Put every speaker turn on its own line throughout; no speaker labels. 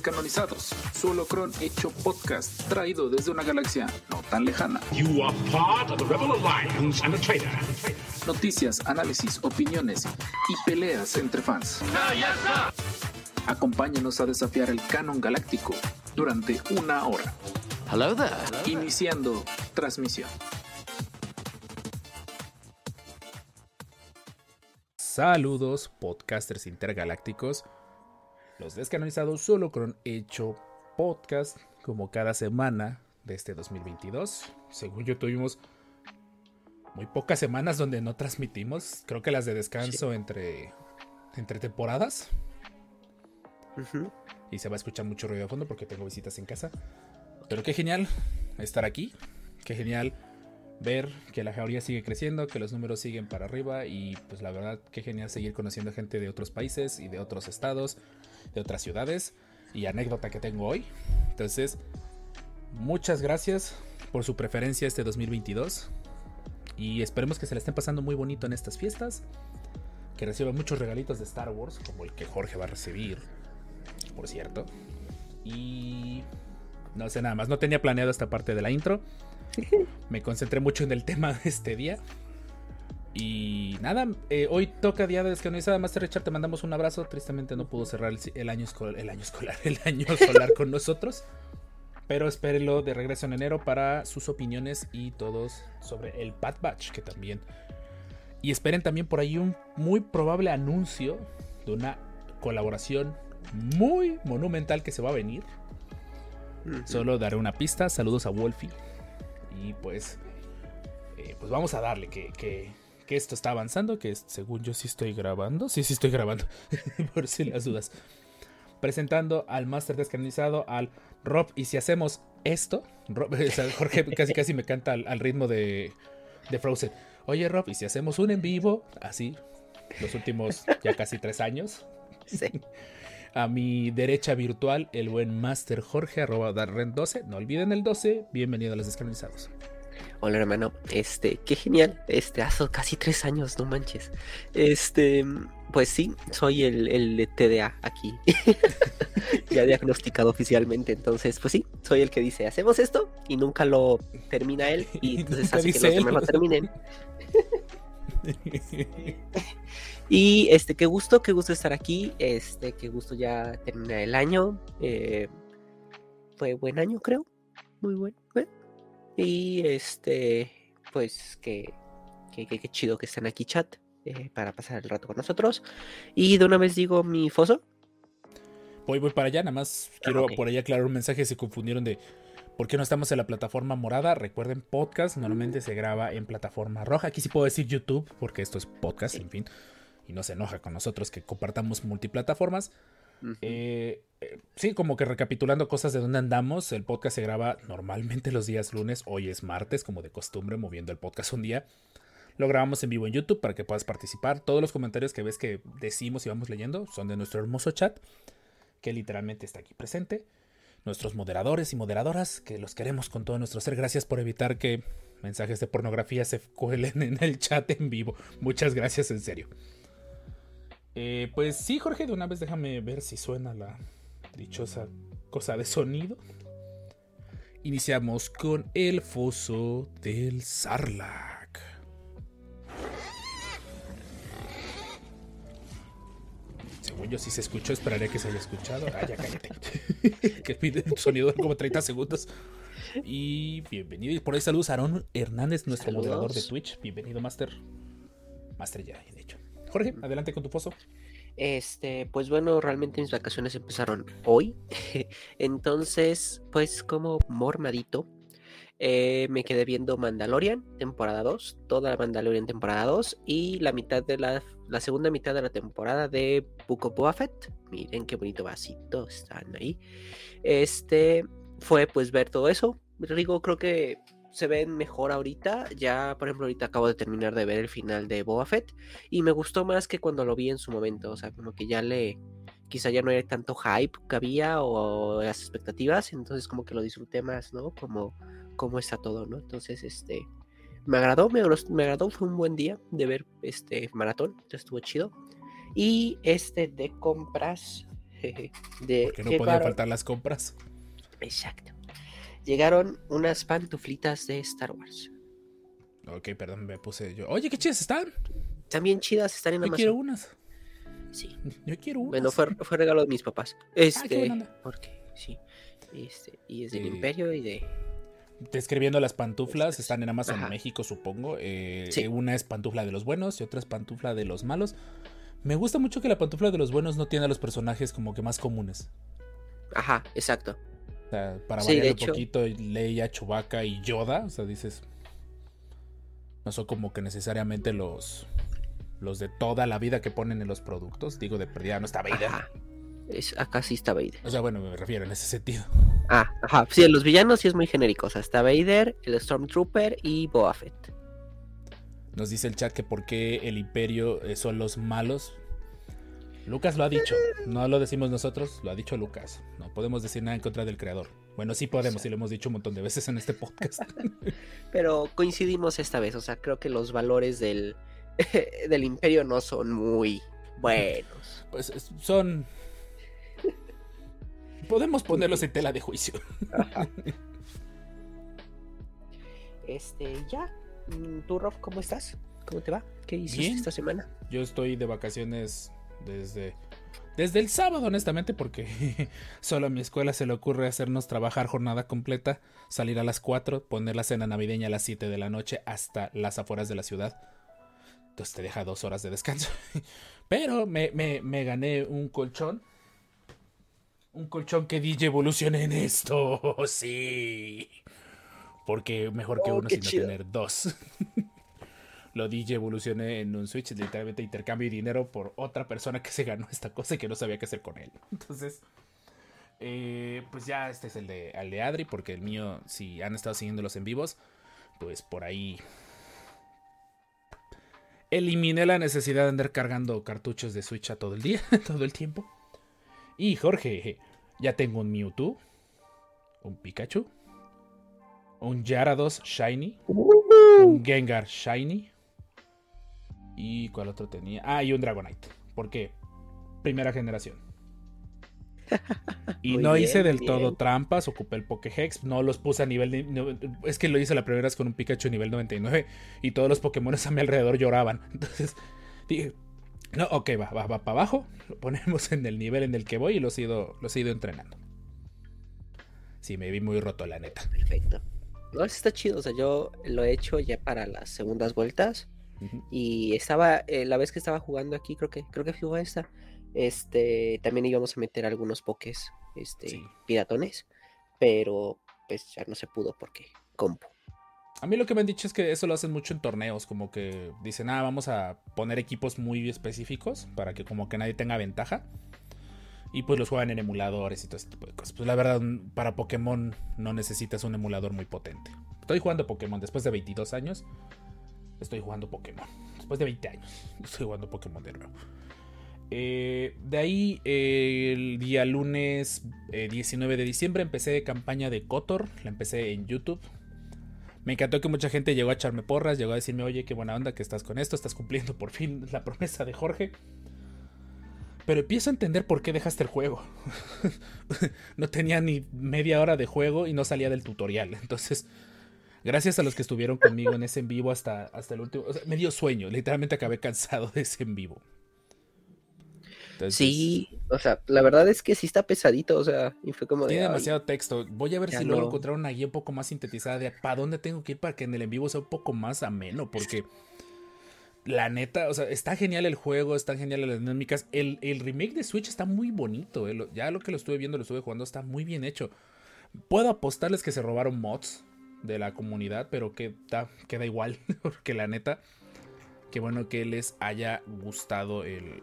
Descanonizados, su holocrón hecho podcast, traído desde una galaxia no tan lejana.
You are part of the Rebel Alliance and a traitor.
Noticias, análisis, opiniones y peleas entre fans. Acompáñanos a desafiar el canon galáctico durante una hora.
Hello there.
Iniciando transmisión.
Saludos, podcasters intergalácticos. Los Descanonizados, su holocrón hecho podcast, como cada semana de este 2022. Según yo, tuvimos muy pocas semanas donde no transmitimos. Creo que las de descanso entre temporadas.
Uh-huh.
Y se va a escuchar mucho ruido de fondo porque tengo visitas en casa. Pero qué genial estar aquí. Qué genial ver que la jauría sigue creciendo, que los números siguen para arriba. Y pues la verdad, qué genial seguir conociendo gente de otros países y de otros estados, de otras ciudades. Y anécdota que tengo hoy. Entonces, muchas gracias por su preferencia este 2022. Y esperemos que se la estén pasando muy bonito en estas fiestas. Que reciban muchos regalitos de Star Wars, como el que Jorge va a recibir, por cierto. Y no sé nada más, no tenía planeado esta parte de la intro. Me concentré mucho en el tema de este día. Y nada, hoy toca día de descanonizada. Master Richard, te mandamos un abrazo. Tristemente no pudo cerrar el año solar con nosotros. Pero espérenlo de regreso en enero para sus opiniones y todos sobre el Bad Batch, que también. Y esperen también por ahí un muy probable anuncio de una colaboración muy monumental que se va a venir. Solo daré una pista. Saludos a Wolfie. Y pues vamos a darle que esto está avanzando. Que según yo sí estoy grabando. Sí estoy grabando. Por si las dudas. Presentando al Master Descanonizado, al Rob. Y si hacemos esto, Rob, o sea, Jorge casi me canta al ritmo de Frozen. Oye Rob, ¿y si hacemos un en vivo? Así, los últimos ya casi 3 años.
Sí.
A mi derecha virtual, el buen Master Jorge, @darren12. No olviden el 12. Bienvenido a los Descanonizados.
Hola hermano, qué genial, hace casi 3 años, no manches. Pues sí, soy el de TDA aquí. Ya diagnosticado oficialmente, entonces pues sí, soy el que dice, hacemos esto, y nunca lo termina él, y entonces hace que los demás lo terminen. Y qué gusto estar aquí, qué gusto ya terminar el año. Fue buen año, creo, muy bueno. Y pues qué chido que están aquí, chat, para pasar el rato con nosotros. Y de una vez digo mi foso.
Voy para allá, nada más quiero
Okay.
por ahí aclarar un mensaje. Se confundieron de por qué no estamos en la plataforma morada. Recuerden, podcast normalmente se graba en plataforma roja. Aquí sí puedo decir YouTube, porque esto es podcast, sí. En fin. Y no se enoja con nosotros que compartamos multiplataformas. Uh-huh. Sí, como que recapitulando cosas de dónde andamos. El podcast se graba normalmente los días lunes. Hoy es martes, como de costumbre, moviendo el podcast un día. Lo grabamos en vivo en YouTube para que puedas participar. Todos los comentarios que ves que decimos y vamos leyendo son de nuestro hermoso chat, que literalmente está aquí presente. Nuestros moderadores y moderadoras, que los queremos con todo nuestro ser. Gracias por evitar que mensajes de pornografía se cuelen en el chat en vivo. Muchas gracias, en serio. Pues sí, Jorge, de una vez déjame ver si suena la dichosa cosa de sonido. Iniciamos con el foso del Sarlacc. Según yo, si se escuchó, esperaría que se haya escuchado. Ah, ya cállate. Que pide un sonido de como 30 segundos. Y bienvenido. Y por ahí saludos a Aaron Hernández, nuestro moderador de Twitch. Bienvenido, Master. Master ya, de hecho. Jorge, adelante con tu foso.
Pues bueno, realmente mis vacaciones empezaron hoy. Entonces, pues como mormadito, me quedé viendo Mandalorian temporada 2, toda la Mandalorian temporada 2 y la segunda mitad de la temporada de Book of Boba Fett. Miren qué bonito vasito están ahí. Fue pues ver todo eso. Digo, creo que se ven mejor ahorita. Ya, por ejemplo, ahorita acabo de terminar de ver el final de Boba Fett y me gustó más que cuando lo vi en su momento. O sea, como que quizá ya no era tanto hype que había o las expectativas, entonces como que lo disfruté más, ¿no? Como está todo, ¿no? Entonces, me agradó, fue un buen día de ver maratón, entonces estuvo chido. Y de compras,
Porque no podían faltar las compras.
Exacto. Llegaron unas pantuflitas de Star Wars.
Ok, perdón, me puse yo. Oye, qué chidas están.
También chidas, están en
Yo
Amazon.
quiero unas.
Sí.
Yo quiero unas.
Bueno, fue regalo de mis papás.
qué buena onda.
Porque sí. Y es del Imperio y de...
Describiendo las pantuflas, están en Amazon
Ajá.
México, supongo.
Sí.
Una es pantufla de los buenos y otra es pantufla de los malos. Me gusta mucho que la pantufla de los buenos no tiene a los personajes como que más comunes.
Ajá, exacto.
O sea, para
Sí,
variar
de
un
hecho.
poquito, Leia, Chewbacca y Yoda. O sea, dices. No son como que necesariamente los de toda la vida que ponen en los productos. Digo, de perdida no está Vader.
Ajá. Acá sí está Vader.
O sea, bueno, me refiero en ese sentido.
Ajá. Sí, los villanos sí es muy genérico. O sea, está Vader, el Stormtrooper y Boba Fett.
Nos dice el chat que por qué el Imperio son los malos. Lucas lo ha dicho, no lo decimos nosotros, lo ha dicho Lucas. No podemos decir nada en contra del creador. Bueno, sí podemos y lo hemos dicho un montón de veces en este podcast.
Pero coincidimos esta vez. O sea, creo que los valores del Imperio no son muy buenos.
Pues son... Podemos ponerlos en tela de juicio.
Ajá. Ya. ¿Tú, Rob, cómo estás? ¿Cómo te va? ¿Qué hiciste
Bien.
esta semana?
Yo estoy de vacaciones desde el sábado, honestamente, porque solo a mi escuela se le ocurre hacernos trabajar jornada completa, salir a las 4, poner la cena navideña a las 7 de la noche hasta las afueras de la ciudad. Entonces te deja 2 horas de descanso. Pero me gané un colchón. Un colchón que DJ evolucione en esto. Sí. Porque mejor que uno
qué
sino
chido.
tener 2. Lo DJ evolucioné en un Switch, literalmente intercambio de dinero por otra persona que se ganó esta cosa y que no sabía qué hacer con él. Entonces, pues ya este es el de Adri, porque el mío, si han estado siguiéndolos en vivos, pues por ahí eliminé la necesidad de andar cargando cartuchos de Switch a todo el día, todo el tiempo. Y Jorge, ya tengo un Mewtwo, un Pikachu, un Gyarados Shiny, un Gengar Shiny. ¿Y cuál otro tenía? Y un Dragonite. ¿Por qué? Primera generación. Y
Muy
no
bien,
hice del
bien.
todo trampas, ocupé el Pokéhex, no los puse a nivel... es que lo hice la primera vez con un Pikachu nivel 99 y todos los Pokémones a mi alrededor lloraban. Entonces dije, no, ok, va para abajo, lo ponemos en el nivel en el que voy y los he ido entrenando. Sí, me vi muy roto, la neta.
Perfecto. No, eso está chido. O sea, yo lo he hecho ya para las segundas vueltas.
Ujú.
Y estaba, la vez que estaba jugando aquí, creo que fue esta. También íbamos a meter algunos pokés,
Sí.
piratones. Pero pues ya no se pudo porque compu.
A mí lo que me han dicho es que eso lo hacen mucho en torneos, como que dicen, vamos a poner equipos muy específicos para que como que nadie tenga ventaja. Y pues los juegan en emuladores y todo ese tipo de cosas. Pues la verdad, para Pokémon no necesitas un emulador muy potente. Estoy jugando Pokémon después de 22 años. Estoy jugando Pokémon. Después de 20 años estoy jugando Pokémon de nuevo. De ahí, el día lunes 19 de diciembre empecé campaña de KOTOR. La empecé en YouTube. Me encantó que mucha gente llegó a echarme porras. Llegó a decirme, oye, qué buena onda que estás con esto. Estás cumpliendo por fin la promesa de Jorge. Pero empiezo a entender por qué dejaste el juego. No tenía ni media hora de juego y no salía del tutorial. Entonces, gracias a los que estuvieron conmigo en ese en vivo hasta el último. O sea, me dio sueño. Literalmente acabé cansado de ese en vivo. Entonces,
Sí, o sea, la verdad es que sí está pesadito. O sea, y fue como de.
tiene
"Ay,
demasiado texto. Voy a ver
ya
si logro
no".
encontrar una guía un poco más sintetizada de para dónde tengo que ir para que en el en vivo sea un poco más ameno. Porque la neta, o sea, está genial el juego, están geniales las dinámicas. El remake de Switch está muy bonito. Ya lo que lo estuve viendo, lo estuve jugando, está muy bien hecho. Puedo apostarles que se robaron mods de la comunidad, pero queda igual. Porque la neta, qué bueno que les haya gustado el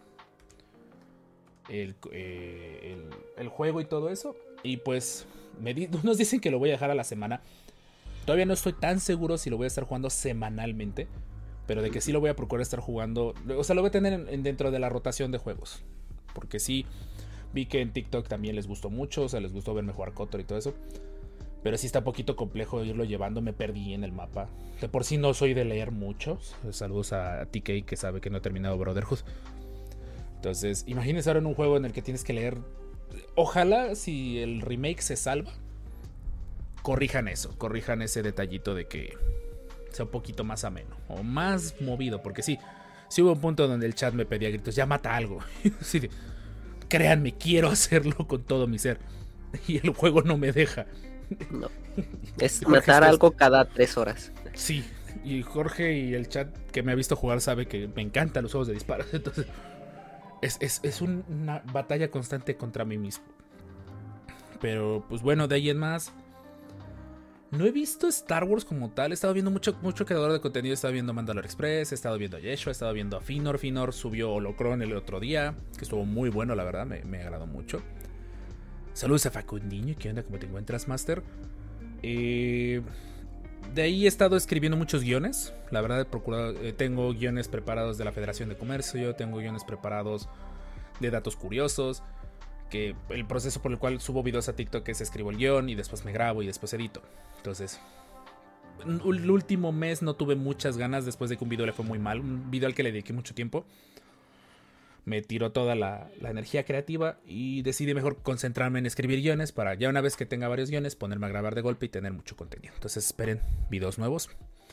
juego y todo eso. Y pues nos dicen que lo voy a dejar a la semana. Todavía no estoy tan seguro si lo voy a estar jugando semanalmente, pero de que sí lo voy a procurar estar jugando. O sea, lo voy a tener dentro de la rotación de juegos, porque sí vi que en TikTok también les gustó mucho. O sea, les gustó verme jugar KOTOR y todo eso. Pero sí está un poquito complejo irlo llevando. Me perdí en el mapa. De por sí no soy de leer mucho. Saludos a TK, que sabe que no he terminado Brotherhood. Entonces, imagínense ahora en un juego en el que tienes que leer. Ojalá, si el remake se salva, corrijan ese detallito de que sea un poquito más ameno o más movido, porque sí hubo un punto donde el chat me pedía gritos, ya mata algo. Sí, créanme, quiero hacerlo con todo mi ser y el juego no me deja.
No, es matar algo cada 3 horas.
Sí, y Jorge y el chat que me ha visto jugar sabe que me encantan los juegos de disparos, entonces es una batalla constante contra mí mismo. Pero pues bueno, de ahí en más no he visto Star Wars como tal. He estado viendo mucho creador de contenido. He estado viendo Mandalore Express, he estado viendo a Yeshua, he estado viendo a Finor. Finor subió Holocron el otro día, que estuvo muy bueno, la verdad, me agradó mucho. Saludos a Facundiño, ¿qué onda? ¿Cómo te encuentras, Master? De ahí he estado escribiendo muchos guiones. La verdad, tengo guiones preparados de la Federación de Comercio, tengo guiones preparados de datos curiosos. Que el proceso por el cual subo videos a TikTok es escribo el guión y después me grabo y después edito. Entonces, el último mes no tuve muchas ganas después de que un video le fue muy mal. Un video al que le dediqué mucho tiempo. Me tiró toda la energía creativa y decidí mejor concentrarme en escribir guiones para ya una vez que tenga varios guiones ponerme a grabar de golpe y tener mucho contenido. Entonces esperen videos nuevos.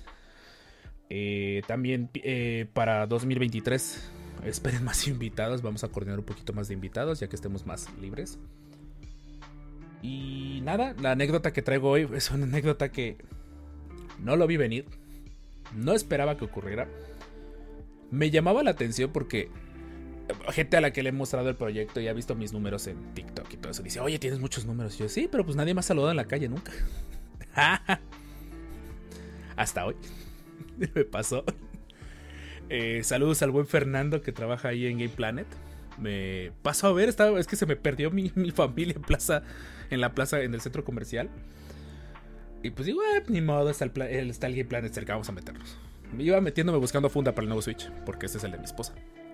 También para 2023 esperen más invitados. Vamos a coordinar un poquito más de invitados ya que estemos más libres. Y nada, la anécdota que traigo hoy es una anécdota que no lo vi venir. No esperaba que ocurriera. Me llamaba la atención porque gente a la que le he mostrado el proyecto y ha visto mis números en TikTok y todo eso dice, oye, tienes muchos números. Y yo, sí, pero pues nadie me ha saludado en la calle nunca. Hasta hoy me pasó. Saludos al buen Fernando que trabaja ahí en Game Planet. Me pasó a ver, es que se me perdió mi familia en la plaza, en el centro comercial. Y pues digo, ni modo, está el Game Planet cerca, vamos a meternos. Me iba metiéndome buscando funda para el nuevo Switch, porque ese es el de mi esposa.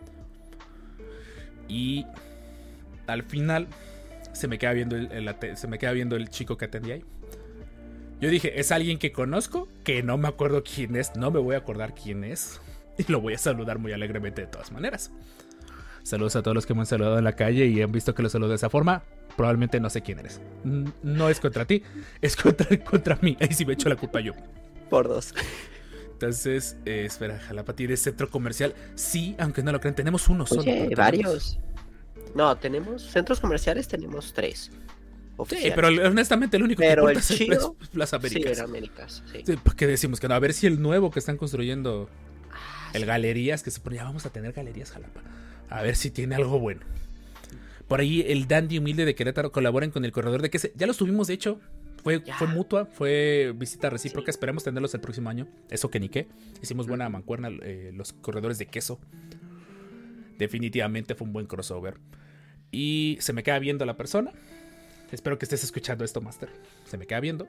Y al final se me queda viendo el chico que atendía ahí. Yo dije, es alguien que conozco, que no me acuerdo quién es, no me voy a acordar quién es. Y lo voy a saludar muy alegremente de todas maneras. Saludos a todos los que me han saludado en la calle y han visto que lo saludo de esa forma. Probablemente no sé quién eres. No es contra ti, es contra mí. Ahí sí me echo la culpa yo.
Por 2.
Entonces, espera, Jalapa tiene centro comercial. Sí, aunque no lo crean, tenemos uno solo.
Oye, varios. No, tenemos centros comerciales, tenemos 3.
Sí, pero honestamente el único que importa es Plaza Américas.
Sí, era Américas, sí.
Sí, porque decimos que no, a ver si el nuevo que están construyendo, el Galerías, que se pone, ya vamos a tener Galerías Jalapa. A ver si tiene algo bueno. Por ahí el Dandy Humilde de Querétaro colaboren con el corredor de queso. Ya los tuvimos, de hecho. Fue mutua, fue visita recíproca. Sí. Esperemos tenerlos el próximo año. Eso que ni qué. Hicimos buena mancuerna los corredores de queso. Definitivamente fue un buen crossover. Y se me queda viendo la persona. Espero que estés escuchando esto, Master. Se me queda viendo.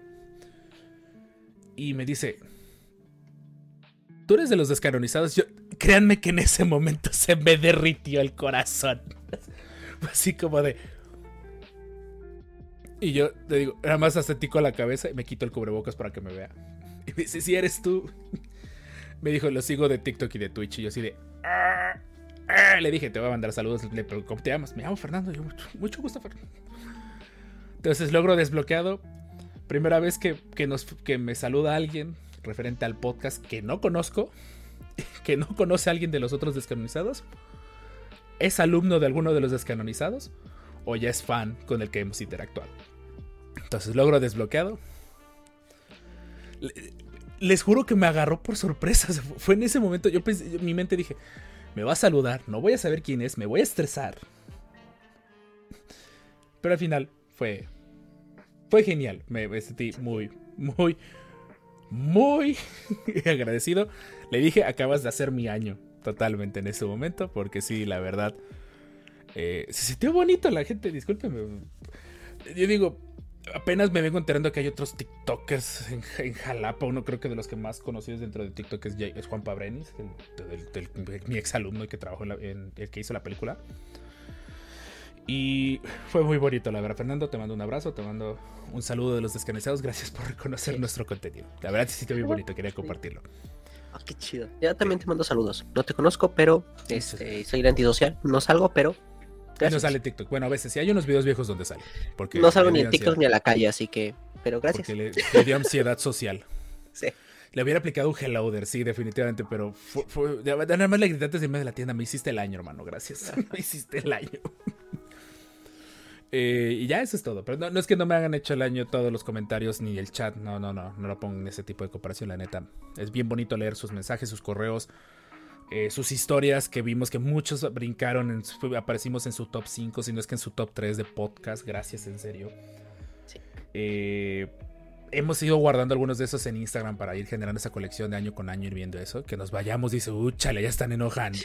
Y me dice, ¿tú eres de los descanonizados? Créanme que en ese momento se me derritió el corazón. Así como de... Y yo te digo, nada más asentí con la cabeza y me quito el cubrebocas para que me vea. Y me dice, si eres tú. Me dijo, lo sigo de TikTok y de Twitch. Y yo así de... Le dije, te voy a mandar saludos. Le pregunto, ¿cómo te llamas? Me llamo Fernando. Y yo, mucho gusto, Fernando. Entonces, logro desbloqueado. Primera vez que me saluda alguien referente al podcast que no conozco. Que no conoce a alguien de los otros descanonizados. ¿Es alumno de alguno de los descanonizados? O ya es fan con el que hemos interactuado. Entonces logro desbloqueado. Les juro que me agarró por sorpresa. Fue en ese momento, yo pensé, en mi mente dije, me va a saludar, no voy a saber quién es, me voy a estresar. Pero al final fue genial. Me sentí muy agradecido. Le dije, acabas de hacer mi año. Totalmente en ese momento. Porque sí, la verdad, se sintió bonito la gente. Discúlpeme. Yo digo, apenas me vengo enterando que hay otros TikTokers en Jalapa. Uno creo que de los que más conocidos dentro de TikTok es Juan Pabrenis, mi ex alumno que trabajó en el que hizo la película. Y fue muy bonito, la verdad. Fernando, te mando un abrazo, te mando un saludo de los descanonizados. Gracias por reconocer nuestro contenido. La verdad sí, muy bonito, quería compartirlo.
Ah, qué chido. Ya también te mando saludos. No te conozco, pero soy el antisocial. No salgo, pero
Y
gracias.
no sale TikTok. Bueno, a veces sí hay unos videos viejos donde sale. Porque
No salgo
le
ni
dio
en TikTok
ansiedad,
ni a la calle, así que... Pero gracias.
Porque le dio ansiedad social.
Sí.
Le hubiera aplicado un helloder, sí, definitivamente, pero nada más le gritaste en medio de la tienda, me hiciste el año, hermano, gracias. Me hiciste el año. Y ya eso es todo. Pero no es que no me hagan hecho el año todos los comentarios ni el chat. No lo pongo en ese tipo de comparación, la neta. Es bien bonito leer sus mensajes, sus correos, sus historias que vimos que muchos brincaron, aparecimos en su top 5, si no es que en su top 3 de podcast. Gracias, en serio.
Sí.
Hemos ido guardando algunos de esos en Instagram para ir generando esa colección de año con año, ir viendo eso. Que nos vayamos, dice, chale, ya están enojando.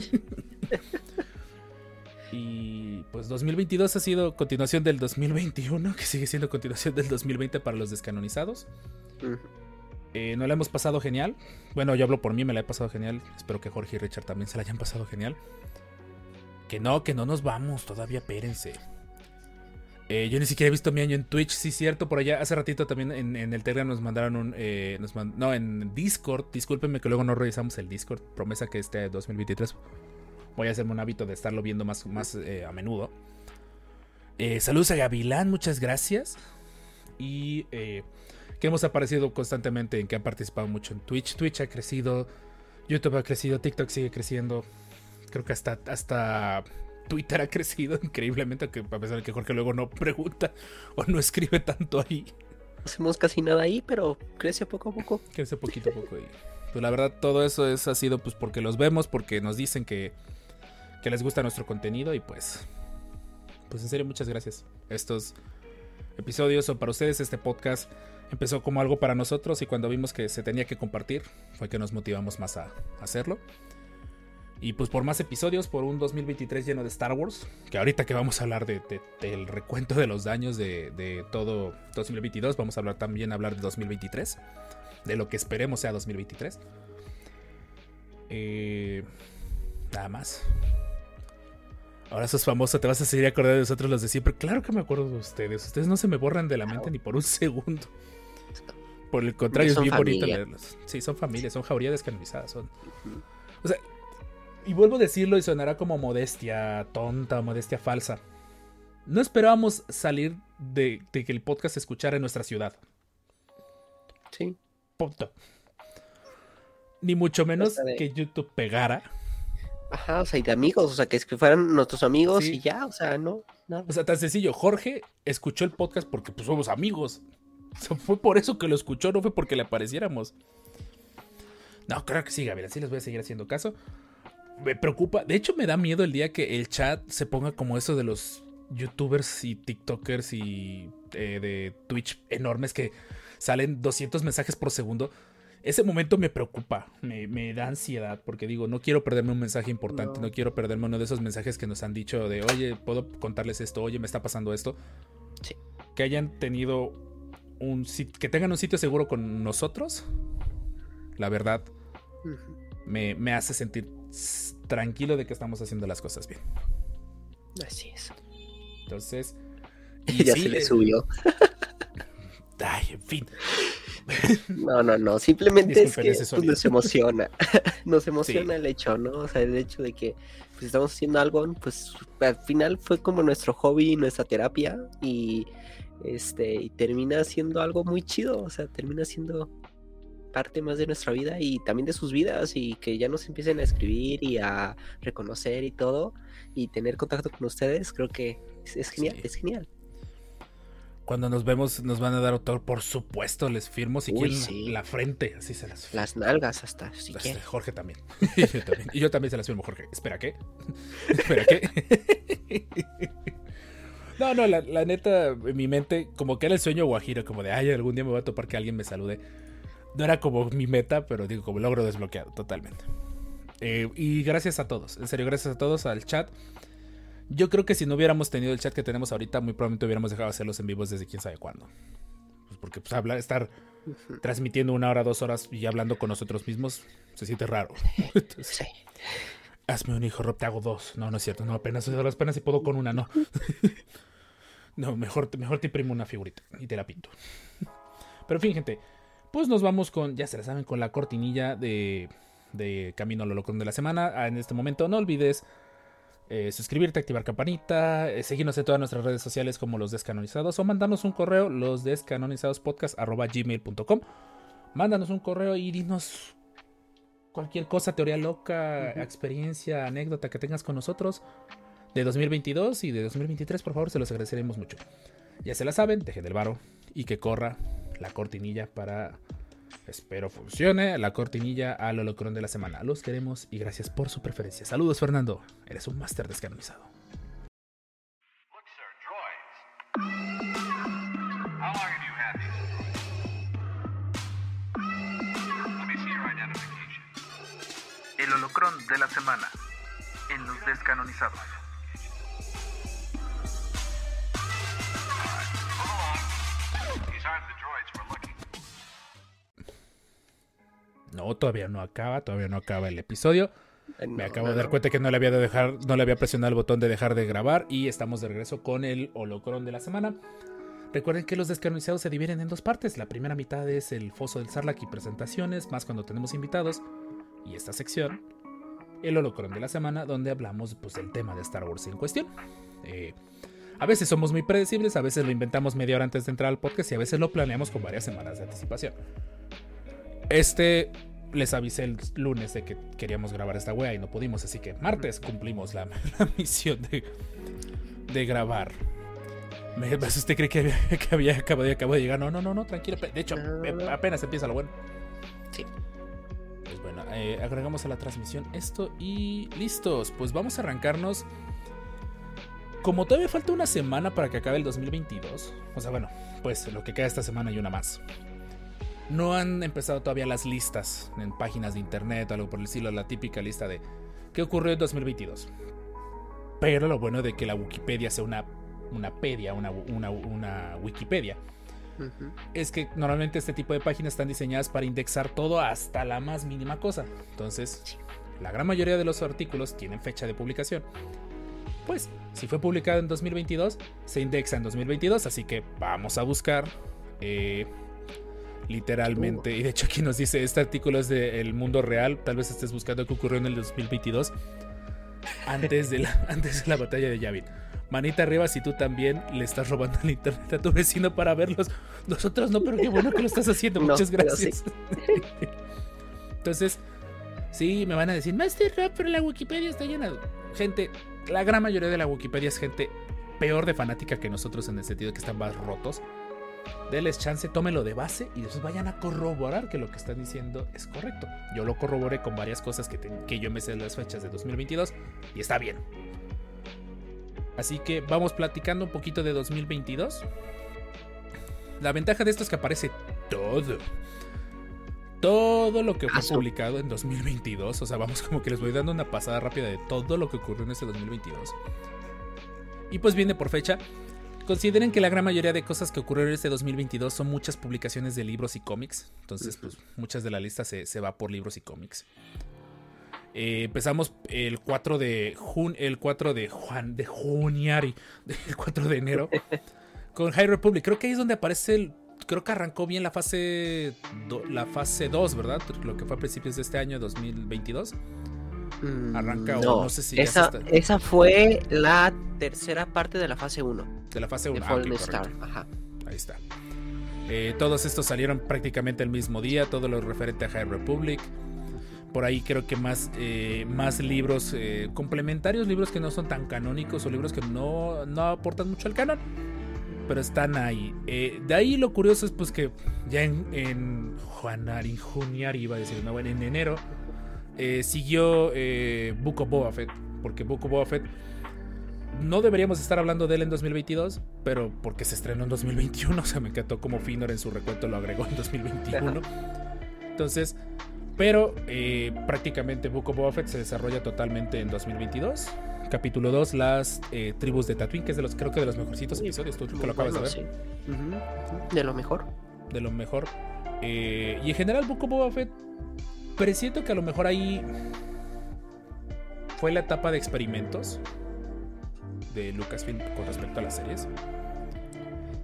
Y pues 2022 ha sido continuación del 2021, que sigue siendo continuación del 2020 para los descanonizados. No la hemos pasado genial. Bueno, yo hablo por mí, me la he pasado genial. Espero que Jorge y Richard también se la hayan pasado genial. Que no nos vamos, todavía espérense. Yo ni siquiera he visto mi año en Twitch, sí, cierto. Por allá hace ratito también en el Telegram nos mandaron en Discord. Discúlpenme que luego no revisamos el Discord. Promesa que este 2023 voy a hacerme un hábito de estarlo viendo más a menudo. Saludos a Gavilán, muchas gracias. Y que hemos aparecido constantemente, en que han participado mucho en Twitch. Twitch ha crecido, YouTube ha crecido, TikTok sigue creciendo. Creo que hasta Twitter ha crecido increíblemente, a pesar de que Jorge luego no pregunta o no escribe tanto ahí.
No hacemos casi nada ahí, pero crece poco a poco.
Crece poquito a poco ahí. Pues la verdad, todo eso ha sido pues porque los vemos, porque nos dicen que les gusta nuestro contenido y pues en serio, muchas gracias. Estos episodios son para ustedes. Este podcast empezó como algo para nosotros y cuando vimos que se tenía que compartir fue que nos motivamos más a hacerlo. Y pues por más episodios, por un 2023 lleno de Star Wars, que ahorita que vamos a hablar del recuento de los daños de todo 2022, vamos a hablar de 2023, de lo que esperemos sea 2023. Nada más. Ahora sos famoso, te vas a seguir acordando de nosotros los de siempre. Claro que me acuerdo de ustedes. Ustedes no se me borran de la mente ni por un segundo. Por el contrario, es bien bonito leerlos. Sí, son familias, son jaurías descanonizadas. O sea, y vuelvo a decirlo y sonará como modestia tonta, modestia falsa. No esperábamos salir de que el podcast se escuchara en nuestra ciudad.
Sí.
Punto. Ni mucho menos que YouTube pegara.
Ajá, o sea, y de amigos, o sea, que fueran nuestros amigos
Sí.
y ya, o sea, no, nada.
O sea, tan sencillo. Jorge escuchó el podcast porque pues somos amigos. O sea, fue por eso que lo escuchó, no fue porque le apareciéramos. No, claro que sí, Gabriel, sí les voy a seguir haciendo caso. Me preocupa, de hecho me da miedo el día que el chat se ponga como eso de los youtubers y tiktokers y de Twitch enormes que salen 200 mensajes por segundo. Ese momento me preocupa, me da ansiedad porque digo, no quiero perderme un mensaje importante, no quiero perderme uno de esos mensajes que nos han dicho de, oye, puedo contarles esto, oye, me está pasando esto.
Sí.
Que hayan tenido que tengan un sitio seguro con nosotros, la verdad, me hace sentir tranquilo de que estamos haciendo las cosas bien.
Así es.
Entonces,
ya sí, se le subió.
Ay, en fin.
No, simplemente es que pues, nos emociona. Nos emociona
sí.
El hecho, ¿no? O sea, el hecho de que pues, estamos haciendo algo, pues al final fue como nuestro hobby, nuestra terapia y termina siendo algo muy chido, o sea, termina siendo parte más de nuestra vida y también de sus vidas y que ya nos empiecen a escribir y a reconocer y todo y tener contacto con ustedes, creo que es genial, sí. Es genial.
Cuando nos vemos nos van a dar autor, por supuesto, les firmo si quieren sí. La frente, así se las firmo.
Las nalgas hasta, si quieren.
Jorge también. Y yo también se las firmo, Jorge. ¿Espera qué? ¿Espera qué? No, la neta, en mi mente, como que era el sueño guajiro, como de, ay, algún día me voy a topar que alguien me salude. No era como mi meta, pero digo, como logro desbloqueado, totalmente. Y gracias a todos, en serio, gracias a todos, al chat. Yo creo que si no hubiéramos tenido el chat que tenemos ahorita, muy probablemente hubiéramos dejado de hacerlos en vivos desde quién sabe cuándo. Pues porque pues, estar transmitiendo 1 hora, 2 horas y hablando con nosotros mismos se siente raro. Entonces,
sí.
Hazme un hijo, Rob, te hago 2. No es cierto, no, apenas si puedo con una, no. No, mejor te imprimo una figurita y te la pinto. Pero en fin, gente, pues nos vamos con, ya se la saben, con la cortinilla de Camino al Holocron de la semana. En este momento no olvides suscribirte, activar campanita, seguirnos en todas nuestras redes sociales como Los Descanonizados, o mandarnos un correo, losdescanonizadospodcast@gmail.com. Mándanos un correo y dinos cualquier cosa, teoría loca, experiencia, anécdota que tengas con nosotros de 2022 y de 2023, por favor, se los agradeceremos mucho. Ya se la saben, dejen el varo y que corra la cortinilla para, espero funcione, la cortinilla al Holocron de la semana. Los queremos y gracias por su preferencia. Saludos, Fernando, eres un máster descanonizado.
El Holocron de la semana en Los Descanonizados.
No, todavía no acaba el episodio. Me acabo de dar cuenta que no le había presionado el botón de dejar de grabar y estamos de regreso con el Holocron de la semana. Recuerden que Los Descanonizados se dividen en dos partes. La primera mitad es el Foso del Sarlacc y presentaciones, más cuando tenemos invitados. Y esta sección, el Holocron de la semana, donde hablamos pues, del tema de Star Wars en cuestión. A veces somos muy predecibles, a veces lo inventamos media hora antes de entrar al podcast y a veces lo planeamos con varias semanas de anticipación. Les avisé el lunes de que queríamos grabar esta wea y no pudimos, así que martes cumplimos la misión de grabar. ¿Usted cree que había acabado de llegar? No, tranquilo. De hecho, apenas empieza lo bueno.
Sí.
Pues bueno, agregamos a la transmisión esto y listos. Pues vamos a arrancarnos. Como todavía falta una semana para que acabe el 2022, o sea, bueno, pues lo que queda esta semana y una más. No han empezado todavía las listas en páginas de internet o algo por el estilo, la típica lista de qué ocurrió en 2022. Pero lo bueno de que la Wikipedia sea una Wikipedia, es que normalmente este tipo de páginas están diseñadas para indexar todo hasta la más mínima cosa. Entonces, la gran mayoría de los artículos tienen fecha de publicación. Pues, si fue publicado en 2022, se indexa en 2022, así que vamos a buscar literalmente, y de hecho aquí nos dice, este artículo es del mundo real, tal vez estés buscando qué ocurrió en el 2022, antes de la batalla de Yavin. Manita arriba si tú también le estás robando el internet a tu vecino para verlos. Nosotros no, pero qué bueno que lo estás haciendo, muchas gracias. Sí. Entonces, sí, me van a decir, Master Rob, pero la Wikipedia está llena. Gente, la gran mayoría de la Wikipedia es gente peor de fanática que nosotros, en el sentido de que están más rotos. Denles chance, tómenlo de base y después vayan a corroborar que lo que están diciendo es correcto. Yo lo corroboré con varias cosas que yo me sé las fechas de 2022 y está bien. Así que vamos platicando un poquito de 2022. La ventaja de esto es que aparece todo lo que fue publicado en 2022. O sea, vamos, como que les voy dando una pasada rápida de todo lo que ocurrió en este 2022. Y pues viene por fecha. Consideren que la gran mayoría de cosas que ocurrieron en este 2022 son muchas publicaciones de libros y cómics. Entonces, pues muchas de la lista se va por libros y cómics. Empezamos el 4 de enero con High Republic. Creo que ahí es donde aparece creo que arrancó bien la fase 2, ¿verdad? Lo que fue a principios de este año 2022. Arranca no sé si
esa fue la tercera parte de la fase 1.
De la fase 1.
Fallen Star. Ajá.
Ahí está. Todos estos salieron prácticamente el mismo día, todo lo referente a High Republic. Por ahí creo que más libros complementarios, libros que no son tan canónicos o libros que no aportan mucho al canon, pero están ahí. De ahí lo curioso es pues que ya en enero siguió Book of Boba Fett, porque Book of Boba Fett no deberíamos estar hablando de él en 2022, pero porque se estrenó en 2021, o sea, me encantó como Finor en su recuento lo agregó en 2021. Entonces, pero prácticamente Book of Boba Fett se desarrolla totalmente en 2022. Capítulo 2, las tribus de Tatooine, que es creo que de los mejorcitos episodios. Tú que lo acabas de ver.
Sí. De lo mejor.
De lo mejor. Y en general Book of Boba Fett, presiento que a lo mejor ahí fue la etapa de experimentos de Lucasfilm con respecto a las series.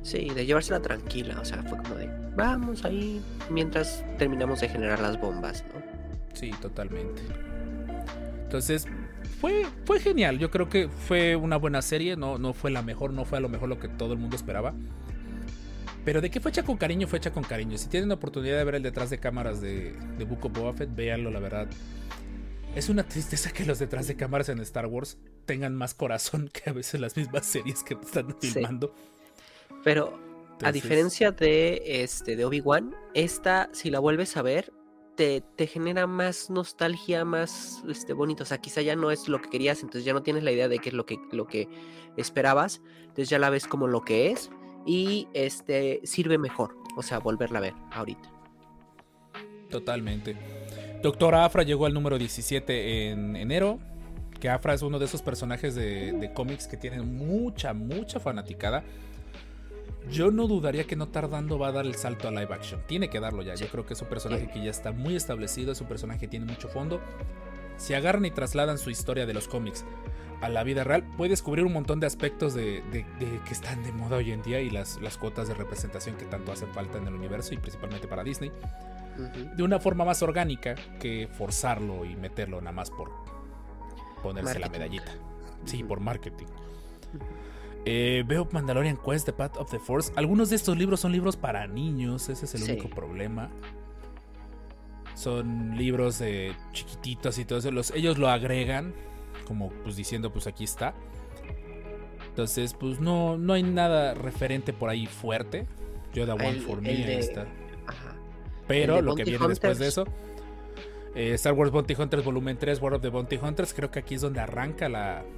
Sí, de llevársela tranquila, o sea, fue como de, vamos ahí mientras terminamos de generar las bombas, ¿no?
Sí, totalmente. Entonces, fue genial. Yo creo que fue una buena serie. No fue la mejor, no fue a lo mejor lo que todo el mundo esperaba. Pero de que fue hecha con cariño, fue hecha con cariño. Si tienen la oportunidad de ver el detrás de cámaras de Book of Boba Fett, véanlo, la verdad. Es una tristeza que los detrás de cámaras en Star Wars tengan más corazón que a veces las mismas series que están filmando.
Pero
Entonces,
a diferencia de Obi-Wan, esta, si la vuelves a ver, te genera más nostalgia, más bonito. O sea, quizá ya no es lo que querías, entonces ya no tienes la idea de qué es lo que esperabas. Entonces ya la ves como lo que es. Y sirve mejor, o sea, volverla a ver ahorita.
Totalmente. Doctor Aphra llegó al número 17 en enero. Que Aphra es uno de esos personajes de cómics que tienen mucha fanaticada. Yo no dudaría que no tardando va a dar el salto a live action. Tiene que darlo ya. Sí. Yo creo que es un personaje que ya está muy establecido. Es un personaje que tiene mucho fondo. Si agarran y trasladan su historia de los cómics a la vida real, puede descubrir un montón de aspectos de que están de moda hoy en día y las cuotas de representación que tanto hacen falta en el universo y principalmente para Disney. De una forma más orgánica que forzarlo y meterlo nada más por ponerse la medallita. Sí, por marketing. Veo Mandalorian Quest, The Path of the Force. Algunos de estos libros son libros para niños. Ese es el único problema. Son libros chiquititos y todo eso. Ellos lo agregan como pues diciendo pues aquí está. Entonces pues no hay nada referente por ahí fuerte. Yoda One for Me está.
Ajá.
Pero lo que viene
Hunters.
después de eso, Star Wars Bounty Hunters Volumen 3, War of the Bounty Hunters. Creo que aquí es donde arranca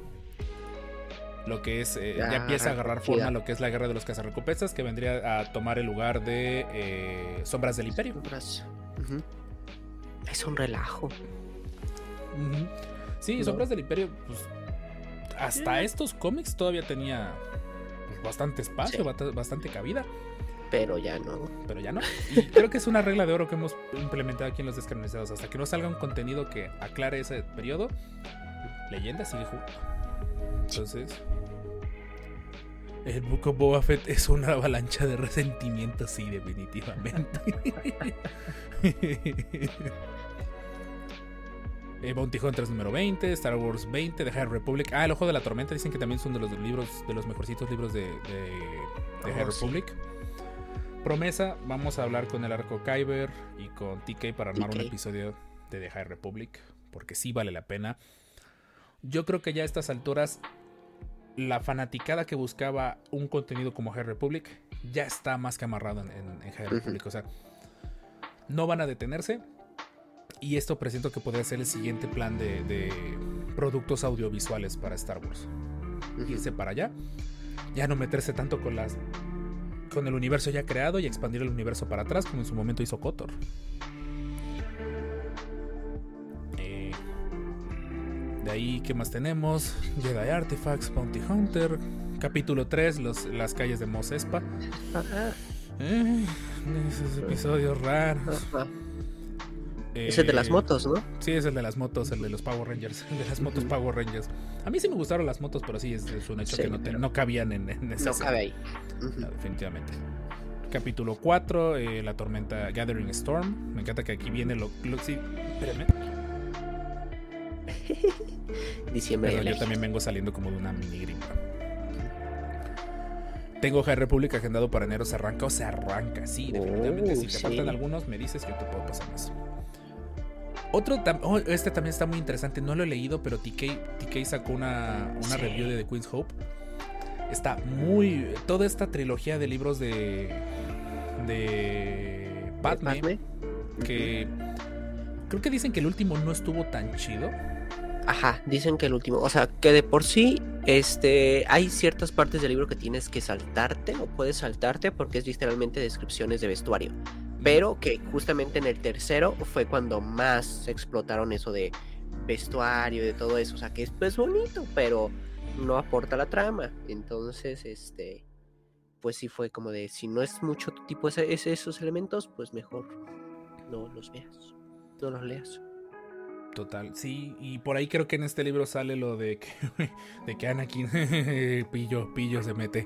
lo que es, ya empieza a agarrar forma lo que es la guerra de los cazarrecompensas, que vendría a tomar el lugar de Sombras del Imperio.
Uh-huh. Es un relajo.
Uh-huh. Sí, Sombras del Imperio, pues hasta estos cómics todavía tenía pues, bastante espacio, bastante cabida.
Pero ya no.
Y creo que es una regla de oro que hemos implementado aquí en los Descanonizados. Hasta que no salga un contenido que aclare ese periodo, leyenda sigue jugando. Entonces, el Book of Boba Fett es una avalancha de resentimiento, sí, definitivamente. Bounty Hunters número 20, Star Wars 20, The High Republic. El Ojo de la Tormenta dicen que también son de los mejorcitos libros de High Republic. Promesa, vamos a hablar con el Arco Kyber y con TK para armar un episodio de The High Republic, porque sí vale la pena. Yo creo que ya a estas alturas la fanaticada que buscaba un contenido como High Republic ya está más que amarrado en High Republic. O sea, no van a detenerse. Y esto presiento que podría ser el siguiente plan de productos audiovisuales para Star Wars. Irse para allá. Ya no meterse tanto con el universo ya creado y expandir el universo para atrás, como en su momento hizo KOTOR. De ahí, ¿qué más tenemos? Jedi Artifacts, Bounty Hunter, capítulo 3, las calles de Mos Espa. Esos episodios raros.
Es el de las motos, ¿no?
Sí, es el de las motos, el de los Power Rangers. El de las motos Power Rangers. A mí sí me gustaron las motos, pero sí es un hecho que no cabían en esa serie.
Cabe ahí.
No, definitivamente. Capítulo 4, la tormenta Gathering Storm. Me encanta que aquí viene sí, espérenme.
Diciembre.
Pero yo también vengo saliendo como de una mini gripa. Tengo High Republic agendado para enero. ¿Se arranca? Sí, definitivamente. Si te faltan algunos, me dices que yo te puedo pasar más. Este también está muy interesante. No lo he leído, pero TK sacó una review de The Queen's Hope. Está toda esta trilogía de libros de Padme. Que creo que dicen que el último no estuvo tan chido.
Ajá, dicen que el último, o sea, que de por sí hay ciertas partes del libro que tienes que saltarte o puedes saltarte porque es literalmente descripciones de vestuario, pero que justamente en el tercero fue cuando más explotaron eso de vestuario y de todo eso, o sea, que es pues bonito, pero no aporta la trama. Entonces, pues sí fue como de, si no es mucho tu tipo esos elementos, pues mejor no los veas, no los leas.
Total, sí, y por ahí creo que en este libro sale lo de que Anakin pillo se mete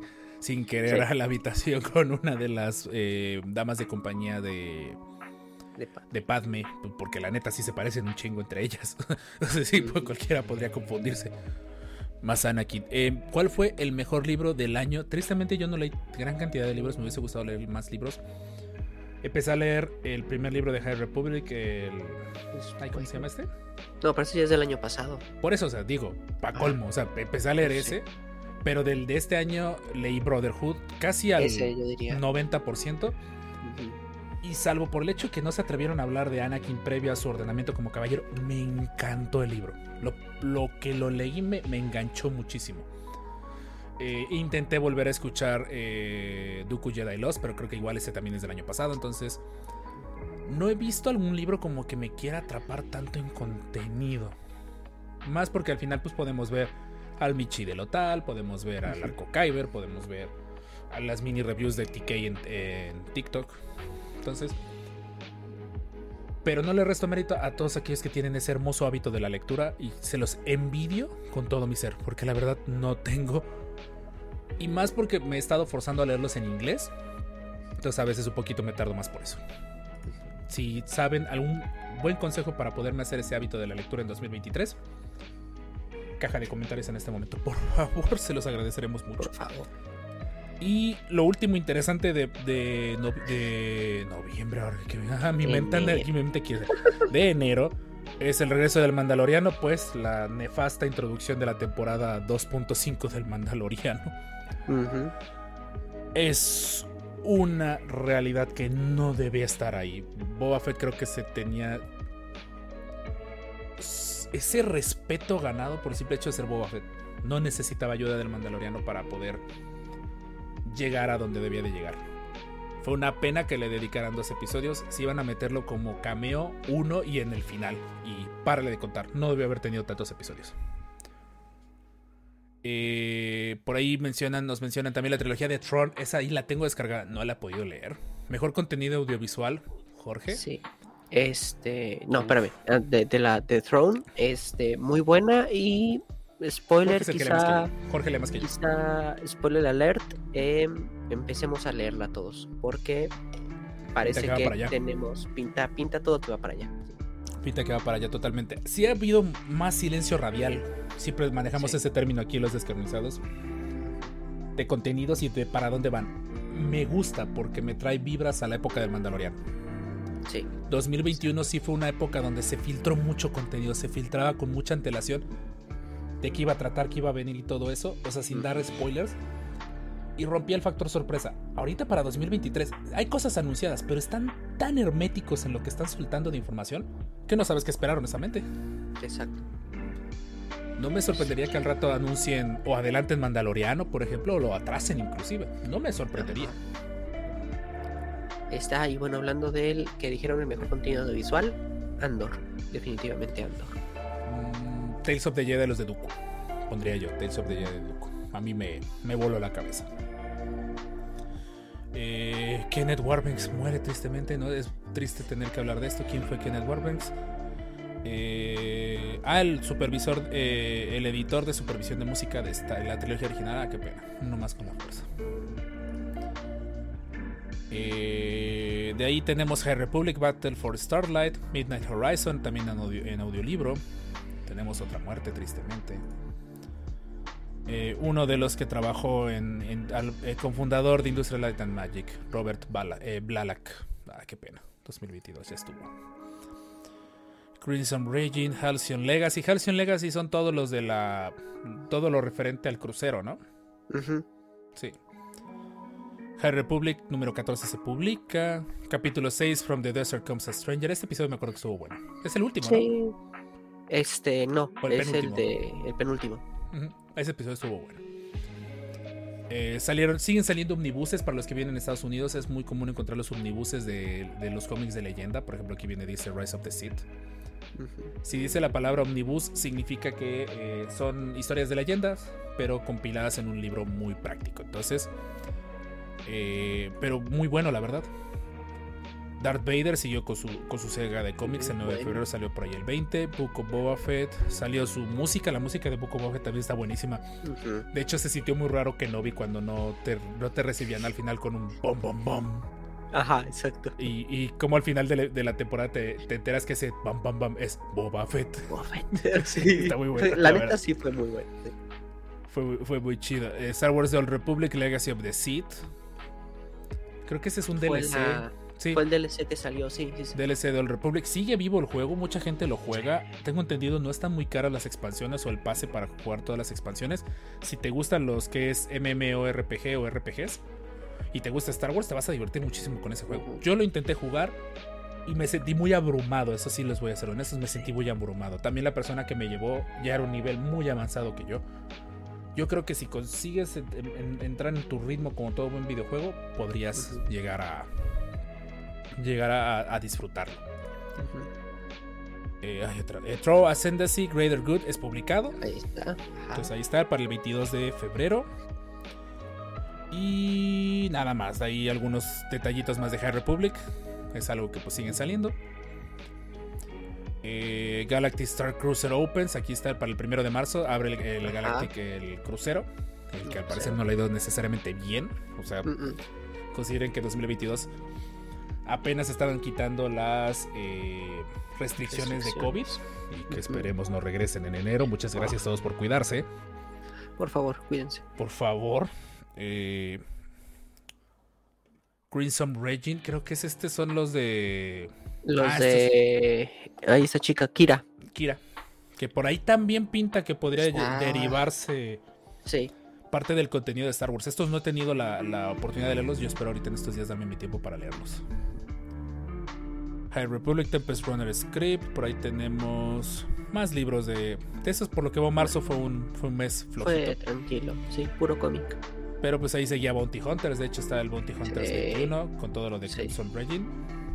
sin querer a la habitación con una de las damas de compañía de Padme, porque la neta sí se parecen un chingo entre ellas. Entonces sí, pues cualquiera podría confundirse. Más Anakin. ¿Cuál fue el mejor libro del año? Tristemente yo no leí gran cantidad de libros, me hubiese gustado leer más libros. Empecé a leer el primer libro de High Republic, ¿cómo se llama este?
No, pero ese ya es del año pasado.
Por eso, o sea, digo, pa' colmo, o sea, empecé a leer ese, pero del de este año leí Brotherhood casi al
ese, yo diría.
90%. Y salvo por el hecho que no se atrevieron a hablar de Anakin previo a su ordenamiento como caballero, me encantó el libro. Lo que lo leí me enganchó muchísimo. Intenté volver a escuchar Dooku Jedi Lost, pero creo que igual ese también es del año pasado. Entonces no he visto algún libro como que me quiera atrapar tanto en contenido. Más porque al final pues podemos ver al Michi de Lotal, podemos ver al Arco Kyber, podemos ver a las mini reviews de TK en TikTok. Entonces, pero no le resto mérito a todos aquellos que tienen ese hermoso hábito de la lectura y se los envidio con todo mi ser, porque la verdad no tengo, y más porque me he estado forzando a leerlos en inglés, entonces a veces un poquito me tardo más por eso. Si saben algún buen consejo para poderme hacer ese hábito de la lectura en 2023, caja de comentarios en este momento, por favor, se los agradeceremos mucho.
Por favor.
Y lo último interesante de noviembre, ahora que mi mente quiere, de enero, es el regreso del Mandaloriano, pues la nefasta introducción de la temporada 2.5 del Mandaloriano. Es una realidad que no debía estar ahí. Boba Fett creo que se tenía ese respeto ganado por el simple hecho de ser Boba Fett. No necesitaba ayuda del Mandaloriano para poder llegar a donde debía de llegar. Fue una pena que le dedicaran 2 episodios. Si iban a meterlo como cameo, 1 y en el final. Y párale de contar, no debió haber tenido tantos episodios. Por ahí nos mencionan también la trilogía de Tron. Esa ahí la tengo descargada, no la he podido leer. Mejor contenido audiovisual, Jorge.
Sí. No, espérame. De Throne, muy buena y spoiler,
Jorge lee más que yo.
Quizá spoiler alert, empecemos a leerla todos, porque parece que tenemos pinta todo que va para allá.
Pinta que va para allá totalmente. Sí ha habido más silencio radial. Siempre manejamos ese término aquí los descarnizados. De contenidos y de para dónde van. Me gusta porque me trae vibras a la época del Mandaloriano.
Sí.
2021 sí fue una época donde se filtró mucho contenido, se filtraba con mucha antelación de qué iba a tratar, qué iba a venir y todo eso, o sea, sin dar spoilers, y rompía el factor sorpresa. Ahorita para 2023 hay cosas anunciadas, pero están tan herméticos en lo que están soltando de información que no sabes qué esperar, honestamente.
Exacto.
No me sorprendería que al rato anuncien o adelanten Mandaloriano, por ejemplo, o lo atrasen inclusive. No me sorprendería.
Y bueno, hablando de él, que dijeron el mejor contenido audiovisual, Andor. Definitivamente Andor.
Tales of the Jedi de los de Dooku. Pondría yo, Tales of the Jedi de Dooku. A mí me voló la cabeza. Kenneth Warbanks muere tristemente, ¿no? Es triste tener que hablar de esto. ¿Quién fue Kenneth Warbanks? El supervisor, el editor de supervisión de música de la trilogía original. Qué pena, no más con la fuerza. De ahí tenemos High Republic, Battle for Starlight, Midnight Horizon, también en audiolibro. Tenemos otra muerte, tristemente. Uno de los que trabajó cofundador de Industrial Light and Magic, Robert Blalak. Qué pena, 2022 ya estuvo. Crimson Raging, Halcyon Legacy. Halcyon Legacy son todos los de todo lo referente al crucero, ¿no? Sí. High Republic número 14 se publica. Capítulo 6, From the Desert Comes a Stranger. Este episodio me acuerdo que estuvo bueno. Es el último,
sí.
¿no?
No, es el penúltimo.
Ese episodio estuvo bueno. Siguen saliendo omnibuses para los que vienen en Estados Unidos. Es muy común encontrar los omnibuses de los cómics de leyenda. Por ejemplo, aquí dice Rise of the Sith. Si dice la palabra omnibus, significa que son historias de leyendas, pero compiladas en un libro muy práctico. Entonces, pero muy bueno, la verdad. Darth Vader siguió con su saga de cómics. El 9 de febrero salió por ahí el 20. Book of Boba Fett salió su música. La música de Book of Boba Fett también está buenísima. De hecho, se sintió muy raro Kenobi cuando no te recibían al final con un bom bom bom.
Ajá, exacto.
Y como al final de la temporada te enteras que ese bam bam bam es Boba Fett.
Boba Fett. Sí.
Está muy bueno.
La neta sí fue muy bueno. Sí.
Fue muy chido. Star Wars The Old Republic, Legacy of the Sith. Creo que ese es un DLC. Sí.
Fue el DLC que salió, sí.
DLC de Old Republic. Sigue vivo el juego, mucha gente lo juega. Tengo entendido, no están muy caras las expansiones o el pase para jugar todas las expansiones. Si te gustan los que es MMORPG o RPGs y te gusta Star Wars, te vas a divertir muchísimo con ese juego. Yo lo intenté jugar y me sentí muy abrumado. Eso sí les voy a ser honestos, me sentí muy abrumado. También la persona que me llevó ya era un nivel muy avanzado que yo. Yo creo que si consigues entrar en tu ritmo como todo buen videojuego, podrías llegar a disfrutarlo. Throw Ascendancy Greater Good es publicado.
Ahí está.
Entonces ahí está para el 22 de febrero. Y nada más, hay algunos detallitos más de High Republic. Es algo que pues siguen saliendo. Galactic Star Cruiser Opens, aquí está para el 1 de marzo. Abre el Galactic, el crucero. El que al parecer no le ha ido necesariamente bien. O sea, consideren que 2022 apenas estaban quitando las restricciones de COVID. Y que esperemos no regresen en enero. Muchas gracias a todos por cuidarse.
Por favor, cuídense.
Por favor. Crimson Regent, creo que son los de...
Ahí esa chica, Kira.
Que por ahí también pinta que podría derivarse parte del contenido de Star Wars. Estos no he tenido la oportunidad de leerlos. Yo espero ahorita en estos días darme mi tiempo para leerlos. High Republic, Tempest Runner Script. Por ahí tenemos más libros de esos. Por lo que va marzo fue un mes flojito.
Fue tranquilo, sí, puro cómic.
Pero pues ahí seguía Bounty Hunters. De hecho está el Bounty Hunters 21 con todo lo de Crimson Regent.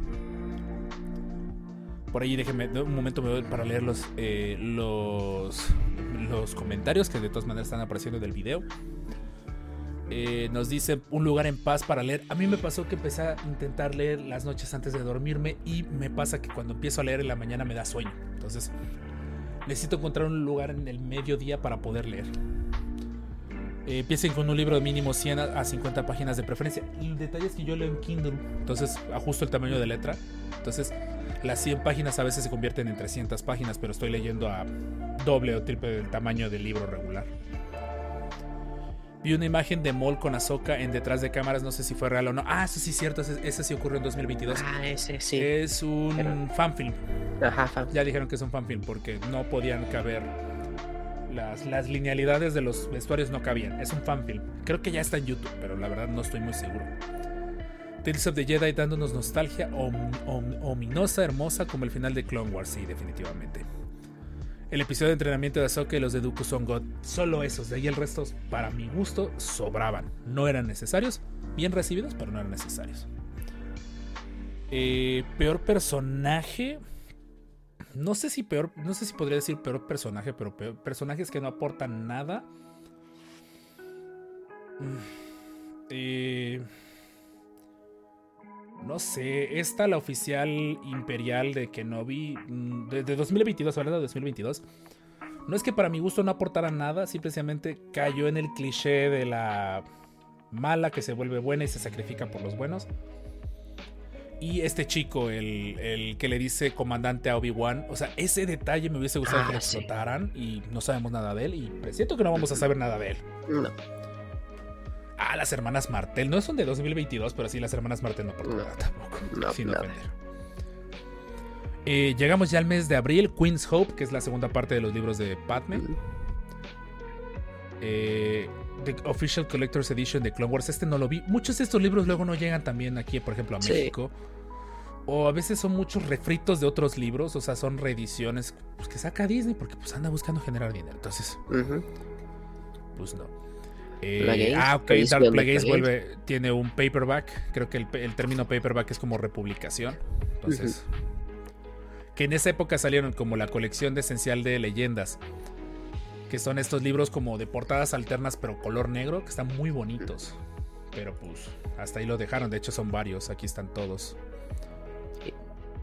Por ahí déjenme un momento para leer los comentarios que de todas maneras están apareciendo del video. Nos dice un lugar en paz para leer. A mí me pasó que empecé a intentar leer las noches antes de dormirme y me pasa que cuando empiezo a leer en la mañana me da sueño. Entonces necesito encontrar un lugar en el mediodía para poder leer. Empiecen con un libro de mínimo 100 a 50 páginas de preferencia. El detalle es que yo leo en Kindle, entonces ajusto el tamaño de letra. Entonces las 100 páginas a veces se convierten en 300 páginas, pero estoy leyendo a doble o triple del tamaño del libro regular. Vi una imagen de Maul con Ahsoka en detrás de cámaras, no sé si fue real o no. Eso sí es cierto, ese sí ocurrió en 2022.
Ese sí.
Es un fanfilm.
Ajá, fanfilm.
Ya dijeron que es un fanfilm porque no podían caber. Las linealidades de los vestuarios no cabían. Es un fanfilm. Creo que ya está en YouTube, pero la verdad no estoy muy seguro. Tales of the Jedi dándonos nostalgia ominosa, hermosa como el final de Clone Wars. Sí, definitivamente. El episodio de entrenamiento de Ahsoka y los de Dooku Son God. Solo esos, de ahí el resto, para mi gusto, sobraban. No eran necesarios. Bien recibidos, pero no eran necesarios. Peor personaje. No sé si podría decir peor personaje, pero personajes que no aportan nada. No sé, la oficial imperial de Kenobi de 2022, hablando de 2022. No es que para mi gusto no aportara nada, simplemente cayó en el cliché de la mala que se vuelve buena y se sacrifica por los buenos. Y este chico, el que le dice comandante a Obi-Wan, o sea, ese detalle me hubiese gustado que lo explotaran y no sabemos nada de él y presiento que no vamos a saber nada de él.
No.
Las hermanas Martel, no son de 2022, pero sí, las hermanas Martel no aportan nada tampoco, sin ofender. Llegamos ya al mes de abril, Queen's Hope, que es la segunda parte de los libros de Padme. The Official Collector's Edition de Clone Wars, no lo vi. Muchos de estos libros luego no llegan también aquí, por ejemplo, a México. O a veces son muchos refritos de otros libros, o sea, son reediciones pues, que saca Disney porque pues anda buscando generar dinero. Entonces, pues no. Dark Plagueis tiene un paperback. Creo que el término paperback es como republicación. Entonces, que en esa época salieron como la colección de esencial de leyendas, que son estos libros como de portadas alternas pero color negro, que están muy bonitos. Pero pues hasta ahí lo dejaron, de hecho son varios, aquí están todos.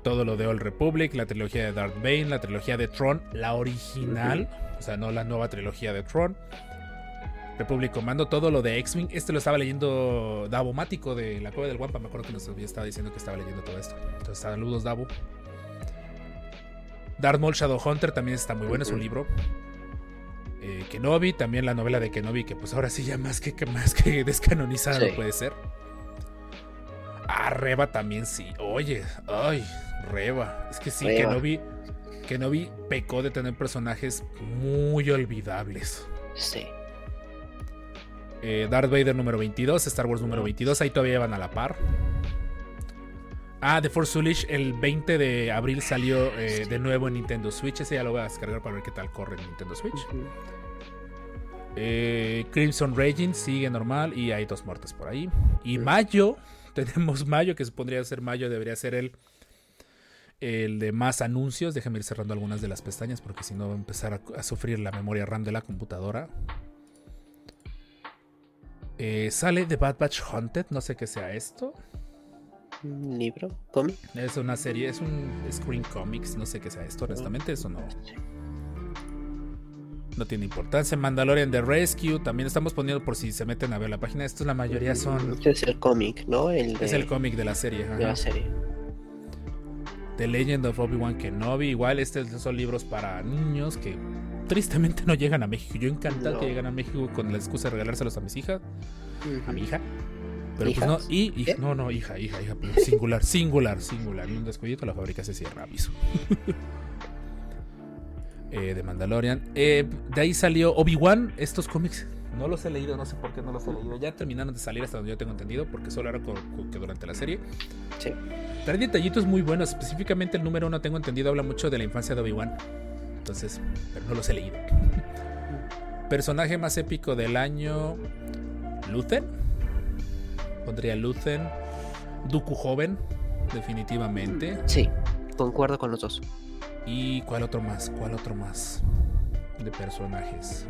todo lo de Old Republic, la trilogía de Darth Bane, la trilogía de Tron, la original, o sea, no la nueva trilogía de Tron, Republic Commando, todo lo de X-Wing. Lo estaba leyendo Davo Mático de la Cueva del Guampa. Me acuerdo que nos estaba diciendo que estaba leyendo todo esto. Entonces, saludos, Davo. Darth Maul Shadowhunter también está muy bueno, es un libro. Kenobi, también la novela de Kenobi, que pues ahora sí ya más que descanonizada no puede ser. Reva también sí. Oye, ay, Reva. Es que sí, Reva. Kenobi pecó de tener personajes muy olvidables.
Sí.
Darth Vader número 22, Star Wars número 22, ahí todavía van a la par. The Force Unleashed el 20 de abril salió de nuevo en Nintendo Switch. Ese ya lo voy a descargar para ver qué tal corre en Nintendo Switch. Crimson Raging sigue normal y hay 2 muertes por ahí. Y Mayo, tenemos Mayo, que supondría ser Mayo, debería ser el de más anuncios. Déjame ir cerrando algunas de las pestañas porque si no va a empezar a sufrir la memoria RAM de la computadora. Sale The Bad Batch Hunted, no sé qué sea esto.
¿Un libro? ¿Cómic?
Es una serie, es un Screen Comics, no sé qué sea esto, honestamente, eso no tiene importancia. Mandalorian The Rescue, también estamos poniendo por si se meten a ver la página. Estos la mayoría son...
Este es el cómic, ¿no?
Es el cómic de la serie.
De la serie.
The Legend of Obi-Wan Kenobi, igual son libros para niños que tristemente no llegan a México. Yo encantado que llegan a México con la excusa de regalárselos a mis hijas, a mi hija. Pero ¿hijas? Pues no, hija, singular. En un descuidito la fábrica se cierra, aviso. De Mandalorian. De ahí salió Obi-Wan. Estos cómics no los he leído, no sé por qué no los he leído. Ya terminaron de salir hasta donde yo tengo entendido, porque solo era que durante la serie.
Sí.
Trae detallitos muy buenos. Específicamente el número 1, tengo entendido, habla mucho de la infancia de Obi-Wan. Entonces, pero no los he leído. Personaje más épico del año: Luthen. Pondría Luthen. Dooku joven, definitivamente.
Sí, concuerdo con los dos.
¿Y cuál otro más de personajes?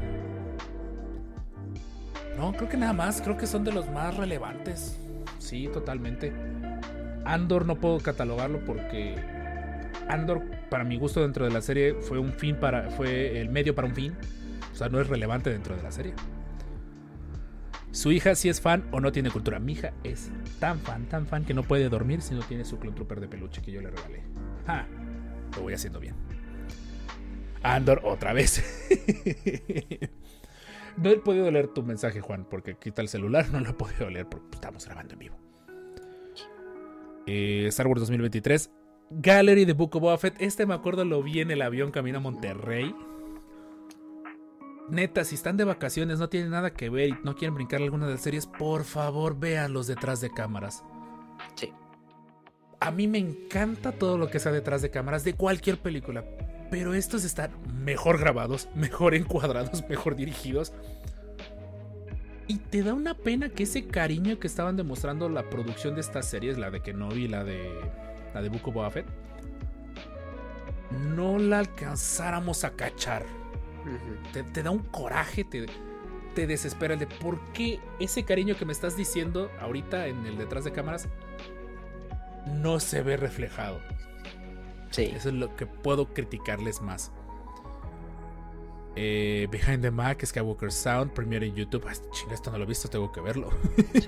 No, creo que nada más. Creo que son de los más relevantes. Sí, totalmente. Andor no puedo catalogarlo porque Andor, para mi gusto dentro de la serie, fue el medio para un fin. O sea, no es relevante dentro de la serie. Su hija sí es fan o no tiene cultura. Mi hija es tan fan que no puede dormir si no tiene su Clone Trooper de peluche que yo le regalé. Lo voy haciendo bien. Andor otra vez. No he podido leer tu mensaje, Juan, porque quita el celular. No lo he podido leer porque estamos grabando en vivo. Star Wars 2023. Gallery de Book of Boba Fett. Me acuerdo, lo vi en el avión camino a Monterrey. Neta, si están de vacaciones, no tienen nada que ver y no quieren brincar alguna de las series, por favor, vean los detrás de cámaras.
Sí.
A mí me encanta todo lo que sea detrás de cámaras de cualquier película, pero estos están mejor grabados, mejor encuadrados, mejor dirigidos. Y te da una pena que ese cariño que estaban demostrando la producción de estas series, la de Kenobi y la de Book of Boba Fett, no la alcanzáramos a cachar. Te da un coraje, te desespera el de por qué ese cariño que me estás diciendo ahorita en el detrás de cámaras no se ve reflejado.
Sí.
Eso es lo que puedo criticarles más. Behind the Mac, Skywalker Sound, Premiere en YouTube. Chinga, esto no lo he visto, tengo que verlo.
Sí.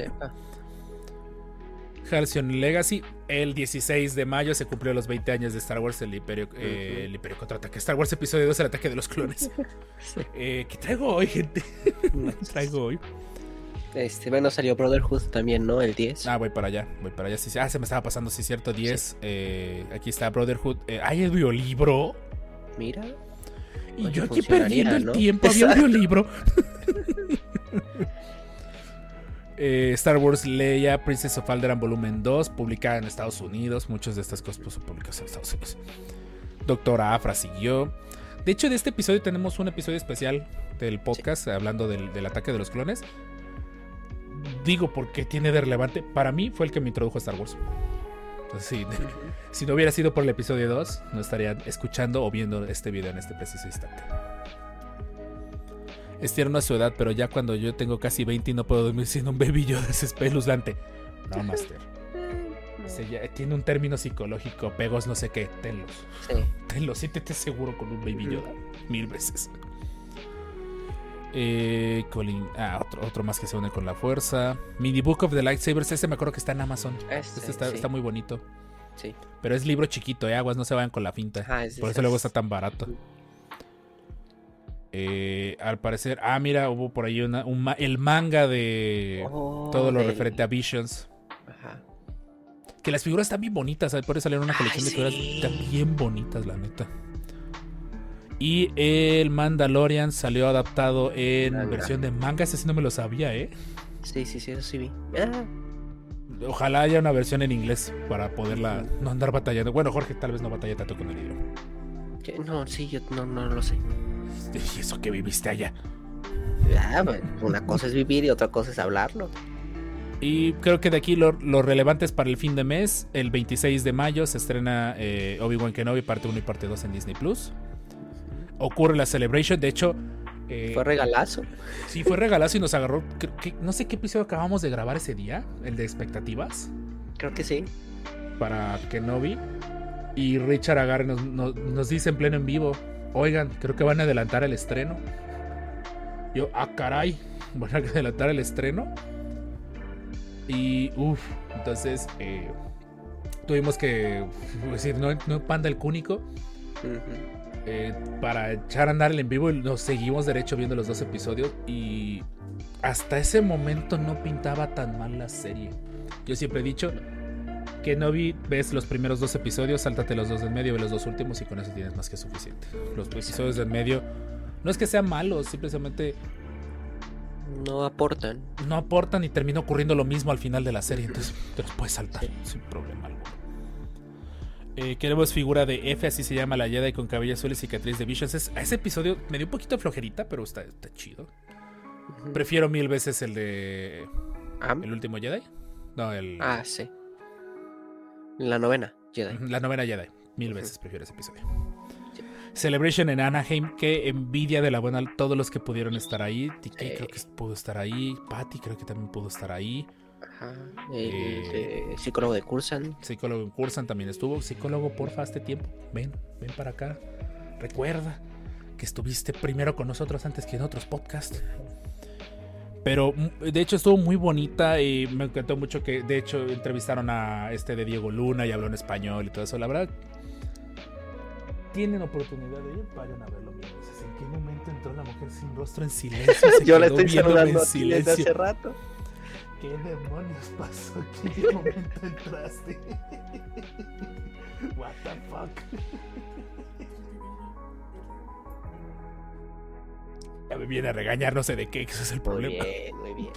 Halcyon Legacy. El 16 de mayo se cumplió los 20 años de Star Wars, el Imperio Contraataque. Star Wars Episodio 2, el ataque de los clones. Sí. ¿Qué traigo hoy, gente? Traigo hoy.
Bueno, salió Brotherhood también, ¿no? El 10.
Voy para allá. Sí, se me estaba pasando, sí, cierto, 10. Sí. Aquí está Brotherhood. ¿Hay audiolibro?
Mira.
Y yo aquí perdiendo el tiempo. Había audiolibro. Star Wars Leia, Princess of Alderaan Volumen 2, publicada en Estados Unidos. Muchas de estas cosas son publicadas en Estados Unidos. Doctora Afra siguió. De hecho, de este episodio tenemos un episodio especial del podcast, hablando del ataque de los clones. Digo, porque tiene de relevante. Para mí fue el que me introdujo a Star Wars. Entonces, si no hubiera sido por el episodio 2, no estarían escuchando o viendo este video en este preciso instante. Es tierno a su edad, pero ya cuando yo tengo casi 20 y no puedo dormir siendo un bebillo desespeluznante. No, Master. Tiene un término psicológico, pegos no sé qué, tenlos.
Sí.
Tenlos, siéntete seguro con un Baby Yoda, 1000 veces. Otro más que se une con la fuerza. Mini Book of the Lightsabers, me acuerdo que está en Amazon. Está muy bonito.
Sí.
Pero es libro chiquito, aguas, no se vayan con la finta. Por eso luego está tan barato. Al parecer, mira, hubo por ahí el manga de todo lo referente a Visions.
Ajá.
Que las figuras están bien bonitas, ¿sabes? Por eso salieron una colección de figuras están bien bonitas, la neta. Y el Mandalorian salió adaptado en versión de manga. Ese sí no me lo sabía,
Sí, eso sí vi.
Ojalá haya una versión en inglés para poderla no andar batallando. Bueno, Jorge tal vez no batalla tanto con el libro.
No, sí, yo no lo sé.
¿Y eso que viviste allá?
Una cosa es vivir y otra cosa es hablarlo.
Y creo que de aquí lo relevante es para el fin de mes. El 26 de mayo se estrena Obi-Wan Kenobi parte 1 y parte 2 en Disney Plus. Ocurre la Celebration, de hecho
fue regalazo.
Sí, fue regalazo y nos agarró no sé qué episodio acabamos de grabar ese día, el de expectativas.
Creo que sí.
Para Kenobi. Y Richard agarra nos dice en pleno en vivo: oigan, creo que van a adelantar el estreno. Yo, caray, van a adelantar el estreno. Y entonces tuvimos que decir, no Panda el cúnico. Para echar a andar el en vivo, y nos seguimos derecho viendo los 2 episodios. Y hasta ese momento no pintaba tan mal la serie. Yo siempre he dicho que ves los primeros 2 episodios, sáltate los 2 del medio, ve los 2 últimos y con eso tienes más que suficiente. Los episodios del medio no es que sean malos, simplemente
no aportan
y termina ocurriendo lo mismo al final de la serie. Entonces te los puedes saltar sin problema alguno. Queremos figura de F, así se llama la Jedi con cabello azul y cicatriz de Visions. Ese episodio me dio un poquito de flojerita, pero está chido. Prefiero 1000 veces el de El último Jedi. No,
sí. La novena Jedi.
La novena Jedi. 1000 veces prefiero ese episodio. Sí. Celebration en Anaheim. Qué envidia de la buena. Todos los que pudieron estar ahí. TK creo que pudo estar ahí. Patty creo que también pudo estar ahí.
Ajá. Psicólogo de Cursan.
Psicólogo en Cursan también estuvo. Psicólogo, porfa, hazte tiempo. Ven para acá. Recuerda que estuviste primero con nosotros antes que en otros podcasts. Pero de hecho estuvo muy bonita y me encantó mucho que de hecho entrevistaron a de Diego Luna y habló en español y todo eso. La verdad, tienen oportunidad de ir, vayan a verlo. ¿En qué momento entró la mujer sin rostro en silencio?
Yo la estoy saludando aquí desde hace rato.
¿Qué demonios pasó? ¿En qué momento entraste? What the fuck? Ya me viene a regañar, no sé de qué, que ese es el problema.
Muy bien.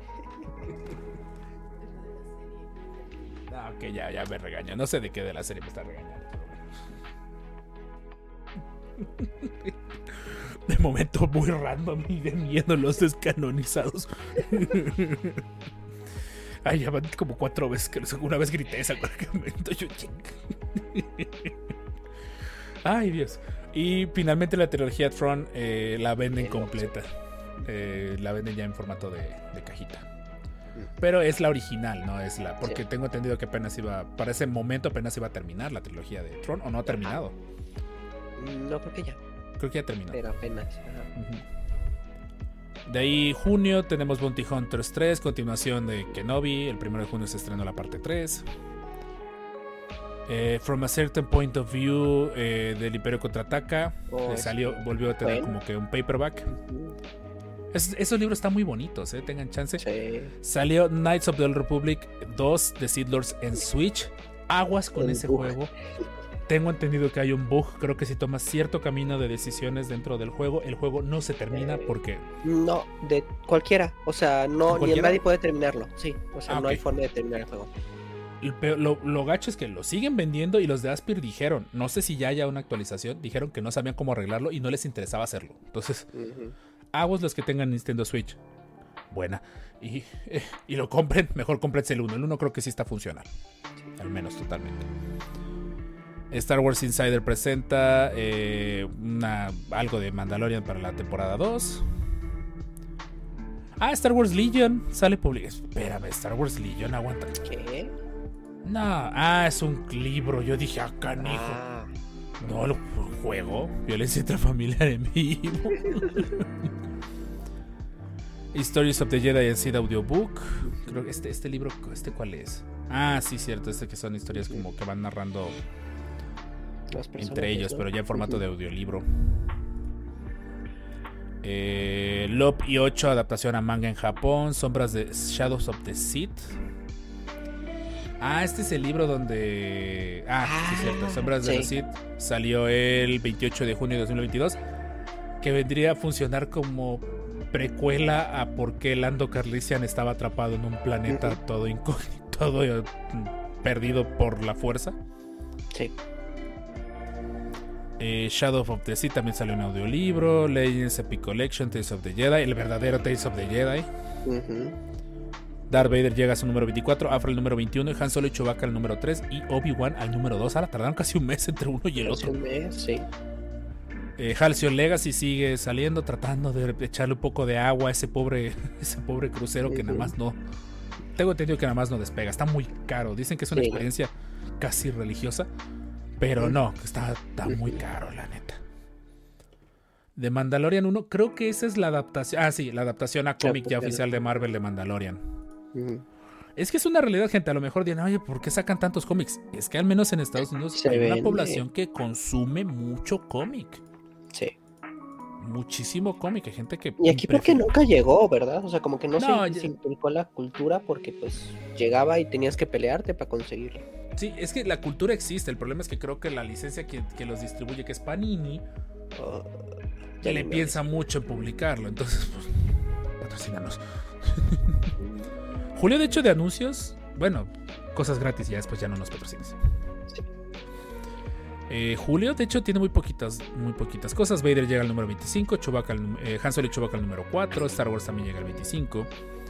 No, ok, ya me regaña. No sé de qué de la serie me está regañando. De momento muy random y de miedo los descanonizados. Ay, ya van como 4 veces que una vez grité esa momento. Ay, Dios. Y finalmente la trilogía Tron la venden completa. La venden ya en formato de cajita. Pero es la original, no es la. Porque tengo entendido que para ese momento apenas iba a terminar la trilogía de Tron, o no ha terminado.
No, creo que ya.
Creo que ya terminó.
Pero apenas.
De ahí junio tenemos Bounty Hunters 3, continuación de Kenobi. El 1 de junio se estrenó la parte 3. From a Certain Point of View del Imperio Contraataca. Volvió a tener como que un paperback. Esos libros están muy bonitos, tengan chance.
Sí.
Salió Knights of the Old Republic 2 de Sith Lords en Switch. Aguas con ese juego. Tengo entendido que hay un bug. Creo que si tomas cierto camino de decisiones dentro del juego, el juego no se termina porque...
No, de cualquiera. O sea, no, ni nadie puede terminarlo. Sí, o sea, no hay forma de terminar el juego.
Lo gacho es que lo siguen vendiendo y los de Aspyr dijeron, no sé si ya haya una actualización, dijeron que no sabían cómo arreglarlo y no les interesaba hacerlo. Entonces, aguas los que tengan Nintendo Switch. Buena. Y lo compren, mejor cómprense el 1. El 1 creo que sí está funcional. Al menos totalmente. Star Wars Insider presenta algo de Mandalorian para la temporada 2. Star Wars Legion sale publicado. Espérame, Star Wars Legion, aguanta.
¿Qué?
No, es un libro. Yo dije, canijo. No, lo juego. Violencia intrafamiliar en vivo. Stories of the Jedi en Seed Audiobook. Creo que este libro, ¿cuál es? Sí, cierto, que son historias como que van narrando entre ellos, ¿no? Pero ya en formato de audiolibro. Lop y 8, adaptación a manga en Japón. Sombras de Shadows of the Sith. Este es el libro donde... sí, cierto. Sombras de los Sith salió el 28 de junio de 2022. Que vendría a funcionar como precuela a por qué Lando Calrissian estaba atrapado en un planeta todo incógnito, todo perdido por la fuerza.
Sí.
Shadow of the Sea también salió en audiolibro. Legends Epic Collection, Tales of the Jedi, el verdadero Tales of the Jedi. Darth Vader llega a su número 24, Afro el número 21, y Han Solo y Chewbacca al número 3 y Obi-Wan al número 2. Ahora tardaron casi un mes entre uno y el otro.
Sí.
Halcyon Legacy sigue saliendo, tratando de echarle un poco de agua a ese pobre crucero que nada más no... Tengo entendido que nada más no despega. Está muy caro. Dicen que es una experiencia casi religiosa, pero no, está muy caro, la neta. De Mandalorian 1, creo que esa es la adaptación. Sí, la adaptación a cómic ya oficial de Marvel de Mandalorian. Es que es una realidad, gente. A lo mejor dirán, oye, ¿por qué sacan tantos cómics? Es que al menos en Estados Unidos hay una población que consume mucho cómic.
Sí.
Muchísimo cómic, hay gente que...
Y aquí porque nunca llegó, ¿verdad? O sea, como que no se inculcó la cultura porque pues llegaba y tenías que pelearte para conseguirlo.
Sí, es que la cultura existe. El problema es que creo que la licencia que los distribuye, que es Panini, le piensa mucho en publicarlo. Entonces, pues, patrocínanos. Julio, de hecho, de anuncios, bueno, cosas gratis, ya después ya no nos patrocines. Julio, de hecho, tiene muy poquitas cosas. Vader llega al número 25, Han Solo y Chewbacca al número 4, Star Wars también llega al 25.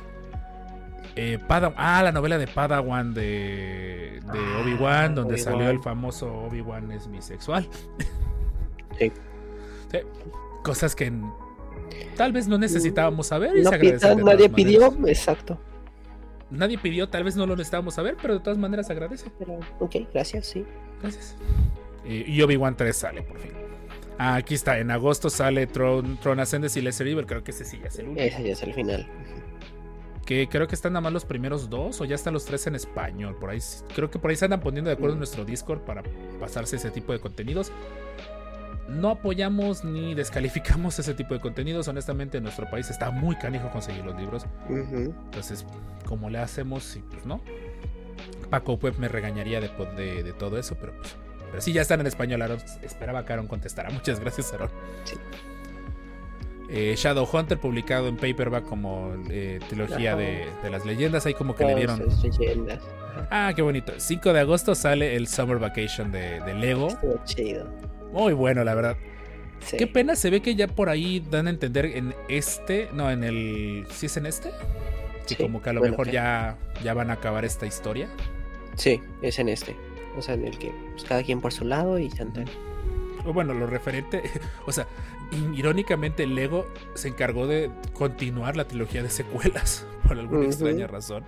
La novela de Padawan de Obi-Wan, donde salió el famoso Obi-Wan es bisexual. Sí. Cosas que tal vez no necesitábamos saber. Y
nadie pidió, exacto.
Nadie pidió, tal vez no lo necesitábamos saber, pero de todas maneras agradece.
Pero, gracias, sí.
Gracias. Y Obi-Wan 3 sale por fin. Aquí está, en agosto sale Throne Ascendance y Lesser Evil. Creo que ese sí ya es el último.
Ese ya es el final.
Que creo que están nada más los primeros 2 o ya están los 3 en español. Por ahí, creo que por ahí se andan poniendo de acuerdo en nuestro Discord para pasarse ese tipo de contenidos. No apoyamos ni descalificamos ese tipo de contenidos. Honestamente, en nuestro país está muy canijo conseguir los libros. Entonces, ¿cómo le hacemos? Y pues no. Paco Web me regañaría de todo eso, pero sí, ya están en español, Aaron. Esperaba que Aaron contestara. Muchas gracias, Aaron.
Sí.
Shadowhunter, publicado en paperback como trilogía de las leyendas. Ahí como que le dieron...
leyendas.
Qué bonito. 5 de agosto sale el Summer Vacation de Lego.
Estuvo chido.
Muy bueno, la verdad.
Sí.
Qué pena, se ve que ya por ahí dan a entender en este... No, en el... ¿Sí es en este? Sí, como que a lo mejor ya van a acabar esta historia.
Sí, es en este. O sea, en el que pues, cada quien por su lado y tanto.
Bueno, lo referente, o sea, irónicamente Lego se encargó de continuar la trilogía de secuelas por alguna extraña razón.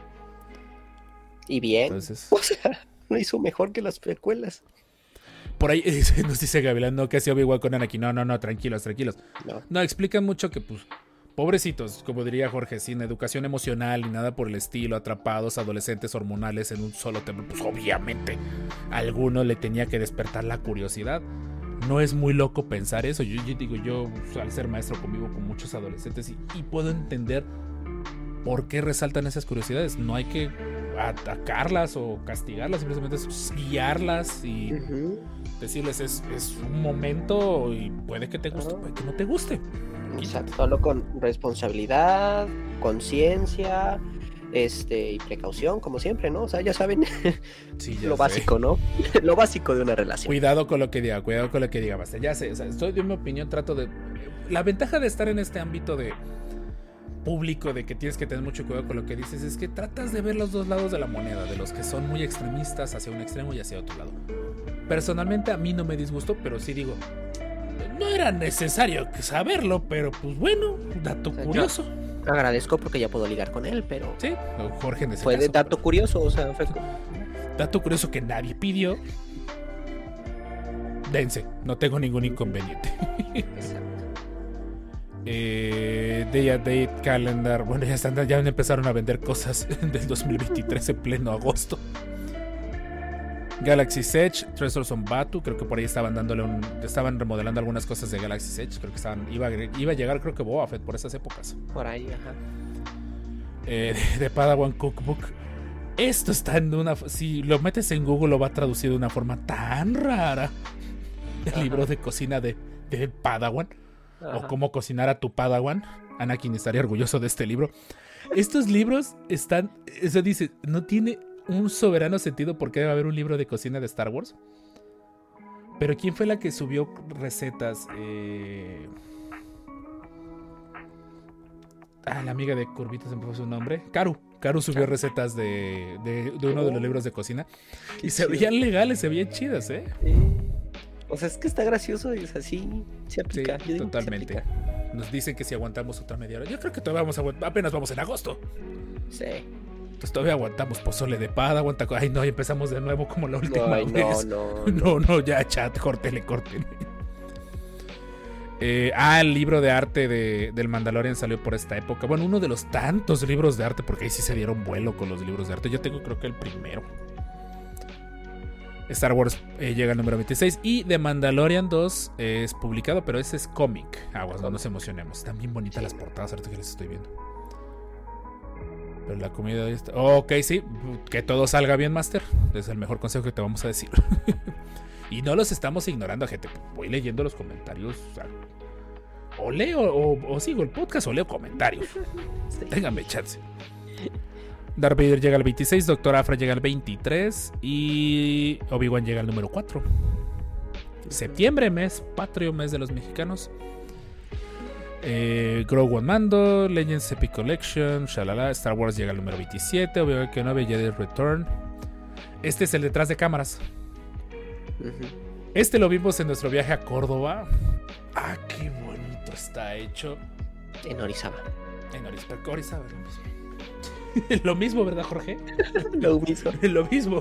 Y bien.
Entonces,
o sea, lo hizo mejor que las precuelas.
Por ahí nos dice Gavilán, no, que hacía Obi-Wan con Anakin. No, tranquilos. No, explican mucho que, pues, pobrecitos, como diría Jorge, sin educación emocional ni nada por el estilo, atrapados, adolescentes hormonales en un solo templo, pues obviamente a alguno le tenía que despertar la curiosidad. No es muy loco pensar eso. Yo digo, yo al ser maestro convivo con muchos adolescentes y puedo entender por qué resaltan esas curiosidades. No hay que atacarlas o castigarlas, simplemente es guiarlas y decirles es un momento y puede que te guste, puede que no te guste.
Exacto, solo con responsabilidad, conciencia, y precaución, como siempre, ¿no? O sea, ya saben, sí, ya lo básico, ¿no? Lo básico de una relación.
Cuidado con lo que diga, basta. Ya sé, o sea, estoy de mi opinión, trato de... La ventaja de estar en este ámbito de público, de que tienes que tener mucho cuidado con lo que dices, es que tratas de ver los dos lados de la moneda, de los que son muy extremistas hacia un extremo y hacia otro lado. Personalmente a mí no me disgustó, pero sí digo, no era necesario saberlo, pero pues bueno, dato curioso.
Yo agradezco porque ya puedo ligar con él, pero
sí, Jorge
fue de dato curioso, o sea, fue
dato curioso que nadie pidió. Dense, no tengo ningún inconveniente.
Exacto.
Date Calendar. Bueno, ya empezaron a vender cosas del 2023 en pleno agosto. Galaxy's Edge, Treasures on Batuu. Creo que por ahí estaban remodelando algunas cosas de Galaxy's Edge. Creo que iba a llegar, creo que Boba Fett por esas épocas.
Por ahí, ajá.
De Padawan Cookbook. Esto está en una... Si lo metes en Google lo va a traducir de una forma tan rara. El libro de cocina de Padawan.
Ajá.
O cómo cocinar a tu Padawan. Anakin estaría orgulloso de este libro. Estos libros están... Eso dice, no tiene un soberano sentido por qué debe haber un libro de cocina de Star Wars. Pero ¿quién fue la que subió recetas? La amiga de Curvita se me fue su nombre. Karu subió recetas de uno de los libros de cocina. Y se veían legales, se veían chidas, ¿eh?
O sea, es que está gracioso y es así, se aplica.
Sí, totalmente. Nos dicen que si aguantamos otra media hora. Yo creo que todavía vamos a aguantar. Apenas vamos en agosto.
Sí.
Entonces todavía aguantamos pozole de Padawan. Ay, no, y empezamos de nuevo como la última vez. No, ya, chat, córtele. El libro de arte del Mandalorian salió por esta época. Bueno, uno de los tantos libros de arte, porque ahí sí se dieron vuelo con los libros de arte. Yo tengo creo que el primero. Star Wars llega al número 26 y The Mandalorian 2 es publicado, pero ese es cómic. Aguas, no nos emocionemos. Están bien bonitas las portadas ahorita que les estoy viendo. Pero la comida está... Ok, sí, que todo salga bien, Master. Es el mejor consejo que te vamos a decir. Y no los estamos ignorando, gente. Voy leyendo los comentarios. O leo o sigo el podcast o leo comentarios. Sí. Ténganme chance. Darth Vader llega al 26, Dr. Aphra llega al 23 y Obi-Wan llega al número 4. Septiembre, mes patrio, mes de los mexicanos. Grogu and Mando, Legends Epic Collection, shalala. Star Wars llega al número 27, Obi-Wan Kenobi, Jedi Return. Este es el detrás de cámaras. Este lo vimos en nuestro viaje a Córdoba. Qué bonito está hecho.
En Orizaba.
Orizaba, lo mismo. Lo mismo, ¿verdad, Jorge?
Lo mismo.
Lo mismo.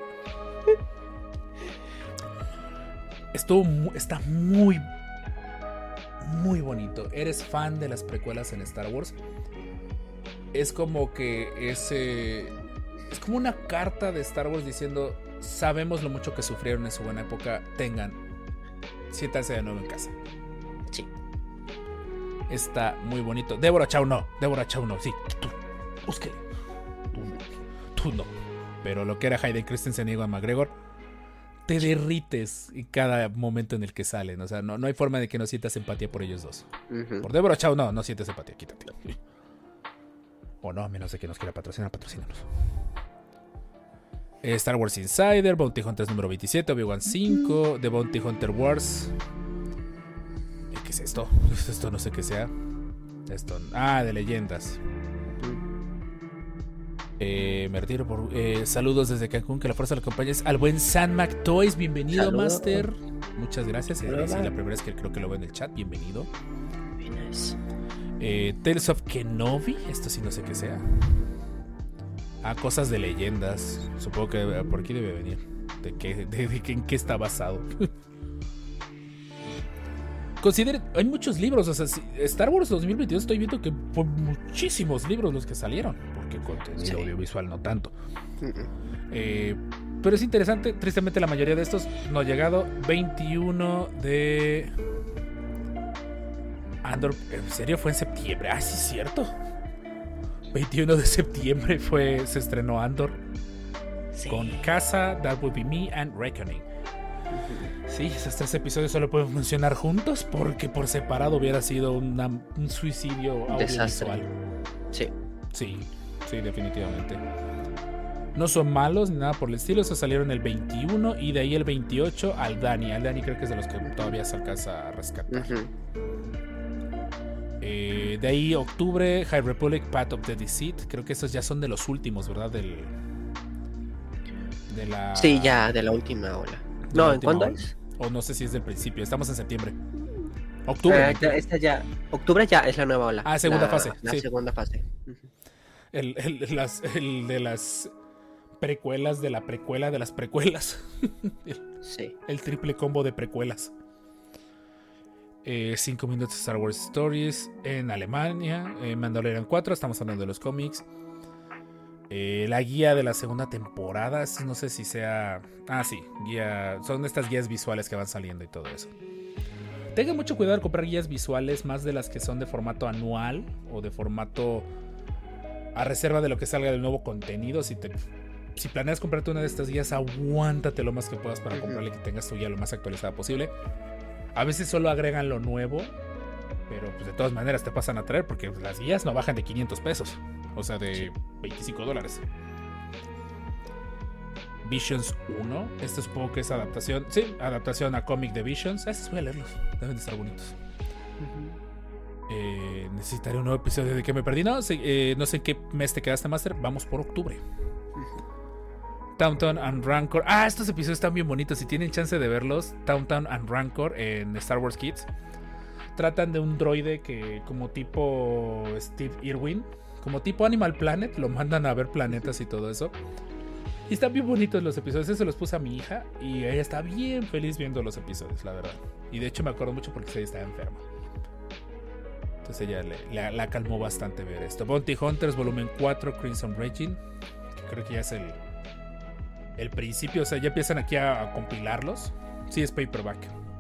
Está muy, muy bonito. ¿Eres fan de las precuelas en Star Wars? Es como que es como una carta de Star Wars diciendo: sabemos lo mucho que sufrieron en su buena época. Siéntanse de nuevo en casa.
Sí.
Está muy bonito. Deborah Chow no, sí. Búsquele. Tú no. Pero lo que era Hayden Christensen y Ewan McGregor, te derrites en cada momento en el que salen. O sea, no hay forma de que no sientas empatía por ellos dos. Por Deborah Chow no sientes empatía, quítate. O no, a menos de que nos quiera patrocínanos. Star Wars Insider, Bounty Hunters número 27, Obi-Wan 5, The Bounty Hunter Wars. ¿Qué es esto? Esto no sé qué sea. De leyendas. Me retiro por saludos desde Cancún, que la fuerza lo acompañe. Al buen San McToys, bienvenido. Saludos. Master. Muchas gracias. Sí, la primera vez que creo que lo veo en el chat. Bienvenido.
Nice.
Tales of Kenobi, esto sí no sé qué sea. Cosas de leyendas. Supongo que por aquí debe venir. ¿En qué está basado? Consideren, hay muchos libros. O sea, Star Wars 2022 estoy viendo que fue muchísimos libros los que salieron. Porque contenido audiovisual no tanto. Pero es interesante. Tristemente la mayoría de estos no ha llegado. 21 de Andor. ¿En serio fue en septiembre? Sí, es cierto. 21 de septiembre se estrenó Andor. Sí. Con Casa, That Would Be Me and Reckoning. Sí, esos 3 episodios solo pueden funcionar juntos porque por separado hubiera sido un suicidio audiovisual. Sí, definitivamente. No son malos ni nada por el estilo. Esos salieron el 21 y de ahí el 28 al Dani creo que es de los que todavía se alcanza a rescatar. De ahí octubre, High Republic, Path of the Deceit. Creo que esos ya son de los últimos, ¿verdad?
Sí, ya de la última ola. ¿En cuándo es?
O no sé si es del principio. Estamos en septiembre. Octubre.
Octubre ya es la nueva ola.
Segunda fase.
La segunda fase.
El de las precuelas de la precuela de las precuelas.
Sí.
El triple combo de precuelas. 5 minutos de Star Wars Stories en Alemania. Mandalorian 4, estamos hablando de los cómics. La guía de la segunda temporada, no sé si sea... Ah, sí, guía. Son estas guías visuales que van saliendo y todo eso. Tengan mucho cuidado al comprar guías visuales, más de las que son de formato anual o de formato a reserva de lo que salga del nuevo contenido. Si planeas comprarte una de estas guías, aguántate lo más que puedas para comprarle, que tengas tu guía lo más actualizada posible. A veces solo agregan lo nuevo, pero pues de todas maneras te pasan a traer, porque las guías no bajan de 500 pesos. O sea, de $25. Visions 1. Este supongo que es adaptación. Sí, adaptación a cómic de Visions. Estos voy a leerlos. Deben de estar bonitos. Necesitaré un nuevo episodio de que me perdí. No sé en qué mes te quedaste, Master. Vamos por octubre. Tauntaun and Rancor. Ah, estos episodios están bien bonitos. Si tienen chance de verlos, Tauntaun and Rancor en Star Wars Kids. Tratan de un droide que, como tipo Steve Irwin, como tipo Animal Planet, lo mandan a ver planetas y todo eso. Y están bien bonitos los episodios. Eso se los puse a mi hija y ella está bien feliz viendo los episodios, la verdad. Y de hecho me acuerdo mucho porque ella estaba enferma. Entonces ella la calmó bastante ver esto. Bounty Hunters volumen 4, Crimson Raging, que creo que ya es el principio. O sea, ya empiezan aquí a compilarlos. Sí, es paperback.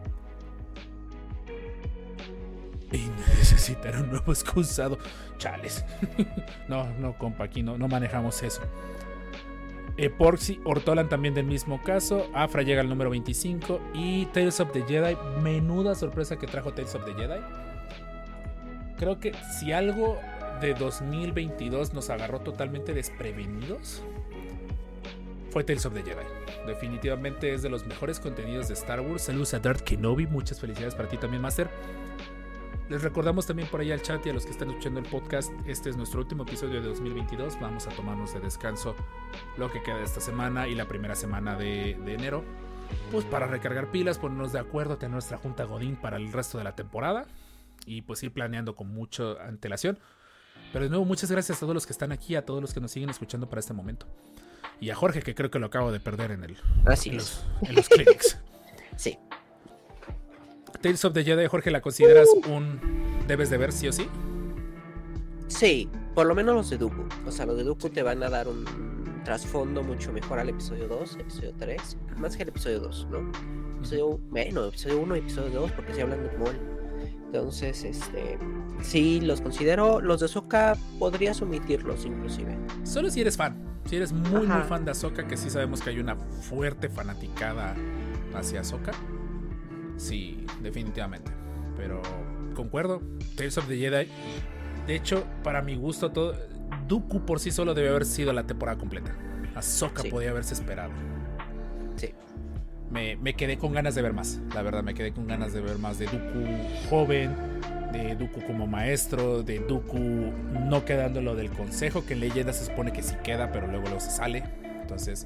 Y necesitar un nuevo excusado. Chales. No, compa, aquí no manejamos eso. Porxy, Ortolan también del mismo caso. Afra llega al número 25. Y Tales of the Jedi. Menuda sorpresa que trajo Tales of the Jedi. Creo que si algo de 2022 nos agarró totalmente desprevenidos, fue Tales of the Jedi. Definitivamente es de los mejores contenidos de Star Wars. Saludos a Darth Kenobi. Muchas felicidades para ti también, Master. Les recordamos también por ahí al chat y a los que están escuchando el podcast, este es nuestro último episodio de 2022. Vamos a tomarnos de descanso lo que queda de esta semana y la primera semana de enero, pues para recargar pilas, ponernos de acuerdo, tener nuestra junta Godín para el resto de la temporada y pues ir planeando con mucha antelación. Pero de nuevo, muchas gracias a todos los que están aquí, a todos los que nos siguen escuchando para este momento. Y a Jorge, que creo que lo acabo de perder en los clinics.
Sí.
Tales of the Jedi, Jorge, ¿la consideras debes de ver sí o sí?
Sí, por lo menos los de Dooku. O sea, los de Dooku te van a dar un trasfondo mucho mejor al episodio 2, episodio 3, más que el episodio 2, ¿no? Episodio 1 y episodio 2, porque se hablan de Maul. Entonces, sí, los considero. Los de Ahsoka podrías omitirlos inclusive.
Solo si eres fan. Si eres muy fan de Ahsoka, que sí sabemos que hay una fuerte fanaticada hacia Ahsoka. Sí, definitivamente. Pero concuerdo, Tales of the Jedi. De hecho, para mi gusto, Dooku por sí solo debe haber sido la temporada completa. Ahsoka podía haberse esperado.
Sí.
Me quedé con ganas de ver más. La verdad, me quedé con ganas de ver más de Dooku joven, de Dooku como maestro, de Dooku no quedándolo del consejo, que en Leyenda se supone que sí queda, pero luego se sale. Entonces,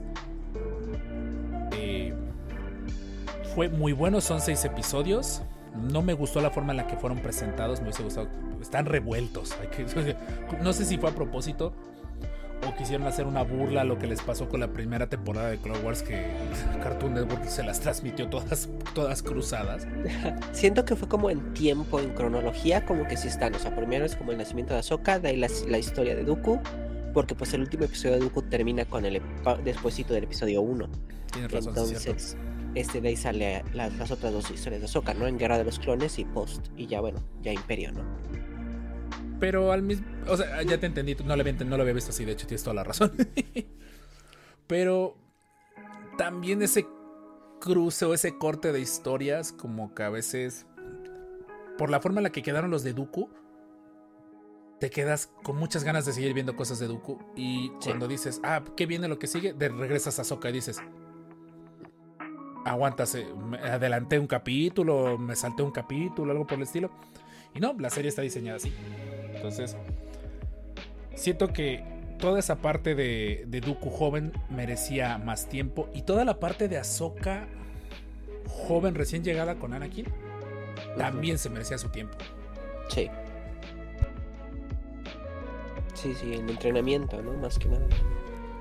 fue muy bueno. Son 6 episodios. No me gustó la forma en la que fueron presentados. Me hubiese gustado. Están revueltos. No sé si fue a propósito o quisieron hacer una burla a lo que les pasó con la primera temporada de Clone Wars, que Cartoon Network se las transmitió todas cruzadas.
Siento que fue como en tiempo, en cronología, como que sí están. O sea, primero es como el nacimiento de Ahsoka, de ahí la historia de Dooku, porque pues el último episodio de Dooku termina con despuésito del episodio 1.
Tienes razón.
Entonces, de ahí sale las otras 2 historias de Ahsoka, ¿no? En Guerra de los Clones y Post, y ya bueno, ya Imperio, ¿no?
Pero al mismo... O sea, ya te entendí, no lo había visto así, de hecho tienes toda la razón. Pero también ese cruce o ese corte de historias, como que a veces, por la forma en la que quedaron los de Dooku, te quedas con muchas ganas de seguir viendo cosas de Dooku. Y cuando dices, ¿qué viene lo que sigue? Regresas a Ahsoka y dices, aguántase, me adelanté un capítulo, me salté un capítulo, algo por el estilo. Y no, la serie está diseñada así. Entonces, siento que toda esa parte de Dooku joven merecía más tiempo. Y toda la parte de Ahsoka joven recién llegada con Anakin también se merecía su tiempo.
Sí. Sí, el entrenamiento, ¿no? Más que nada.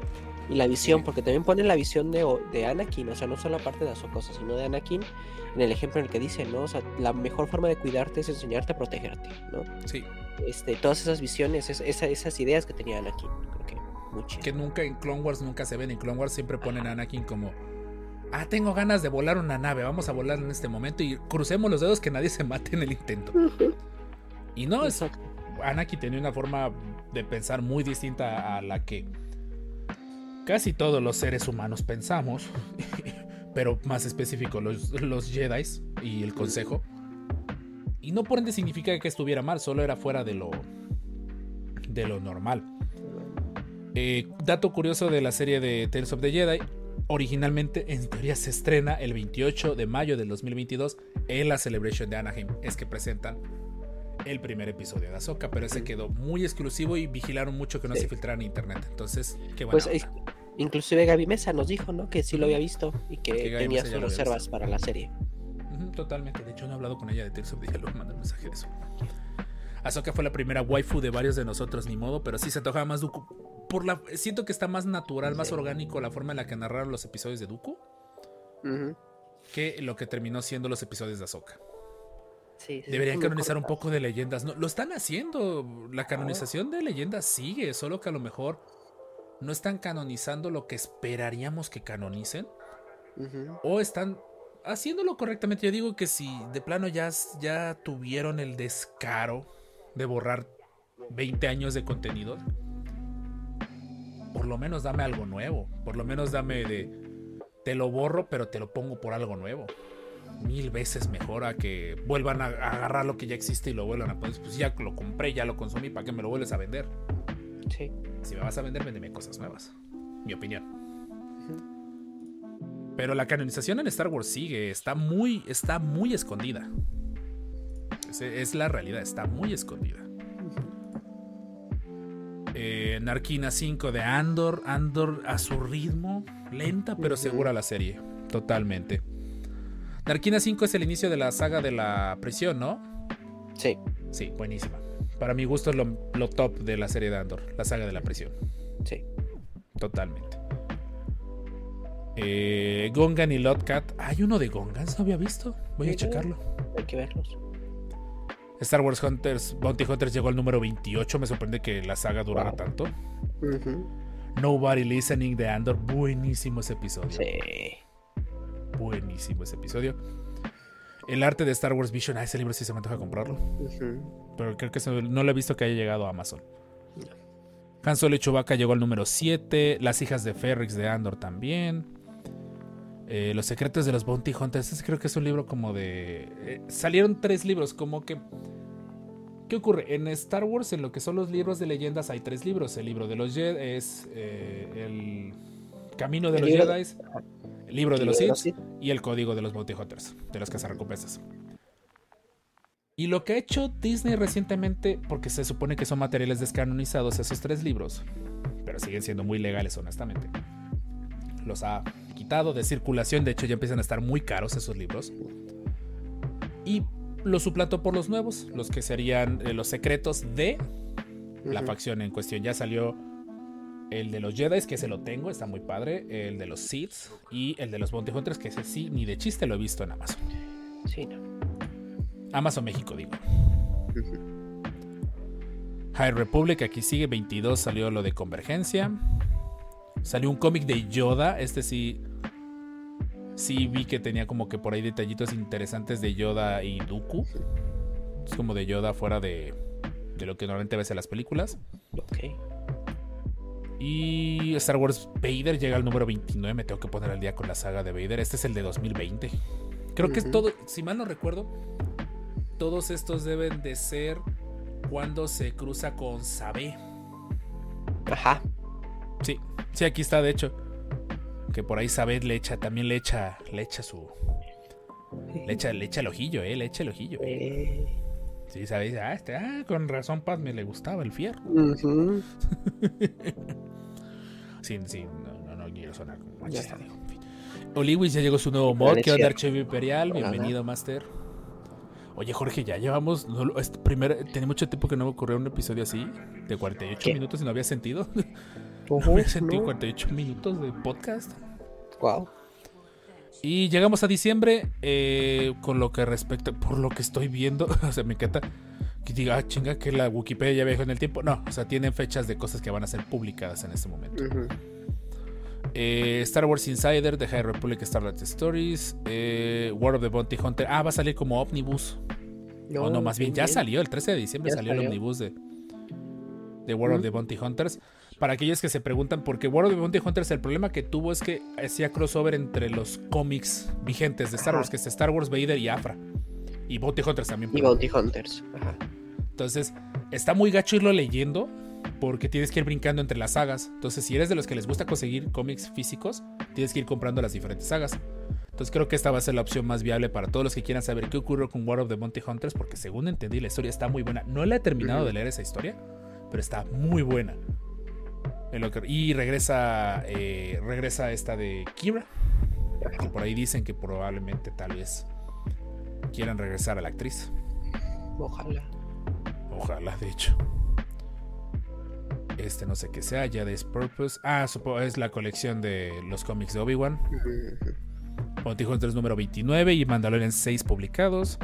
Y la visión, porque también ponen la visión de Anakin, o sea, no solo aparte de Ahsoka, sino de Anakin, en el ejemplo en el que dice, ¿no? O sea, la mejor forma de cuidarte es enseñarte a protegerte, ¿no?
Sí.
Todas esas visiones, esas ideas que tenía Anakin, creo que muy chido.
Que nunca en Clone Wars nunca se ven. En Clone Wars siempre ponen a Anakin como: tengo ganas de volar una nave, vamos a volar en este momento y crucemos los dedos que nadie se mate en el intento. Y no, Anakin tenía una forma de pensar muy distinta a la que casi todos los seres humanos pensamos, pero más específico los Jedi y el Consejo. Y no por ende significa que estuviera mal, solo era fuera de lo normal. Dato curioso de la serie de Tales of the Jedi: originalmente en teoría se estrena el 28 de mayo del 2022 en la Celebration de Anaheim. Es que presentan el primer episodio de Ahsoka, pero ese quedó muy exclusivo y vigilaron mucho que no se filtrara en internet. Entonces, qué bueno.
Pues inclusive Gaby Mesa nos dijo, ¿no? Que sí lo había visto y que tenía sus reservas para la serie.
Totalmente. De hecho, no he hablado con ella de Tales of the Jedi. Le mandé un mensaje de eso. Ahsoka fue la primera waifu de varios de nosotros, ni modo, pero sí se antojaba más Dooku. Siento que está más natural, más orgánico la forma en la que narraron los episodios de Dooku que lo que terminó siendo los episodios de Ahsoka.
Sí,
deberían canonizar un poco de leyendas. No, lo están haciendo. La canonización de leyendas sigue, solo que a lo mejor no están canonizando lo que esperaríamos que canonicen. O están haciéndolo correctamente. Yo digo que si de plano ya tuvieron el descaro de borrar 20 años de contenido, por lo menos dame algo nuevo. Por lo menos dame te lo borro, pero te lo pongo por algo nuevo. 1000 veces mejor a que vuelvan a agarrar lo que ya existe y lo vuelvan a poner. Pues ya lo compré, ya lo consumí, ¿para qué me lo vuelves a vender?
Sí.
Si me vas a vender, véndeme cosas nuevas. Mi opinión. Pero la canonización en Star Wars sigue, está muy escondida. Es la realidad, está muy escondida. Narquina 5 de Andor a su ritmo, lenta pero segura la serie, totalmente. Narquina 5 es el inicio de la saga de la prisión, ¿no?
Sí.
Sí, buenísima. Para mi gusto es lo top de la serie de Andor, la saga de la prisión.
Sí.
Totalmente. Gungan y Lotcat. Hay uno de Gungans, no había visto. Voy a checarlo.
Hay que verlos.
Star Wars Bounty Hunters llegó al número 28. Me sorprende que la saga durara tanto. Nobody Listening de Andor. Buenísimo ese episodio.
Sí.
Buenísimo ese episodio. El arte de Star Wars Vision. Ese libro sí se me antoja comprarlo. Pero creo que no lo he visto que haya llegado a Amazon. Han Solo y Chewbacca llegó al número 7. Las hijas de Ferrix de Andor también. Los secretos de los Bounty Hunters. Ese creo que es un libro como de... salieron 3 libros, como que... ¿Qué ocurre? En Star Wars, en lo que son los libros de leyendas, hay 3 libros. El libro de los Jedi es el Camino de los Jedi, el libro de los Sith y el Código de los Bounty Hunters, de los cazarrecompensas. Y lo que ha hecho Disney recientemente, porque se supone que son materiales descanonizados esos 3 libros, pero siguen siendo muy legales honestamente, los ha quitado de circulación. De hecho ya empiezan a estar muy caros esos libros y los suplantó por los nuevos, los que serían los secretos de la facción en cuestión. Ya salió el de los Jedi, que ese lo tengo, está muy padre. El de los Sith y el de los Bounty Hunters, que ese sí, ni de chiste lo he visto en Amazon.
Sí, no.
Amazon México, digo. High Republic, aquí sigue, 22, salió lo de Convergencia. Salió un cómic de Yoda, este sí vi que tenía como que por ahí detallitos interesantes de Yoda y Dooku. Es como de Yoda fuera de lo que normalmente ves en las películas.
Ok.
Y Star Wars Vader llega al número 29. Me tengo que poner al día con la saga de Vader. Este es el de 2020. Creo que es todo, si mal no recuerdo, todos estos deben de ser cuando se cruza con Sabé.
Ajá.
Sí, aquí está, de hecho. Que por ahí Sabé le echa su... Le echa el ojillo, le echa el ojillo. Sí, sabéis, con razón Padme le gustaba el fierro. Sí, no quiero sonar como machista, digo. En fin. Oliwis ya llegó su nuevo mod. ¿Qué onda, Archivo Imperial? Bienvenido, Master. Oye, Jorge, ya llevamos... tenía mucho tiempo que no me ocurrió un episodio así, de 48 minutos y no había sentido. No me sentí 48 minutos de podcast.
Wow.
Y llegamos a diciembre, con lo que respecta, por lo que estoy viendo, o sea, me encanta que diga, chinga, que la Wikipedia ya viajó en el tiempo. No, o sea, tienen fechas de cosas que van a ser publicadas en este momento. Star Wars Insider, The High Republic Starlight Stories, War of the Bounty Hunter. Va a salir como Omnibus. No, más bien ya salió, el 13 de diciembre salió el Omnibus de War of the Bounty Hunters. Para aquellos que se preguntan, porque War of the Bounty Hunters, el problema que tuvo es que hacía crossover entre los cómics vigentes de Star Wars, que es Star Wars, Vader y Afra. Y Bounty Hunters también.
Y Bounty Hunters. Ajá.
Entonces, está muy gacho irlo leyendo, porque tienes que ir brincando entre las sagas. Entonces, si eres de los que les gusta conseguir cómics físicos, tienes que ir comprando las diferentes sagas. Entonces, creo que esta va a ser la opción más viable para todos los que quieran saber qué ocurrió con War of the Bounty Hunters, porque según entendí, la historia está muy buena. No la he terminado de leer esa historia, pero está muy buena. Y regresa esta de Kira, que por ahí dicen que probablemente tal vez quieran regresar a la actriz. Ojalá, de hecho. No sé qué sea, ya de Purpose. Supongo es la colección de los cómics de Obi-Wan. Bounty Hunters número 29 y Mandalorian 6 publicados.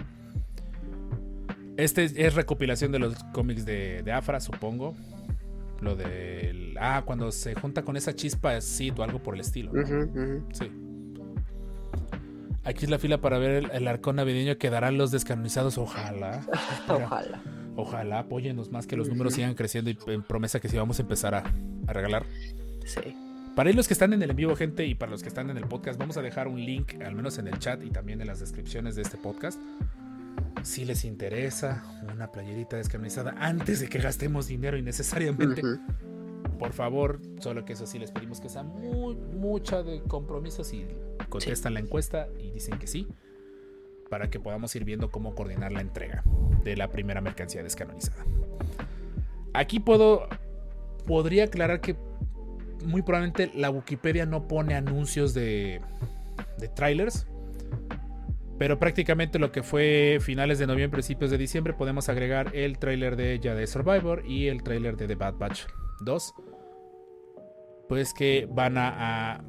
Es recopilación de los cómics de Afra, supongo. Lo del... cuando se junta con esa chispa Sith o algo por el estilo, ¿no? Sí. Aquí es la fila para ver el arcón navideño que darán los descanonizados. Ojalá. Ojalá apóyennos más, que los números sigan creciendo, y en promesa que sí vamos a empezar a regalar.
Sí.
Para los que están en el en vivo, gente, y para los que están en el podcast, vamos a dejar un link, al menos en el chat y también en las descripciones de este podcast. Si les interesa una playerita descanonizada antes de que gastemos dinero innecesariamente, por favor, solo que eso sí les pedimos que sea mucha de compromiso. Si contestan la encuesta y dicen que sí, para que podamos ir viendo cómo coordinar la entrega de la primera mercancía descanonizada. Aquí podría aclarar que muy probablemente la Wikipedia no pone anuncios de trailers, pero prácticamente lo que fue finales de noviembre, principios de diciembre, podemos agregar el trailer de Jedi Survivor y el trailer de The Bad Batch 2, pues que van a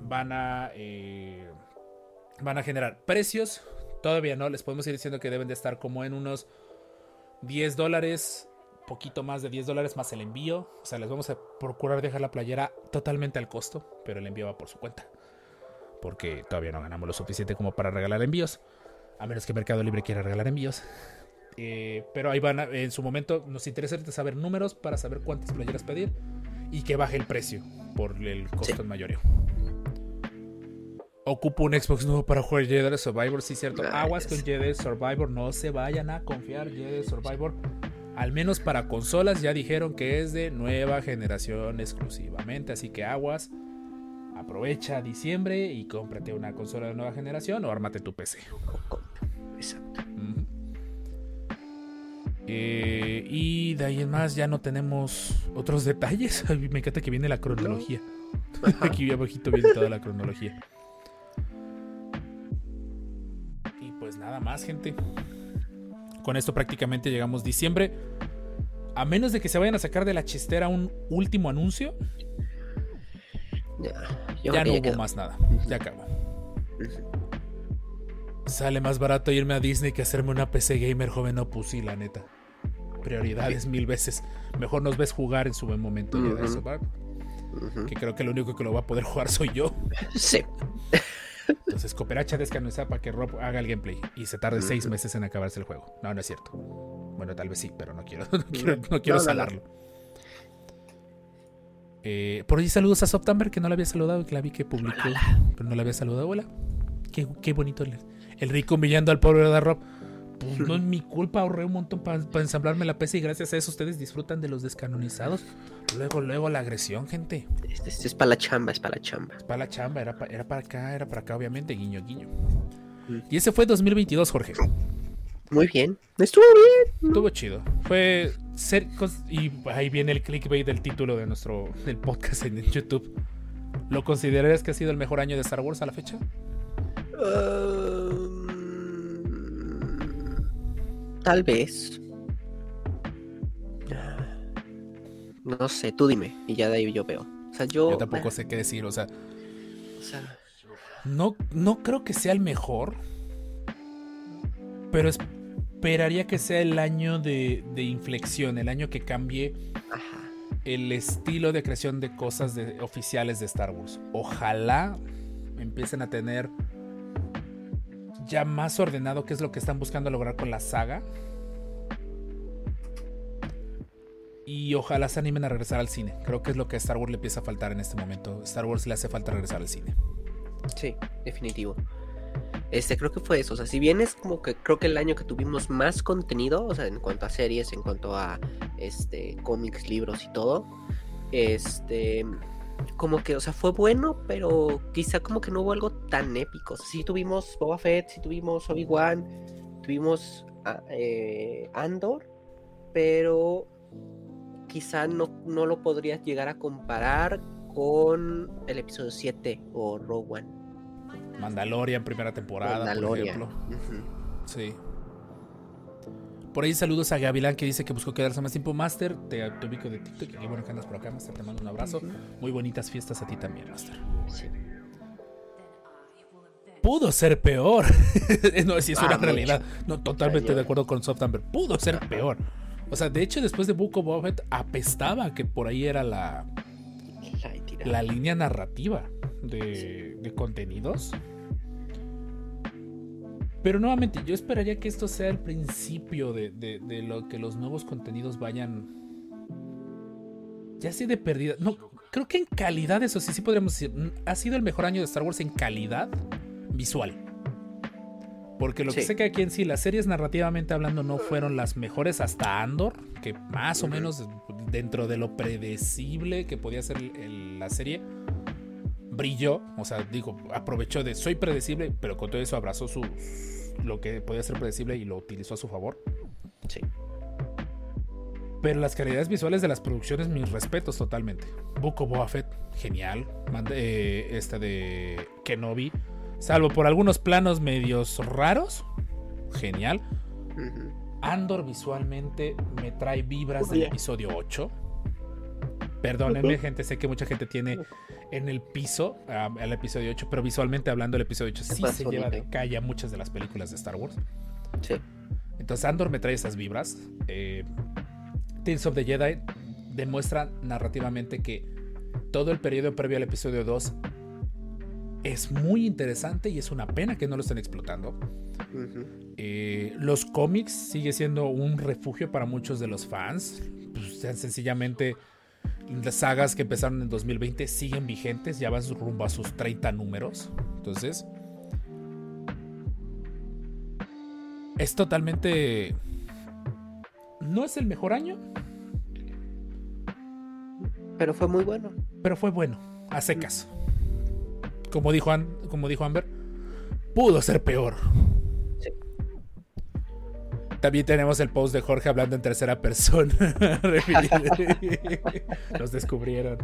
generar precios. Todavía no, les podemos ir diciendo que deben de estar como en unos $10, poquito más de $10 más el envío. O sea, les vamos a procurar dejar la playera totalmente al costo, pero el envío va por su cuenta, porque todavía no ganamos lo suficiente como para regalar envíos, a menos que Mercado Libre quiera regalar envíos. Pero ahí van en su momento. Nos interesa saber números para saber cuántas playeras pedir y que baje el precio por el costo en mayoreo. Ocupo un Xbox nuevo para jugar Jedi Survivor, sí, cierto. Aguas con Jedi Survivor, no se vayan a confiar. Jedi Survivor, al menos para consolas, ya dijeron que es de nueva generación exclusivamente, así que aguas. Aprovecha diciembre y cómprate una consola de nueva generación o ármate tu PC.
Exacto.
Y de ahí en más ya no tenemos otros detalles. Me encanta que viene la cronología. Aquí abajito viene toda la cronología. Y pues nada más, gente. Con esto prácticamente llegamos diciembre. A menos de que se vayan a sacar de la chistera un último anuncio, ya no hubo más nada. Ya acabó. Sale más barato irme a Disney que hacerme una PC gamer, joven. No, pues sí, la neta. Prioridades 1000 veces. Mejor nos ves jugar en su buen momento. Que creo que lo único que lo va a poder jugar soy yo.
Sí.
Entonces, cooperacha descanonizada para que Rob haga el gameplay y se tarde 6 meses en acabarse el juego. No es cierto. Bueno, tal vez sí, pero no quiero salarlo. Por ahí saludos a Soptamber, que no la había saludado, que la vi que publicó, pero no la había saludado. Hola. Qué bonito el rico humillando al pobre de Rob. Pues no es mi culpa, ahorré un montón para ensamblarme la PC y gracias a eso ustedes disfrutan de los descanonizados. Luego la agresión, gente.
Es para la chamba, es para la chamba.
Es para la chamba, era para acá, obviamente, guiño. Y ese fue 2022, Jorge.
Muy bien, estuvo bien.
Estuvo chido. Y ahí viene el clickbait del título del podcast en YouTube. ¿Lo considerarías que ha sido el mejor año de Star Wars a la fecha?
Tal vez. No sé, tú dime y ya de ahí yo veo. O sea, yo
tampoco sé qué decir, o sea,
o sea,
no creo que sea el mejor, pero esperaría que sea el año de inflexión, el año que cambie
ajá.
el estilo de creación de cosas oficiales de Star Wars. Ojalá empiecen a tener ya más ordenado qué es lo que están buscando lograr con la saga. Y ojalá se animen a regresar al cine. Creo que es lo que a Star Wars le empieza a faltar en este momento. A Star Wars le hace falta regresar al cine.
Sí, definitivo. Creo que fue eso. O sea, si bien es como que creo que el año que tuvimos más contenido, o sea, en cuanto a series, en cuanto a cómics, libros y todo, como que, o sea, fue bueno, pero quizá como que no hubo algo tan épico. O sea, sí tuvimos Boba Fett, sí tuvimos Obi-Wan, tuvimos Andor, pero quizá no lo podrías llegar a comparar con el episodio 7 o Rogue One.
Mandalorian, primera temporada,
Mandalorian,
por ejemplo.
uh-huh.
Sí. Por ahí saludos a Gavilán, que dice que buscó quedarse más tiempo. Master, te ubico de TikTok. Qué bueno que andas por acá, Master. Te mando un abrazo. Uh-huh. Muy bonitas fiestas a ti también, Master.
Sí.
Pudo ser peor. No, si es una realidad. No, totalmente de acuerdo con Softamber. Pudo ser peor. O sea, de hecho, después de Book of Boba Fett apestaba que por ahí era la línea narrativa de contenidos. Pero nuevamente, yo esperaría que esto sea el principio de lo que los nuevos contenidos vayan. Ya así de perdida. No, creo que en calidad, eso sí podríamos decir. Ha sido el mejor año de Star Wars en calidad visual. Porque lo que sé que aquí en sí, las series narrativamente hablando no fueron las mejores hasta Andor, que más o menos dentro de lo predecible que podía ser la serie, brilló. O sea, digo, aprovechó de soy predecible, pero con todo eso abrazó lo que podía ser predecible y lo utilizó a su favor.
Sí.
Pero las calidades visuales de las producciones, mis respetos totalmente. Book of Boba Fett, genial. De Kenobi, salvo por algunos planos medios raros, genial. Uh-huh. Andor visualmente me trae vibras del episodio 8. Perdónenme, gente, sé que mucha gente tiene en el piso el episodio 8, pero visualmente hablando el episodio 8 sí se lleva de calle a muchas de las películas de Star Wars.
Sí.
Entonces Andor me trae esas vibras. Tales of the Jedi demuestra narrativamente que todo el periodo previo al episodio 2 es muy interesante y es una pena que no lo estén explotando. Uh-huh. Los cómics sigue siendo un refugio para muchos de los fans. Pues, sencillamente las sagas que empezaron en 2020 siguen vigentes, ya van rumbo a sus 30 números. Entonces es totalmente... No es el mejor año,
pero fue muy bueno.
Pero fue bueno, a secas. Como dijo Amber, pudo ser peor.
Sí.
También tenemos el post de Jorge hablando en tercera persona. Los descubrieron.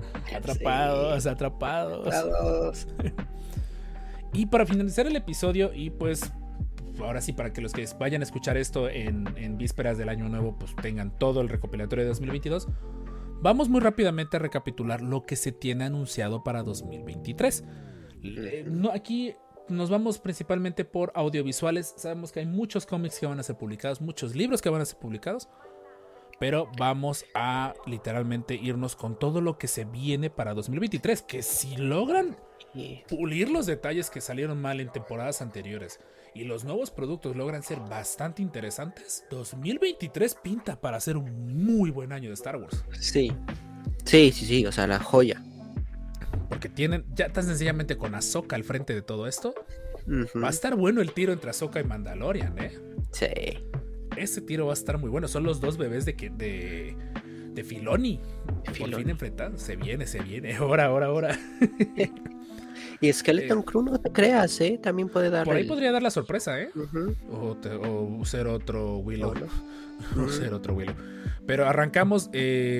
Atrapados. Y para finalizar el episodio, y pues ahora sí, para que los que vayan a escuchar esto en vísperas del año nuevo, pues tengan todo el recopilatorio de 2022. Vamos muy rápidamente a recapitular lo que se tiene anunciado para 2023. Aquí nos vamos principalmente por audiovisuales. Sabemos que hay muchos cómics que van a ser publicados, muchos libros que van a ser publicados, pero vamos a literalmente irnos con todo lo que se viene para 2023, que si logran pulir los detalles que salieron mal en temporadas anteriores y los nuevos productos logran ser bastante interesantes, 2023 pinta para ser un muy buen año de Star Wars.
Sí, o sea, la joya.
Porque tienen, ya tan sencillamente con Ahsoka al frente de todo esto,
uh-huh.
Va a estar bueno el tiro entre Ahsoka y Mandalorian,
Sí.
Ese tiro va a estar muy bueno. Son los dos bebés de Filoni. Por fin enfrentando. Se viene. Ahora.
Y Skeleton Crew, no te creas, también puede dar.
Por ahí podría dar la sorpresa,
Uh-huh.
O ser otro Willow. O ser otro Willow. Pero arrancamos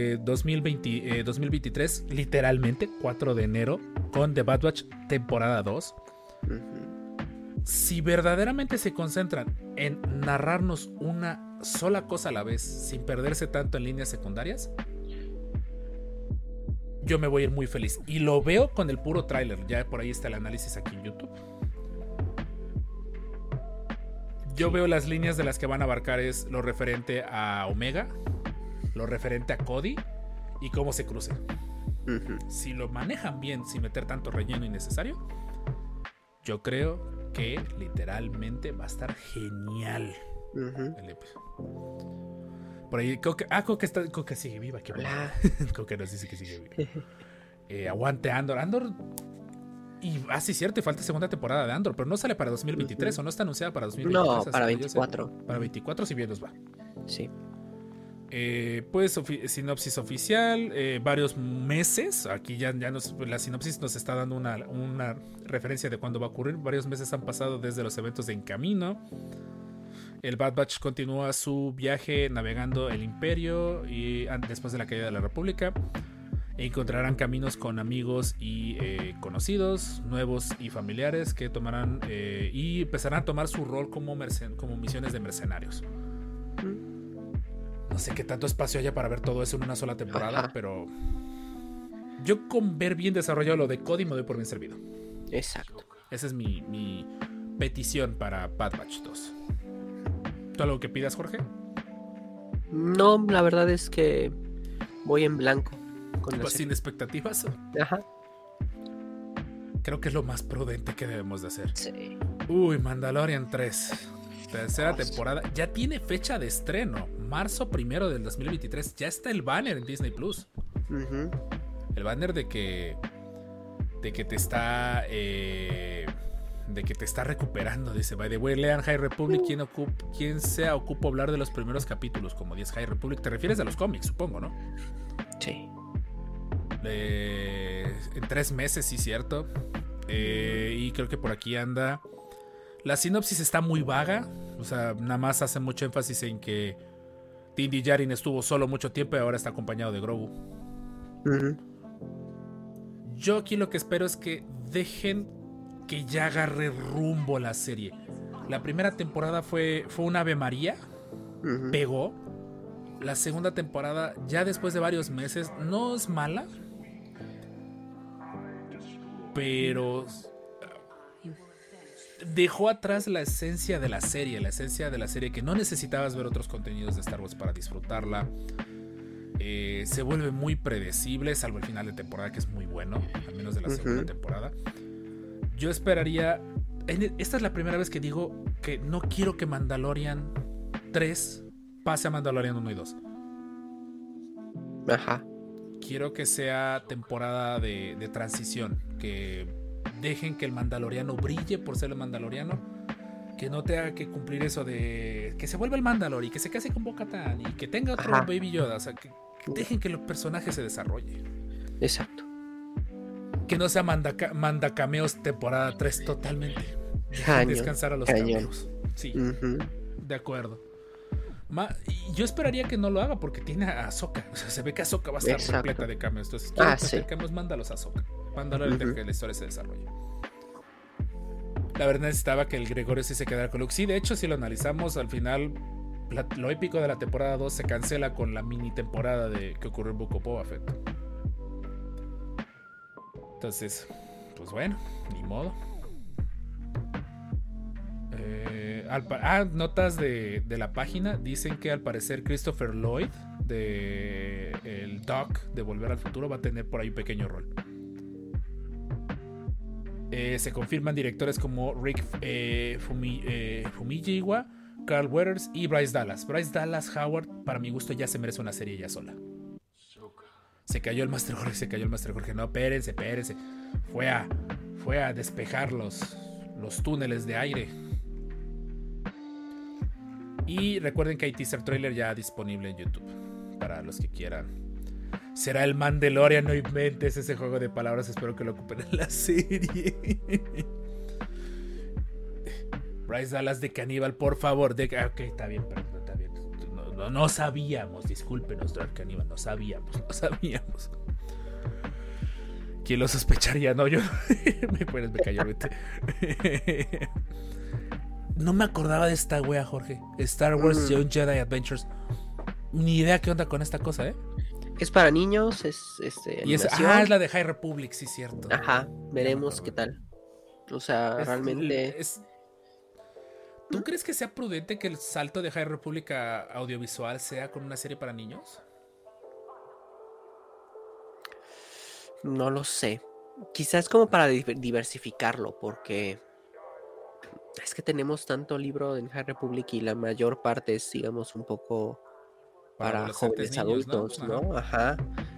2023, literalmente, 4 de enero, con The Bad Batch temporada 2.
Uh-huh.
Si verdaderamente se concentran en narrarnos una sola cosa a la vez, sin perderse tanto en líneas secundarias, yo me voy a ir muy feliz. Y lo veo con el puro tráiler. Ya por ahí está el análisis aquí en YouTube. Yo veo las líneas de las que van a abarcar es lo referente a Omega, lo referente a Cody y cómo se crucen. Si lo manejan bien sin meter tanto relleno innecesario, yo creo que literalmente va a estar genial. Por ahí Coque sigue viva. Qué bueno. Coque nos dice que sigue viva. Aguante Andor. Y sí, cierto, y falta segunda temporada de Andor, pero no sale para 2023 o no está anunciada para 2023.
No, para 24.
Para 24 si bien nos va.
Sí.
Pues sinopsis oficial, varios meses. Aquí ya la sinopsis nos está dando una referencia de cuándo va a ocurrir. Varios meses han pasado desde los eventos de En Camino. El Bad Batch continúa su viaje navegando el Imperio y después de la caída de la República. Encontrarán caminos con amigos y conocidos, nuevos y familiares que tomarán y empezarán a tomar su rol como misiones de mercenarios. No sé qué tanto espacio haya para ver todo eso en una sola temporada, pero yo con ver bien desarrollado lo de Cody me doy por bien servido.
Exacto.
Esa es mi petición para Bad Batch 2. ¿Tú algo que pidas, Jorge?
No, la verdad es que voy en blanco.
Pues sin expectativas.
Ajá.
Creo que es lo más prudente que debemos de hacer.
Sí.
Uy, Mandalorian 3. Tercera temporada. Ya tiene fecha de estreno. Marzo 1 del 2023. Ya está el banner en Disney Plus. El banner de que te está recuperando. Dice, by the way, lean High Republic. ¿Quién se ocupa hablar de los primeros capítulos? Como 10 High Republic. Te refieres a los cómics, supongo, ¿no?
Sí.
En 3 meses, sí, cierto. Y creo que por aquí anda. La sinopsis está muy vaga. O sea, nada más hace mucho énfasis en que Din Djarin estuvo solo mucho tiempo y ahora está acompañado de Grogu. Yo aquí lo que espero es que dejen que ya agarre rumbo la serie. La primera temporada fue un Ave María. Pegó. La segunda temporada, ya después de varios meses, no es mala, pero dejó atrás la esencia de la serie que no necesitabas ver otros contenidos de Star Wars para disfrutarla. Se vuelve muy predecible, salvo el final de temporada, que es muy bueno, al menos de la segunda temporada. Yo esperaría, esta es la primera vez que digo que no quiero que Mandalorian 3 pase a Mandalorian 1 y 2.
Ajá.
Quiero que sea temporada de transición, que dejen que el mandaloriano brille por ser el mandaloriano, que no tenga que cumplir eso de que se vuelva el Mandalor y que se case con Bo-Katan y que tenga otro Baby Yoda. O sea, que dejen que los personajes se desarrollen.
Exacto.
Que no sea manda cameos temporada 3 totalmente. Dejen descansar a los cameos. Sí, de acuerdo. Yo esperaría que no lo haga porque tiene a Ahsoka. O sea, se ve que Ahsoka va a estar completa de cameos. Entonces, quiero que cameos, mándalos a Ahsoka. Mándalo que la historia se desarrolle. La verdad necesitaba que el Gregorio sí se quedara con Luke. Sí, de hecho, si lo analizamos, al final lo épico de la temporada 2 se cancela con la mini temporada que ocurrió en Book of Boba Fett. Entonces, pues bueno, ni modo. Notas de la página dicen que al parecer Christopher Lloyd de el Doc de Volver al Futuro va a tener por ahí un pequeño rol. Se confirman directores como Rick Fumigawa, Carl Weathers y Bryce Dallas Howard. Para mi gusto ya se merece una serie ya sola. Se cayó el Master Jorge. No, espérense. Fue a despejar los túneles de aire. Y recuerden que hay teaser trailer ya disponible en YouTube para los que quieran. Será el Mandalorian, no inventes ese juego de palabras. Espero que lo ocupen en la serie. Bryce Dallas de Caníbal, por favor. Ok, está bien, perdón, está bien. No sabíamos, discúlpenos, Dark Caníbal, no sabíamos. ¿Quién lo sospecharía? No, yo. me cayó. No me acordaba de esta wea, Jorge. Star Wars Young Jedi Adventures. Ni idea qué onda con esta cosa,
Es para niños, es
Y
animación.
es la de High Republic, sí, cierto.
Ajá, veremos qué tal. O sea, realmente.
¿Tú crees que sea prudente que el salto de High Republic a audiovisual sea con una serie para niños?
No lo sé. Quizás como para diversificarlo, porque es que tenemos tanto libro en High Republic y la mayor parte es, digamos, un poco para
adolescentes,
jóvenes
niños, ¿no?
adultos, ¿no? Ajá.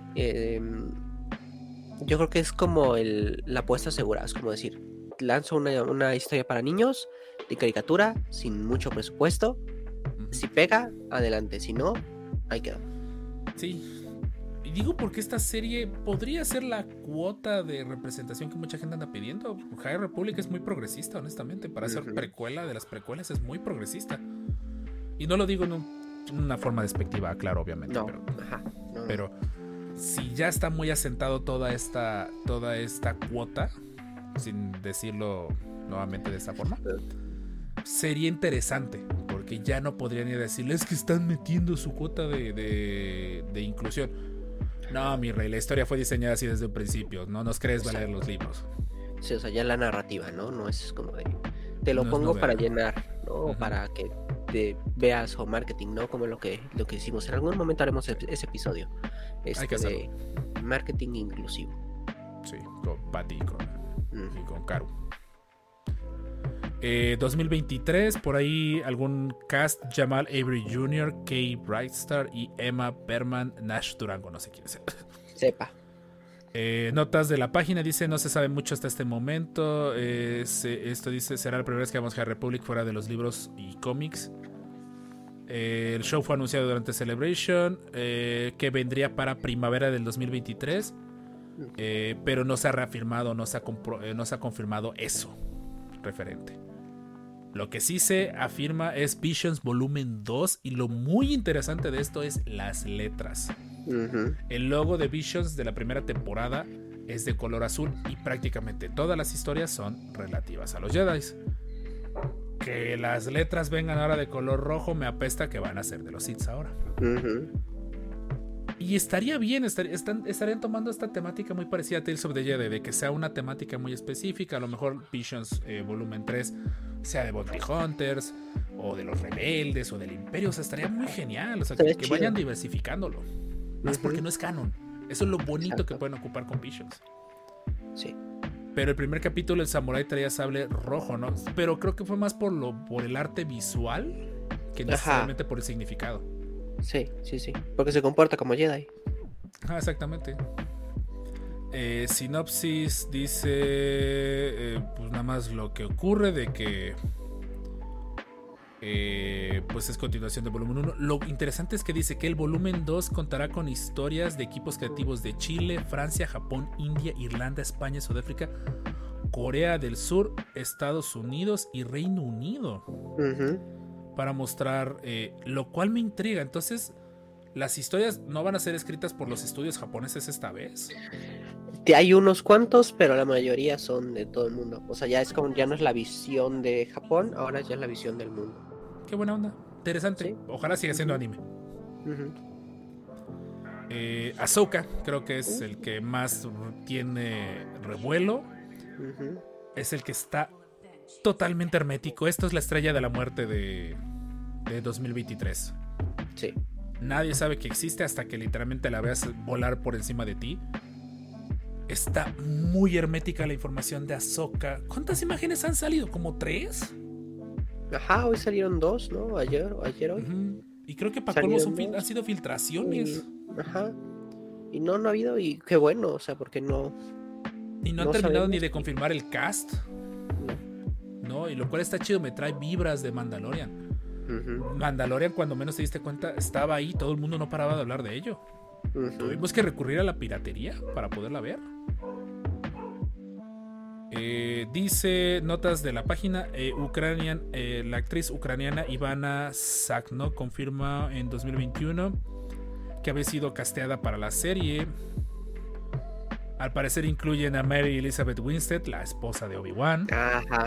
Yo creo que es como la apuesta segura, es como decir, lanzo una historia para niños de caricatura sin mucho presupuesto. Si pega, adelante, si no, ahí queda.
Sí. Y digo porque esta serie podría ser la cuota de representación que mucha gente anda pidiendo. High Republic es muy progresista, honestamente. Para ser precuela de las precuelas es muy progresista. Y no lo digo en una forma despectiva, claro, obviamente.
No,
pero si ya está muy asentado toda esta cuota, sin decirlo nuevamente de esta forma, sería interesante, porque ya no podrían ir a decirles que están metiendo su cuota de inclusión. No, mi rey, la historia fue diseñada así desde el principio. No nos crees valer los libros.
Sí, o sea, ya la narrativa, ¿no? No es como de te lo pongo para llenar, ¿no? O para que te veas o marketing, ¿no? Como lo que hicimos. En algún momento haremos ese episodio.
Hay que hacerlo.
De marketing inclusivo.
Sí, con Patty y con Karu. 2023, por ahí algún cast: Jamal Avery Jr., Kay Brightstar y Emma Berman. Nash Durango, no sé quién es.
Sepa.
Notas de la página, dice: no se sabe mucho hasta este momento. Esto dice: será la primera vez que vamos a High Republic fuera de los libros y cómics. El show fue anunciado durante Celebration, que vendría para primavera del 2023, pero no se ha reafirmado, no se ha confirmado eso referente. Lo que sí se afirma es Visions Volumen 2, y lo muy interesante de esto es las letras. El logo de Visions de la primera temporada es de color azul y prácticamente todas las historias son relativas a los Jedi. Que las letras vengan ahora de color rojo me apesta que van a ser de los Sith ahora. Y estaría bien, estarían tomando esta temática muy parecida a Tales of the Jedi, de que sea una temática muy específica. A lo mejor Visions volumen 3 sea de Bounty Hunters, o de los rebeldes, o del Imperio. O sea, estaría muy genial. O sea, que vayan diversificándolo. Más porque no es canon. Eso es lo bonito que pueden ocupar con Visions.
Sí.
Pero el primer capítulo, el samurái traía sable rojo, ¿no? Pero creo que fue más por el arte visual que necesariamente por el significado.
Sí. Porque se comporta como Jedi.
Exactamente. Sinopsis dice: pues nada más lo que ocurre de que pues es continuación del volumen 1. Lo interesante es que dice que el volumen 2 contará con historias de equipos creativos de Chile, Francia, Japón, India, Irlanda, España, Sudáfrica, Corea del Sur, Estados Unidos y Reino Unido, para mostrar, lo cual me intriga. Entonces, las historias no van a ser escritas por los estudios japoneses esta vez.
Hay unos cuantos, pero la mayoría son de todo el mundo. O sea, ya no es la visión de Japón, ahora ya es la visión del mundo.
Qué buena onda, interesante. ¿Sí? Ojalá siga siendo anime. Ahsoka creo que es el que más tiene revuelo. Es el que está totalmente hermético. Esto es la estrella de la muerte de 2023.
Sí.
Nadie sabe que existe hasta que literalmente la veas volar por encima de ti. Está muy hermética la información de Ahsoka. ¿Cuántas imágenes han salido? ¿Como 3?
Ajá, hoy salieron 2, ¿no? Ayer hoy.
Y creo que para colmo han sido filtraciones.
Ajá. Y no ha habido, y qué bueno, o sea, porque no.
Y no han terminado ni de confirmar el cast. No, y lo cual está chido, me trae vibras de Mandalorian. Mandalorian, cuando menos te diste cuenta, estaba ahí, todo el mundo no paraba de hablar de ello. Tuvimos que recurrir a la piratería para poderla ver. Dice notas de la página: la actriz ucraniana Ivana Sakno confirma en 2021 que había sido casteada para la serie. Al parecer incluyen a Mary Elizabeth Winstead, la esposa de Obi-Wan,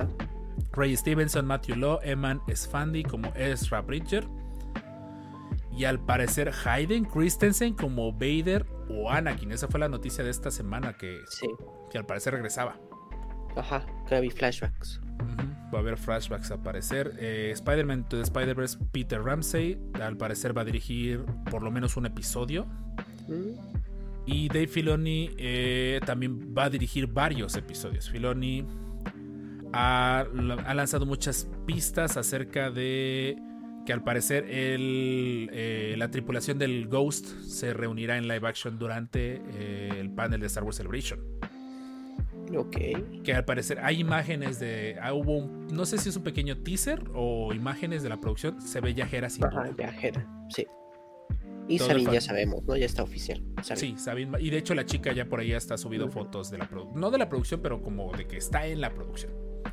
Ray Stevenson, Matthew Law, Eman Esfandi como Ezra Bridger, Y al parecer Hayden Christensen como Vader o Anakin. Esa fue la noticia de esta semana que al parecer regresaba.
Ajá, que había flashbacks.
Va a haber flashbacks a aparecer. Spider-Man to the Spider-Verse, Peter Ramsey, al parecer va a dirigir por lo menos un episodio. Y Dave Filoni también va a dirigir varios episodios. Filoni ha lanzado muchas pistas acerca de que al parecer la tripulación del Ghost se reunirá en live action durante el panel de Star Wars Celebration.
Ok.
Que al parecer hay imágenes de... hubo no sé si es un pequeño teaser o imágenes de la producción. Se ve ya Hera sin duda.
Ya Hera, sí. Y
Todo
Sabine ya sabemos, ¿no? Ya está oficial. Sabine.
Sí, Sabine. Y de hecho la chica ya por ahí está subido fotos de la producción. No de la producción, pero como de que está en la producción.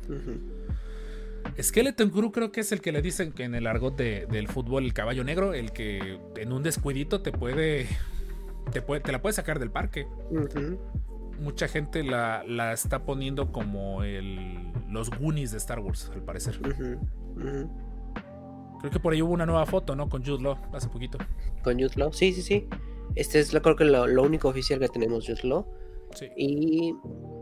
Skeleton Crew creo que es el que le dicen que en el argot del fútbol el caballo negro, el que en un descuidito te la puede sacar del parque. Mucha gente la está poniendo como los Goonies de Star Wars, al parecer. Creo que por ahí hubo una nueva foto, ¿no? Con Jude Law hace poquito.
Con Jude Law, sí. Este es creo que lo único oficial que tenemos, Jude Law.
Sí.
Y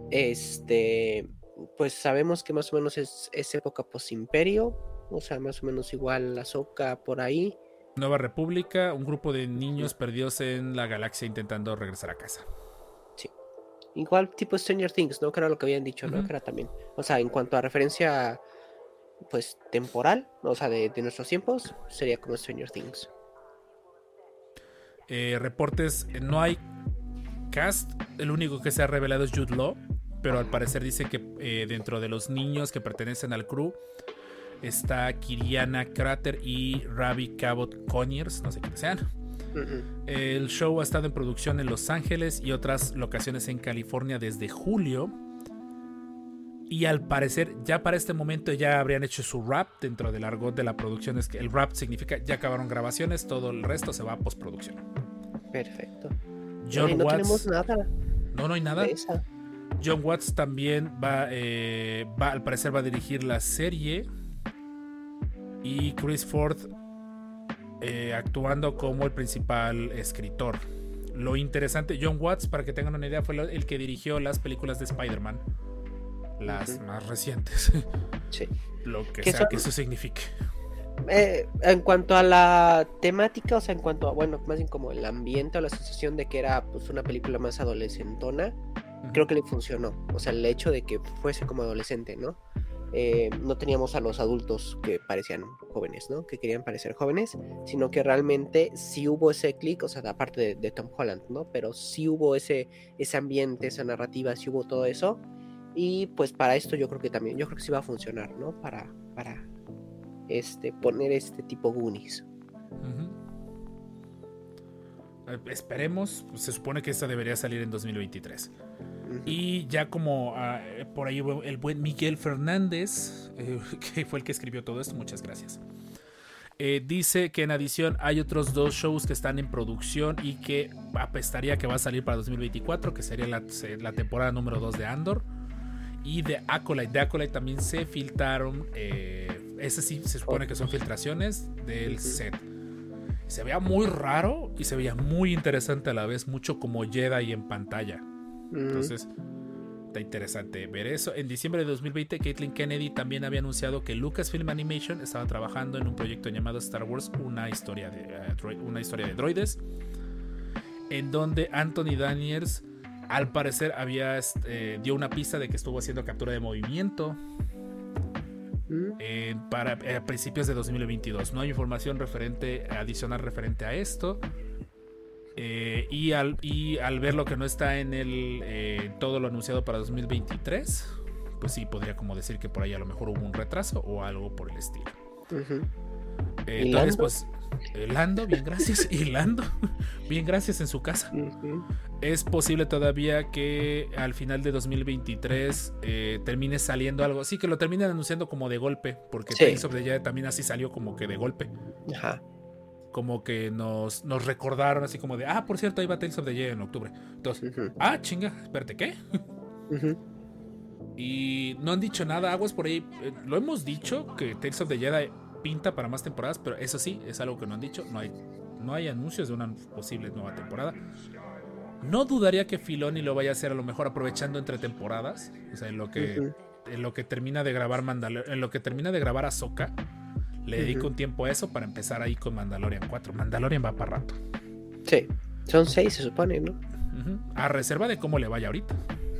pues sabemos que más o menos es época post-imperio. O sea, más o menos igual la Ahsoka por ahí.
Nueva República, un grupo de niños perdidos en la galaxia intentando regresar a casa.
Sí. Igual tipo Stranger Things, ¿no? Que era lo que habían dicho, ¿no? Que era también. O sea, en cuanto a referencia pues temporal, o sea, de nuestros tiempos, sería como Stranger Things.
Reportes, no hay cast, el único que se ha revelado es Jude Law, pero al parecer dice que dentro de los niños que pertenecen al crew está Kiriana Crater y Ravi Cabot Conyers, no sé quiénes sean. El show ha estado en producción en Los Ángeles y otras locaciones en California desde julio. Y al parecer, ya para este momento ya habrían hecho su wrap dentro del argot de la producción. Es que el wrap significa ya acabaron grabaciones, todo el resto se va a postproducción.
Perfecto.
John
no
Watts,
tenemos nada.
No hay nada. John Watts también va, al parecer va a dirigir la serie. Y Chris Ford actuando como el principal escritor. Lo interesante, John Watts, para que tengan una idea, fue el que dirigió las películas de Spider-Man. Las más recientes.
Sí.
Lo que sea que eso signifique.
En cuanto a la temática, o sea, en cuanto a, bueno, más bien como el ambiente o la sensación de que era pues una película más adolescentona, creo que le funcionó. O sea, el hecho de que fuese como adolescente, ¿no? No teníamos a los adultos que parecían jóvenes, ¿no? Que querían parecer jóvenes, sino que realmente sí hubo ese click, o sea, aparte de Tom Holland, ¿no? Pero sí hubo ese ambiente, esa narrativa, sí hubo todo eso. Y pues para esto yo creo que sí va a funcionar, ¿no? Para poner este tipo Goonies.
Esperemos, se supone que esta debería salir en 2023. Y ya como por ahí el buen Miguel Fernández, que fue el que escribió todo esto, muchas gracias. Dice que en adición hay otros 2 shows que están en producción y que apestaría que va a salir para 2024, que sería la temporada número 2 de Andor. Y de Acolyte. De Acolyte también se filtraron. Ese sí se supone que son filtraciones del set. Se veía muy raro y se veía muy interesante a la vez. Mucho como Jedi en pantalla. Entonces, está interesante ver eso. En diciembre de 2020, Kathleen Kennedy también había anunciado que Lucasfilm Animation estaba trabajando en un proyecto llamado Star Wars, una historia de droides, en donde Anthony Daniels al parecer dio una pista de que estuvo haciendo captura de movimiento para principios de 2022. No hay información adicional referente a esto. Y al ver lo que no está en todo lo anunciado para 2023, pues sí, podría como decir que por ahí a lo mejor hubo un retraso o algo por el estilo. Entonces, pues, Lando, bien gracias. Y Lando, bien gracias en su casa. Es posible todavía que al final de 2023 termine saliendo algo. Sí, que lo terminen anunciando como de golpe, porque Tales of the Jedi también así salió como que de golpe.
Ajá.
Como que nos recordaron así como de, por cierto, ahí va Tales of the Jedi en octubre. Entonces, chinga, espérate, ¿qué? Y no han dicho nada, aguas por ahí. Lo hemos dicho que Tales of the Jedi pinta para más temporadas, pero eso sí, es algo que no han dicho. No hay no hay anuncios de una posible nueva temporada. No dudaría que Filoni lo vaya a hacer a lo mejor aprovechando entre temporadas, o sea, en lo que termina de grabar en lo que termina de grabar Ahsoka, le dedico un tiempo a eso para empezar ahí con Mandalorian 4. Mandalorian va para rato.
Sí, son 6 se supone, ¿no?
A reserva de cómo le vaya ahorita.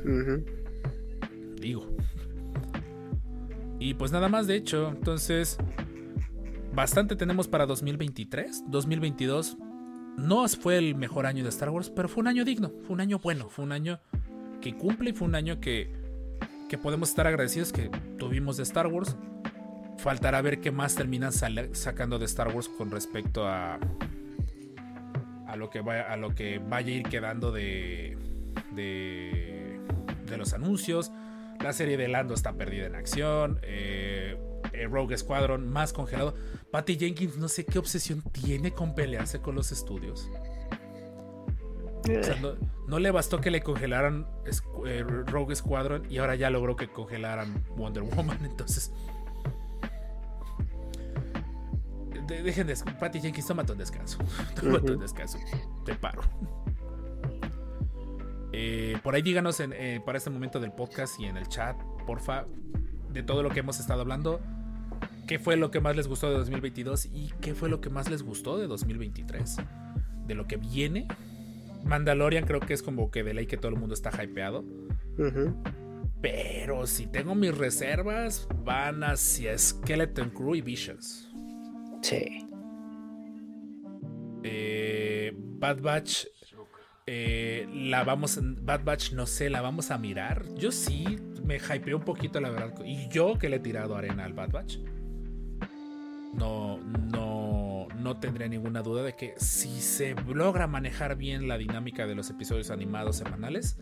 Digo. Y pues nada más, de hecho, entonces bastante tenemos para 2023. 2022 no fue el mejor año de Star Wars, pero fue un año digno, fue un año bueno, fue un año que cumple y fue un año que podemos estar agradecidos que tuvimos de Star Wars. Faltará ver qué más terminan sacando de Star Wars con respecto a lo que vaya a ir quedando de los anuncios. La serie de Lando está perdida en acción. Rogue Squadron más congelado. Patty Jenkins no sé qué obsesión tiene con pelearse con los estudios. O sea, no le bastó que le congelaran Rogue Squadron y ahora ya logró que congelaran Wonder Woman. Entonces dejen de... Patty Jenkins, tómate un descanso. Tómate un descanso. Te paro. Por ahí díganos para este momento del podcast y en el chat, porfa, de todo lo que hemos estado hablando, qué fue lo que más les gustó de 2022 y qué fue lo que más les gustó de 2023, de lo que viene. Mandalorian creo que es como que de ley que todo el mundo está hypeado, pero si tengo mis reservas, van hacia Skeleton Crew y Visions.
Sí.
Bad Batch, Bad Batch, no sé, la vamos a mirar. Yo sí me hypeé un poquito, la verdad. Y yo que le he tirado arena al Bad Batch, no tendré ninguna duda de que si se logra manejar bien la dinámica de los episodios animados semanales,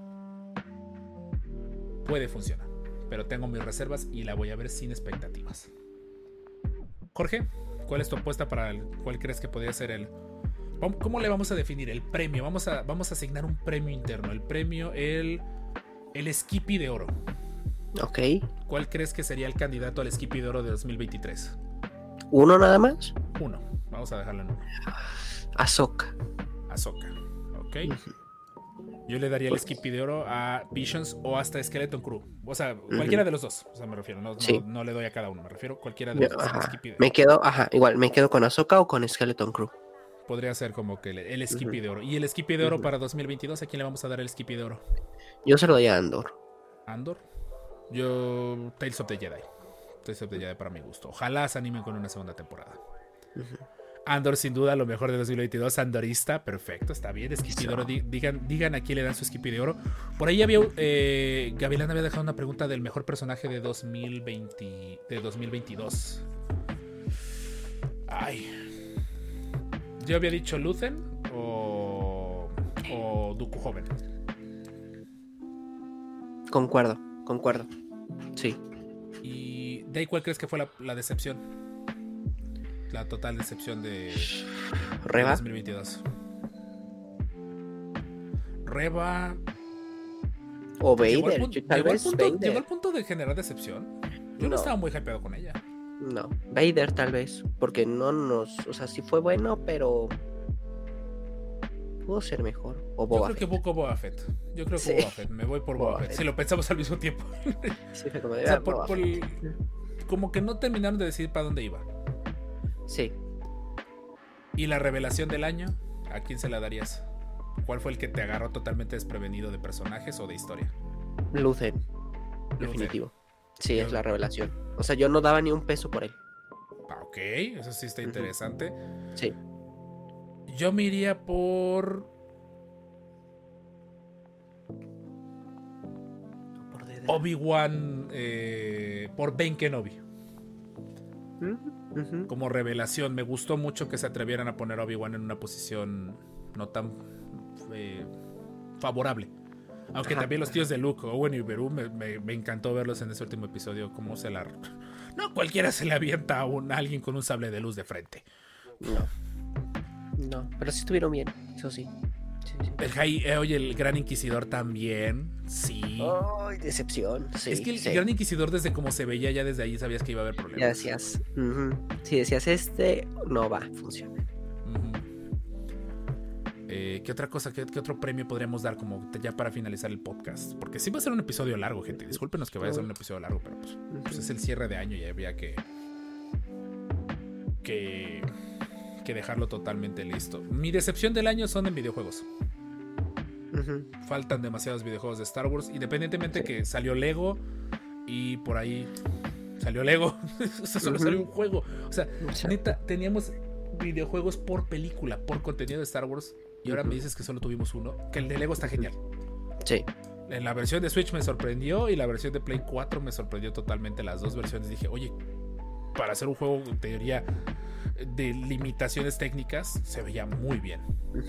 puede funcionar. Pero tengo mis reservas y la voy a ver sin expectativas. Jorge, ¿cuál es tu apuesta cuál crees que podría ser el... ¿Cómo le vamos a definir el premio? Vamos a asignar un premio interno. El premio, el Skippy de Oro.
Ok.
¿Cuál crees que sería el candidato al Skippy de Oro de 2023?
¿Uno nada más?
Uno. Vamos a dejarlo en uno.
Ahsoka.
Ok. Yo le daría el Skippy de Oro a Visions o hasta Skeleton Crew. O sea, cualquiera de los dos. O sea, me refiero. No le doy a cada uno. Me refiero a cualquiera de los dos.
Igual, me quedo con Ahsoka o con Skeleton Crew.
Podría ser como que el Skippy de Oro. ¿Y el Skippy de Oro para 2022? ¿A quién le vamos a dar el Skippy de Oro?
Yo se lo doy a Andor.
¿Andor? Yo... Tales of the Jedi. Tales of the Jedi para mi gusto. Ojalá se animen con una segunda temporada. Andor, sin duda, lo mejor de 2022. Andorista, perfecto, está bien. Skippy de Oro. Digan a quién le dan su Skippy de Oro. Por ahí había... Gavilán había dejado una pregunta del mejor personaje de 2022. Ay... Yo había dicho Luthen o Dooku joven.
Concuerdo. Sí.
¿Y de ahí cuál crees que fue la decepción? La total decepción de
Reva
2022. Reva
o Vader.
Llegó al punto de generar decepción. Yo no estaba muy hypeado con ella.
No, Vader tal vez, porque o sea, sí fue bueno, pero pudo ser mejor. O Boba Fett.
Yo creo que Boba Fett. Boba Fett. Me voy por Boba Fett. Si lo pensamos al mismo tiempo.
Sí, fue como
o sea, como que no terminaron de decidir para dónde iba.
Sí.
¿Y la revelación del año? ¿A quién se la darías? ¿Cuál fue el que te agarró totalmente desprevenido de personajes o de historia?
Luthen. Definitivo. Sí, es la revelación. O sea, yo no daba ni un peso por él.
Ok, eso sí está interesante.
Sí.
Yo me iría por Obi-Wan, por Ben Kenobi. Como revelación. Me gustó mucho que se atrevieran a poner a Obi-Wan en una posición no tan favorable. Aunque también los tíos de Luke, Owen y Beru, me encantó verlos en ese último episodio. Cómo se la... No cualquiera se le avienta a alguien con un sable de luz de frente.
No, pero sí estuvieron bien, eso sí.
Oye, el Gran Inquisidor también. Sí.
Ay, decepción. Sí,
es que el Gran Inquisidor, desde como se veía, ya desde ahí sabías que iba a haber problemas.
Ya decías. Si decías no va a funcionar.
¿Qué otra cosa, qué otro premio podríamos dar como ya para finalizar el podcast? Porque sí va a ser un episodio largo, gente. Discúlpenos que vaya a ser un episodio largo, pero pues es el cierre de año y habría que dejarlo totalmente listo. Mi decepción del año son en videojuegos. Faltan demasiados videojuegos de Star Wars, independientemente que salió Lego y por ahí salió Lego. O sea, solo salió un juego. O sea, neta, teníamos videojuegos por película, por contenido de Star Wars, y ahora me dices que solo tuvimos uno, que el de Lego está genial.
Sí.
En la versión de Switch me sorprendió y la versión de Play 4 me sorprendió totalmente. Las dos versiones dije, oye, para hacer un juego en teoría de limitaciones técnicas se veía muy bien.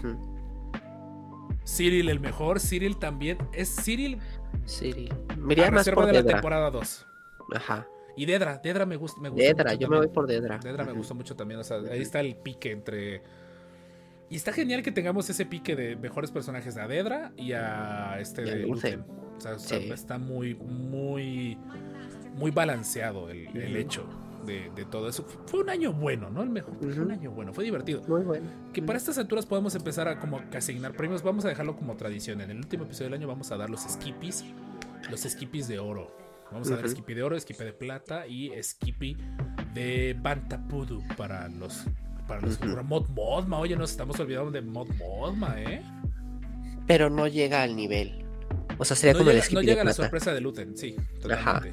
Cyril el mejor, Cyril también es Cyril.
Miría más por
de
Dedra.
La temporada 2.
Ajá.
Y Dedra me gusta.
Dedra, yo me voy por Dedra.
Dedra me gustó mucho también. O sea, ahí está el pique entre. Y está genial que tengamos ese pique de mejores personajes a Dedra y a de Luthen. O sea, está muy, muy, muy balanceado el hecho de todo eso. Fue un año bueno, ¿no? El mejor. Fue un año bueno, fue divertido.
Muy bueno.
Que para estas alturas podemos empezar a como que asignar premios. Vamos a dejarlo como tradición. En el último episodio del año vamos a dar los Skippies de oro. Vamos a dar Skippy de oro, Skippy de plata y Skippy de Bantapudu para los Mod Mothma. Oye, nos estamos olvidando de Mod Mothma,
Pero no llega al nivel. O sea, sería como el Skippy
no
de
llega
plata.
La sorpresa de Luthen, sí, totalmente.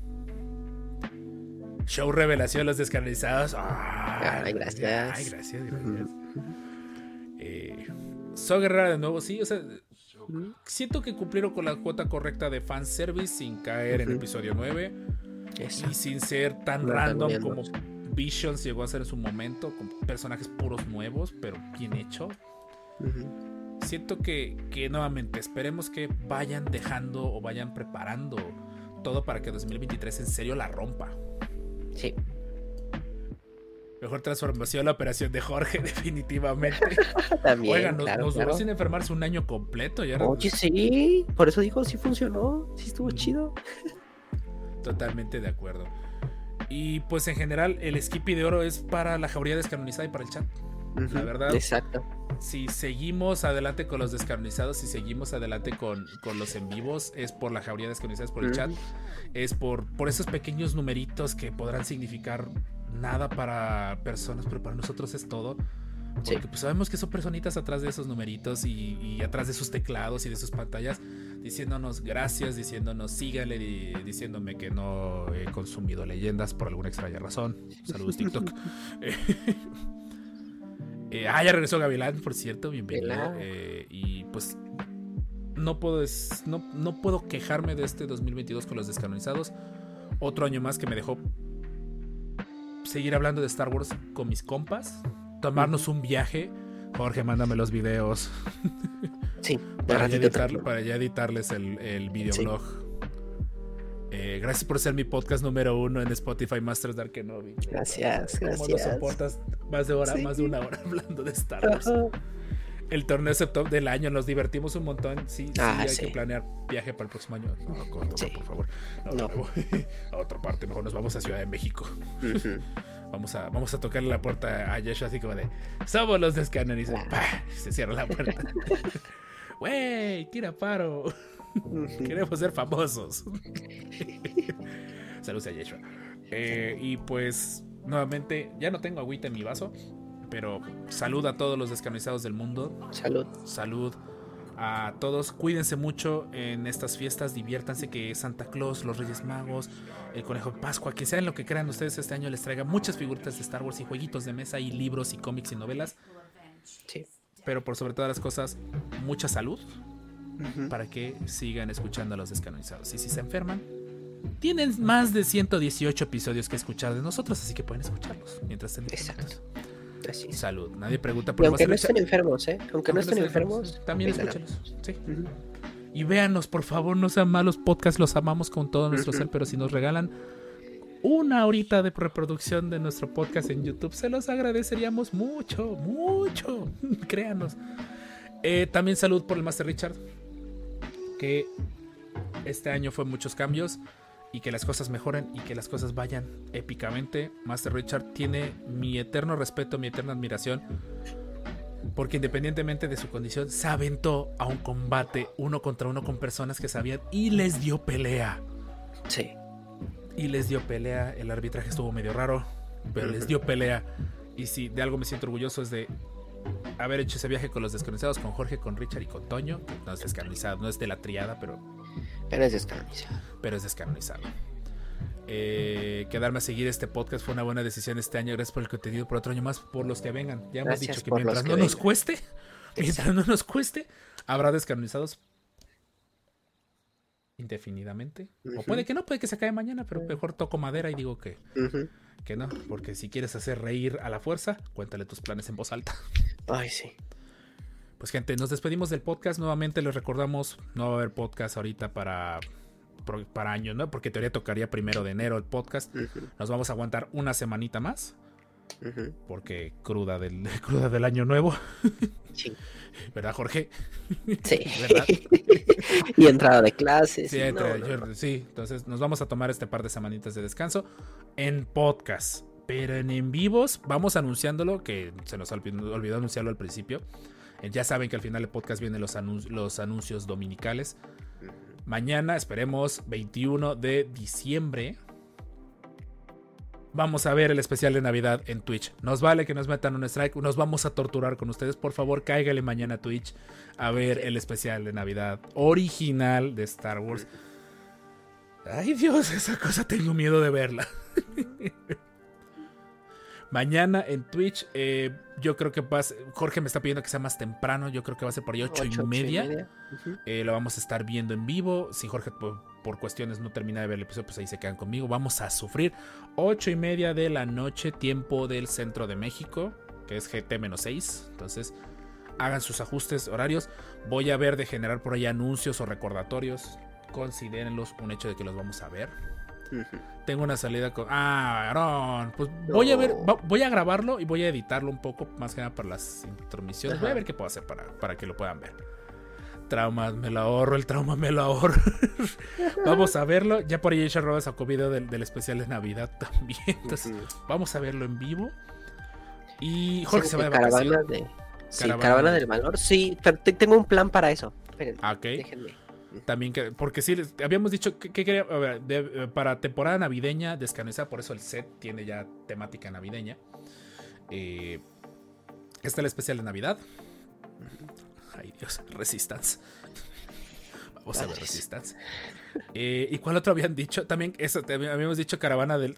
Show revelación, los descanonizados.
Ay, gracias.
Ay, gracias. So Guerrera de nuevo, sí, o sea, siento que cumplieron con la cuota correcta de fanservice sin caer en episodio 9. Y sin ser tan random como Visions llegó a ser en su momento, con personajes puros nuevos, pero bien hecho. Siento que nuevamente esperemos que vayan dejando o vayan preparando todo para que 2023 en serio la rompa.
Sí.
Mejor transformación, la operación de Jorge, definitivamente.
También.
Oigan, nos duró sin enfermarse un año completo. Y ahora...
Oye, sí. Por eso digo, sí funcionó. Sí estuvo chido.
Totalmente de acuerdo. Y pues en general, el Skippy de oro es para la jauría descanonizada y para el chat. La verdad.
Exacto.
Si seguimos adelante con los descanonizados, si seguimos adelante con los en vivos, es por la jauría descanonizada, es por el chat, es por esos pequeños numeritos que podrán significar nada para personas, pero para nosotros es todo. Porque pues sabemos que son personitas atrás de esos numeritos y atrás de sus teclados y de sus pantallas, diciéndonos gracias, diciéndonos síganle, diciéndome que no he consumido leyendas por alguna extraña razón. Saludos, TikTok. Ya regresó Gavilán, por cierto, bienvenido. Y pues no puedo quejarme de este 2022 con los descanonizados. Otro año más que me dejó seguir hablando de Star Wars con mis compas, tomarnos un viaje. Jorge, mándame los videos.
Sí,
para ya editarles el videoblog. Gracias por ser mi podcast número 1 en Spotify, Masters Dark Kenobi.
Gracias.
¿Cómo lo soportas más de una hora hablando de Star Wars? El torneo Septop del año, nos divertimos un montón. Sí, hay que planear viaje para el próximo año. No, por favor. No. A otra parte, mejor nos vamos a Ciudad de México. Vamos a tocarle la puerta a Yeshua así como de somos los descanonizados. Se cierra la puerta. Güey, tira paro. Queremos ser famosos. Saludos a Yeshua. Y pues nuevamente ya no tengo agüita en mi vaso, pero salud a todos los descanonizados del mundo. Salud a todos. Cuídense mucho en estas fiestas. Diviértanse, que Santa Claus, los Reyes Magos, el Conejo de Pascua, que sean lo que crean ustedes, este año les traiga muchas figuritas de Star Wars y jueguitos de mesa y libros y cómics y novelas.
Sí.
Pero por sobre todas las cosas, mucha salud para que sigan escuchando a los descanonizados. Y si se enferman, tienen más de 118 episodios que escuchar de nosotros, así que pueden escucharlos mientras estén enfermos.
Así es.
Salud. Nadie pregunta por
aunque no estén enfermos, aunque no estén enfermos,
también escúchenlos. Sí. Y véanos, por favor, no sean malos. Podcast los amamos con todo nuestro ser, pero si nos regalan una horita de reproducción de nuestro podcast en YouTube, se los agradeceríamos mucho. Créanos. También salud por el Master Richard, que este año fue muchos cambios, y que las cosas mejoren y que las cosas vayan épicamente. Master Richard tiene mi eterno respeto, mi eterna admiración Porque independientemente de su condición, se aventó a un combate 1 contra 1 con personas que sabían y les dio pelea.
Sí.
Y les dio pelea. El arbitraje estuvo medio raro, pero les dio pelea. Y si de algo me siento orgulloso es de haber hecho ese viaje con los descanonizados, con Jorge, con Richard y con Toño. No es descanonizado, no es de la triada, pero
es descanonizado.
Pero es descanonizado. Quedarme a seguir este podcast fue una buena decisión este año. Gracias por el contenido, por otro año más, por los que vengan. Ya hemos dicho que mientras no nos cueste, habrá descanonizados indefinidamente. O puede que no, puede que se acabe mañana, pero mejor toco madera y digo que no, porque si quieres hacer reír a la fuerza, cuéntale tus planes en voz alta.
Ay, sí.
Pues gente, nos despedimos del podcast. Nuevamente les recordamos, no va a haber podcast ahorita para año, ¿no? Porque en teoría tocaría 1 de enero el podcast. Nos vamos a aguantar una semanita más. Porque cruda del año nuevo.
Sí.
¿Verdad, Jorge?
Sí.
¿Verdad?
Y entrada de clases.
Sí, sí, entonces nos vamos a tomar este par de semanitas de descanso en podcast. Pero en vivos vamos anunciándolo, que se nos olvidó anunciarlo al principio. Ya saben que al final del podcast vienen los anuncios dominicales. Mañana, esperemos, 21 de diciembre, vamos a ver el especial de Navidad en Twitch. Nos vale que nos metan un strike, nos vamos a torturar con ustedes. Por favor, cáigale mañana a Twitch a ver el especial de Navidad original de Star Wars. Ay, Dios, esa cosa tengo miedo de verla. Mañana en Twitch, yo creo que Jorge me está pidiendo que sea más temprano. Yo creo que va a ser por ahí 8:30. Lo vamos a estar viendo en vivo. Si Jorge por cuestiones no termina de ver el episodio, pues ahí se quedan conmigo. Vamos a sufrir. 8:30 de la noche, tiempo del centro de México, que es GT-6. Entonces hagan sus ajustes horarios. Voy a ver de generar por ahí anuncios o recordatorios. Considérenlos un hecho de que los vamos a ver. Tengo una salida con... Aaron, pues voy a ver, voy a grabarlo y voy a editarlo un poco, más que nada para las intromisiones. Voy a ver qué puedo hacer para que lo puedan ver. Traumas, me lo ahorro, el trauma me lo ahorro. Vamos a verlo. Ya por ahí Isha Roba sacó video del especial de Navidad también. Entonces vamos a verlo en vivo. Y Jorge se va de vacaciones.
Caravana del Valor. Sí, pero tengo un plan para eso. Esperen,
déjenme. También porque sí, habíamos dicho que quería, a ver, para temporada navideña descanonizada, por eso el set tiene ya temática navideña. Está el especial de Navidad. Ay Dios, Resistance. Vamos a ver Resistance. ¿Y cuál otro habían dicho? También eso, habíamos dicho caravana del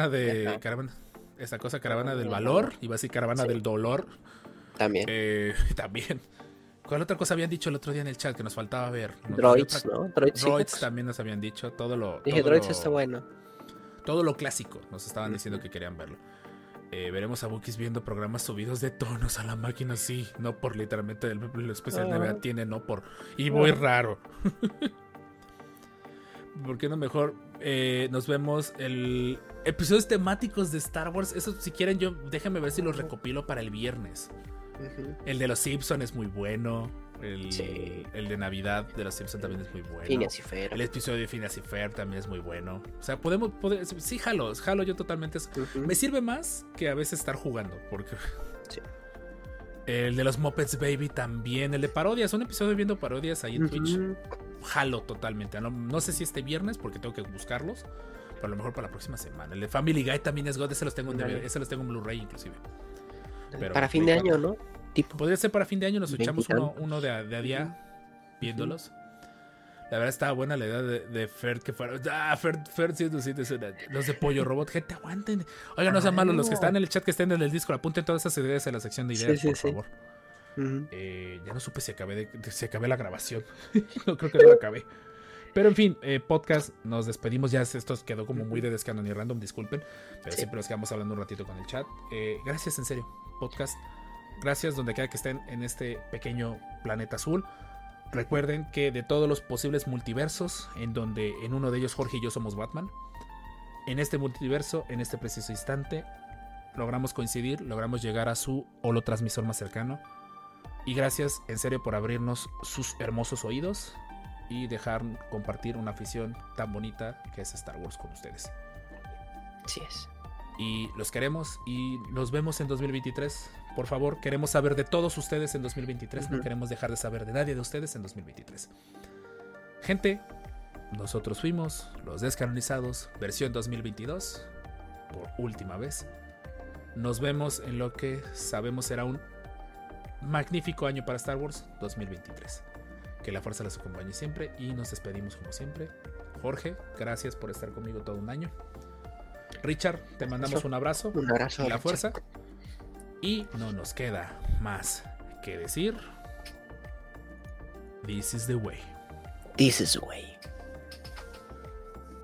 valor. Iba a decir caravana del dolor.
También.
También. ¿Cuál otra cosa habían dicho el otro día en el chat que nos faltaba ver?
Droids, ¿no?
Droids también nos habían dicho.
Droids está bueno.
Todo lo clásico nos estaban diciendo que querían verlo. Veremos a Bukis viendo programas subidos de tonos a la máquina, sí. No por literalmente el especial de Navidad tiene, no por... Y muy raro. ¿Por qué no mejor nos vemos el episodios temáticos de Star Wars? Eso si quieren déjenme ver si los recopilo para el viernes. El de los Simpsons es muy bueno. El de Navidad de los Simpsons también es muy bueno.
Phineas y Ferb.
El episodio de Phineas y Ferb también es muy bueno. O sea, sí, jalo yo totalmente. Me sirve más que a veces estar jugando. Porque el de los Muppets Baby también. El de parodias, un episodio viendo parodias ahí en Twitch. Jalo totalmente. No sé si este viernes porque tengo que buscarlos, pero a lo mejor para la próxima semana. El de Family Guy también es God. Ese los tengo en Blu-ray inclusive. Pero
para fin de año, ¿no?
Podría ser para fin de año, nos echamos uno de a día viéndolos. La verdad estaba buena la idea de Fer que fuera. Fer 107, los de Pollo Robot, gente, aguanten. Oigan, no sean malos, los que están en el chat, que estén en el Discord, apunten todas esas ideas en la sección de ideas, por favor. Ya no supe si acabé la grabación. No creo que no la acabé. Pero en fin, podcast, nos despedimos. Ya esto quedó como muy de descanon y random, disculpen. Pero siempre nos quedamos hablando un ratito con el chat. Gracias, en serio, podcast. Gracias donde quiera que estén en este pequeño planeta azul. Recuerden que de todos los posibles multiversos, en donde en uno de ellos Jorge y yo somos Batman, en este multiverso, en este preciso instante, logramos coincidir, logramos llegar a su holotransmisor más cercano. Y gracias, en serio, por abrirnos sus hermosos oídos y dejar compartir una afición tan bonita que es Star Wars con ustedes.
Así es.
Y los queremos y nos vemos en 2023 Por favor, queremos saber de todos ustedes en 2023.
Ujú.
No queremos dejar de saber de nadie de ustedes en 2023. Gente, nosotros fuimos los Descanonizados, versión 2022, por última vez. Nos vemos en lo que sabemos será un magnífico año para Star Wars 2023. Que la fuerza les acompañe siempre y nos despedimos como siempre. Jorge, gracias por estar conmigo todo un año. Richard, te mandamos un abrazo.
Un abrazo.
Y la
Richard.
fuerza. Y no nos queda más que decir. This is the way.
This is the way.